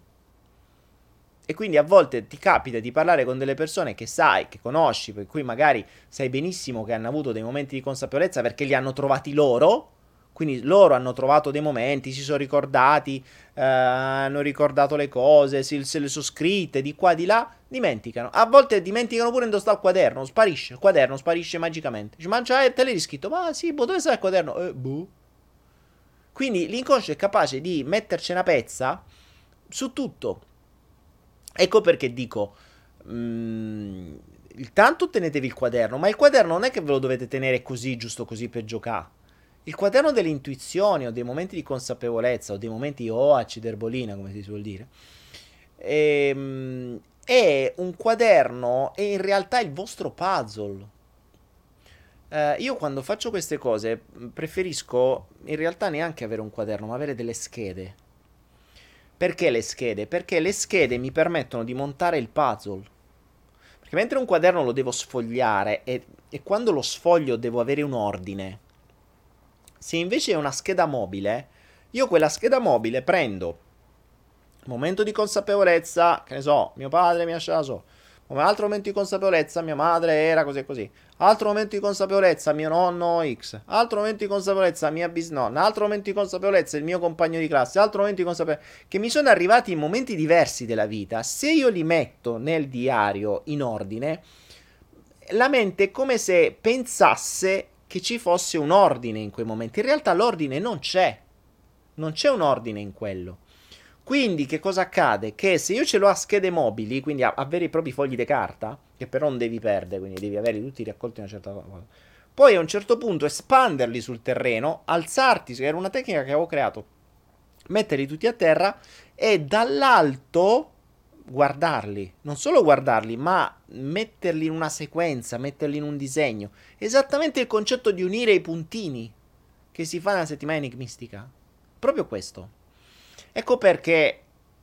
E quindi a volte ti capita di parlare con delle persone che sai, che conosci, per cui magari sai benissimo che hanno avuto dei momenti di consapevolezza perché li hanno trovati loro. Quindi loro hanno trovato dei momenti, si sono ricordati, eh, hanno ricordato le cose, si, se le sono scritte di qua di là, dimenticano. A volte dimenticano pure dove sta il quaderno, sparisce, il quaderno sparisce magicamente. Dice, ma già te l'hai riscritto? Ma sì, boh, dove sta il quaderno? Eh, boh. Quindi l'inconscio è capace di metterci una pezza su tutto. Ecco perché dico, mm, intanto tenetevi il quaderno, ma il quaderno non è che ve lo dovete tenere così, giusto così per giocare. Il quaderno delle intuizioni o dei momenti di consapevolezza o dei momenti O A, ciderbolina, come si suol dire, ehm, è un quaderno e in realtà il vostro puzzle. Eh, io quando faccio queste cose preferisco in realtà neanche avere un quaderno, ma avere delle schede. Perché le schede? Perché le schede mi permettono di montare il puzzle. Perché mentre un quaderno lo devo sfogliare e, e quando lo sfoglio devo avere un ordine. Se invece è una scheda mobile, io quella scheda mobile prendo momento di consapevolezza, che ne so, mio padre mi ha lasciato, come altro momento di consapevolezza, mia madre era così e così, altro momento di consapevolezza, mio nonno X, altro momento di consapevolezza, mia bisnonna, altro momento di consapevolezza, il mio compagno di classe, altro momento di consapevolezza, che mi sono arrivati in momenti diversi della vita. Se io li metto nel diario in ordine, la mente è come se pensasse che ci fosse un ordine in quei momenti. In realtà l'ordine non c'è. Non c'è un ordine in quello. Quindi che cosa accade? Che se io ce l'ho a schede mobili, quindi a, a veri e propri fogli di carta, che però non devi perdere, quindi devi averli tutti raccolti in una certa cosa, poi a un certo punto espanderli sul terreno, alzarti, che era una tecnica che avevo creato, metterli tutti a terra e dall'alto guardarli, non solo guardarli, ma metterli in una sequenza, metterli in un disegno. Esattamente il concetto di unire i puntini che si fa nella settimana enigmistica. Proprio questo. Ecco perché,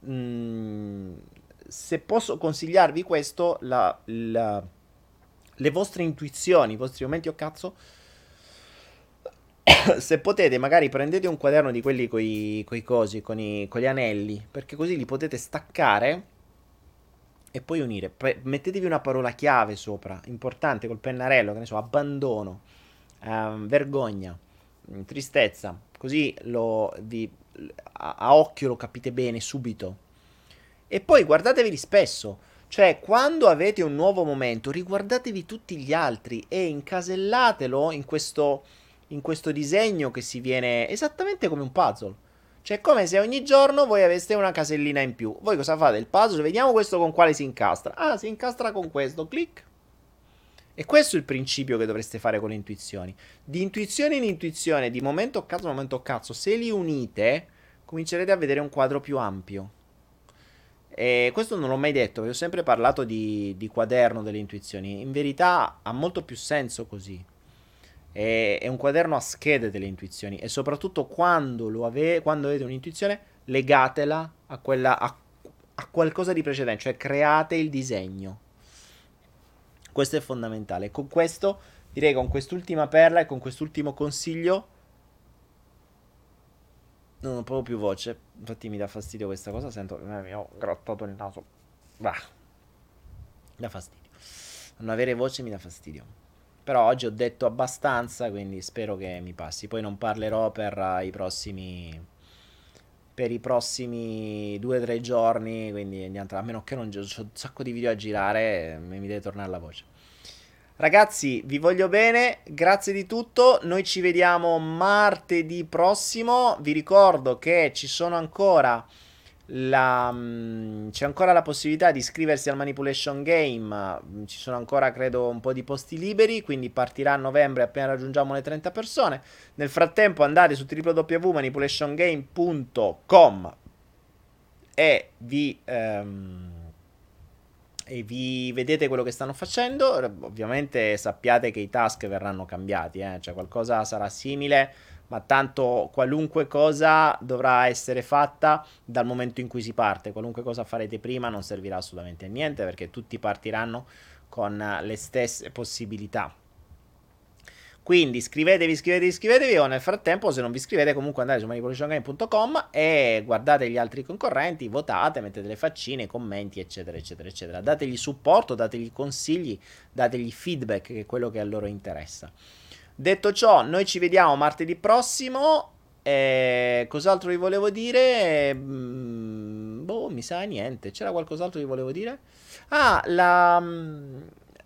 mh, se posso consigliarvi questo, la, la, le vostre intuizioni, i vostri momenti o oh cazzo, Se potete, magari prendete un quaderno di quelli coi, coi cosi, con, i, con gli anelli, perché così li potete staccare e poi unire. Pre- mettetevi una parola chiave sopra, importante col pennarello, che ne so, abbandono, ehm, vergogna, mm, tristezza, così lo, vi- a, a occhio lo capite bene subito. E poi guardatevi spesso, cioè quando avete un nuovo momento, riguardatevi tutti gli altri e incasellatelo in questo, in questo disegno che si viene esattamente come un puzzle. Cioè è come se ogni giorno voi aveste una casellina in più. Voi cosa fate? Il puzzle, vediamo questo con quale si incastra. Ah, si incastra con questo, clic. E questo è il principio che dovreste fare con le intuizioni. Di intuizione in intuizione, di momento a cazzo, momento a cazzo, se li unite, comincerete a vedere un quadro più ampio. E questo non l'ho mai detto, vi ho sempre parlato di, di quaderno delle intuizioni. In verità ha molto più senso così. È, è un quaderno a schede delle intuizioni e soprattutto quando, lo ave- quando avete un'intuizione, legatela a, quella, a, a qualcosa di precedente, cioè create il disegno. Questo è fondamentale. Con questo, direi con quest'ultima perla e con quest'ultimo consiglio, non ho proprio più voce. Infatti mi dà fastidio questa cosa. Sento che mi ho grattato il naso. Bah, dà fastidio. Non avere voce mi dà fastidio. Però oggi ho detto abbastanza, quindi spero che mi passi. Poi non parlerò per uh, i prossimi. Per i prossimi due o tre giorni. Quindi niente, a meno che non ho un sacco di video a girare, mi deve tornare la voce. Ragazzi, vi voglio bene, grazie di tutto. Noi ci vediamo martedì prossimo. Vi ricordo che ci sono ancora la, mh, c'è ancora la possibilità di iscriversi al Manipulation Game. mm, Ci sono ancora, credo, un po' di posti liberi. Quindi partirà a novembre appena raggiungiamo le trenta persone. Nel frattempo, andate su w w w punto manipulation game punto com e vi. ehm, e vi vedete quello che stanno facendo. Ovviamente sappiate che i task verranno cambiati, eh? Cioè qualcosa sarà simile, ma tanto qualunque cosa dovrà essere fatta dal momento in cui si parte. Qualunque cosa farete prima non servirà assolutamente a niente perché tutti partiranno con le stesse possibilità. Quindi iscrivetevi, iscrivetevi, iscrivetevi o nel frattempo se non vi iscrivete comunque andate su manipulation game punto com e guardate gli altri concorrenti, votate, mettete le faccine, commenti eccetera eccetera eccetera. Dategli supporto, dategli consigli, dategli feedback che è quello che a loro interessa. Detto ciò, noi ci vediamo martedì prossimo. E cos'altro vi volevo dire? Mm, boh, mi sa niente. C'era qualcos'altro che vi volevo dire? Ah, la... mm,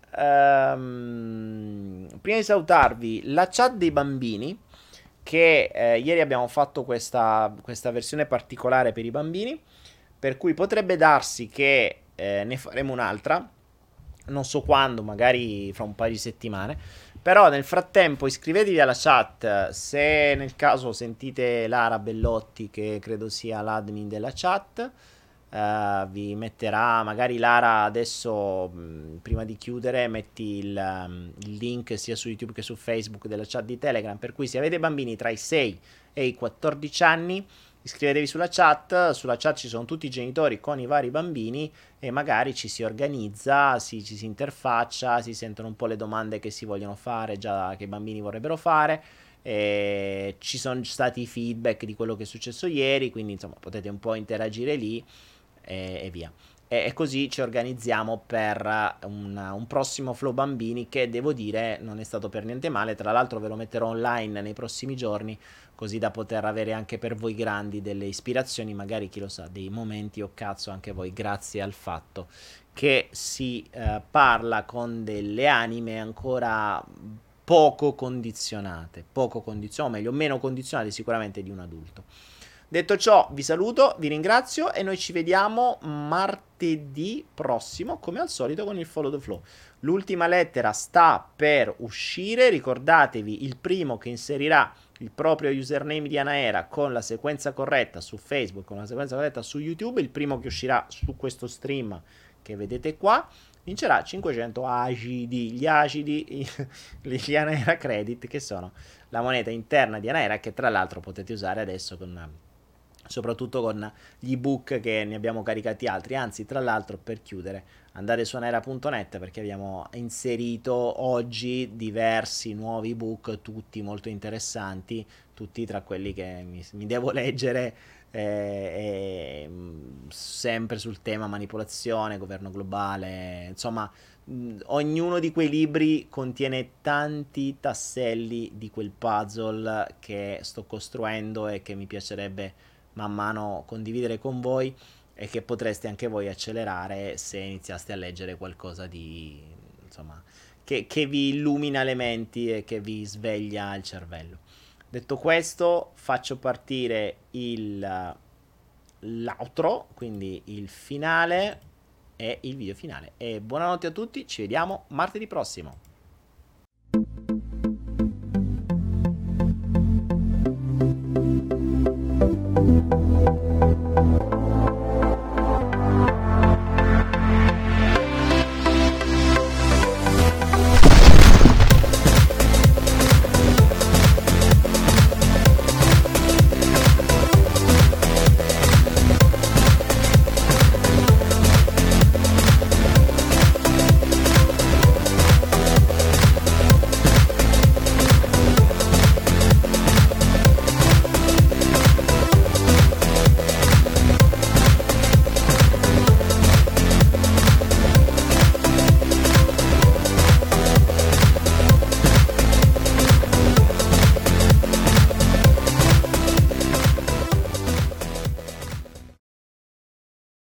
ehm, prima di salutarvi, la chat dei bambini, che eh, ieri abbiamo fatto questa, questa versione particolare per i bambini, per cui potrebbe darsi che eh, ne faremo un'altra, non so quando, magari fra un paio di settimane. Però nel frattempo iscrivetevi alla chat se nel caso sentite Lara Bellotti, che credo sia l'admin della chat. Uh, vi metterà magari Lara adesso mh, prima di chiudere metti il, um, il link sia su YouTube che su Facebook della chat di Telegram, per cui se avete bambini tra i sei e i quattordici anni iscrivetevi sulla chat. Sulla chat ci sono tutti i genitori con i vari bambini e magari ci si organizza, si, ci si interfaccia, si sentono un po' le domande che si vogliono fare, già che i bambini vorrebbero fare. E ci sono stati i feedback di quello che è successo ieri, quindi insomma potete un po' interagire lì e, e via. E, e così ci organizziamo per un, un prossimo Flow Bambini che devo dire non è stato per niente male. Tra l'altro ve lo metterò online nei prossimi giorni così da poter avere anche per voi grandi delle ispirazioni, magari chi lo sa, dei momenti o cazzo anche voi, grazie al fatto che si eh, parla con delle anime ancora poco condizionate, poco condizionate, o meglio, meno condizionate sicuramente di un adulto. Detto ciò, vi saluto, vi ringrazio e noi ci vediamo martedì prossimo, come al solito, con il Follow the Flow. L'ultima lettera sta per uscire, ricordatevi il primo che inserirà il proprio username di Anaera con la sequenza corretta su Facebook, con la sequenza corretta su YouTube, il primo che uscirà su questo stream che vedete qua, vincerà cinquecento acidi, gli acidi, gli Anaera Credit, che sono la moneta interna di Anaera che tra l'altro potete usare adesso con soprattutto con gli ebook che ne abbiamo caricati altri. Anzi, tra l'altro, per chiudere, andate su anera punto net perché abbiamo inserito oggi diversi nuovi ebook, tutti molto interessanti, tutti tra quelli che mi, mi devo leggere, eh, e, mh, sempre sul tema manipolazione, governo globale, insomma, mh, ognuno di quei libri contiene tanti tasselli di quel puzzle che sto costruendo e che mi piacerebbe man mano condividere con voi e che potreste anche voi accelerare se iniziaste a leggere qualcosa di, insomma, che, che vi illumina le menti e che vi sveglia il cervello. Detto questo, faccio partire il, l'outro, quindi il finale e il video finale. E buonanotte a tutti, ci vediamo martedì prossimo.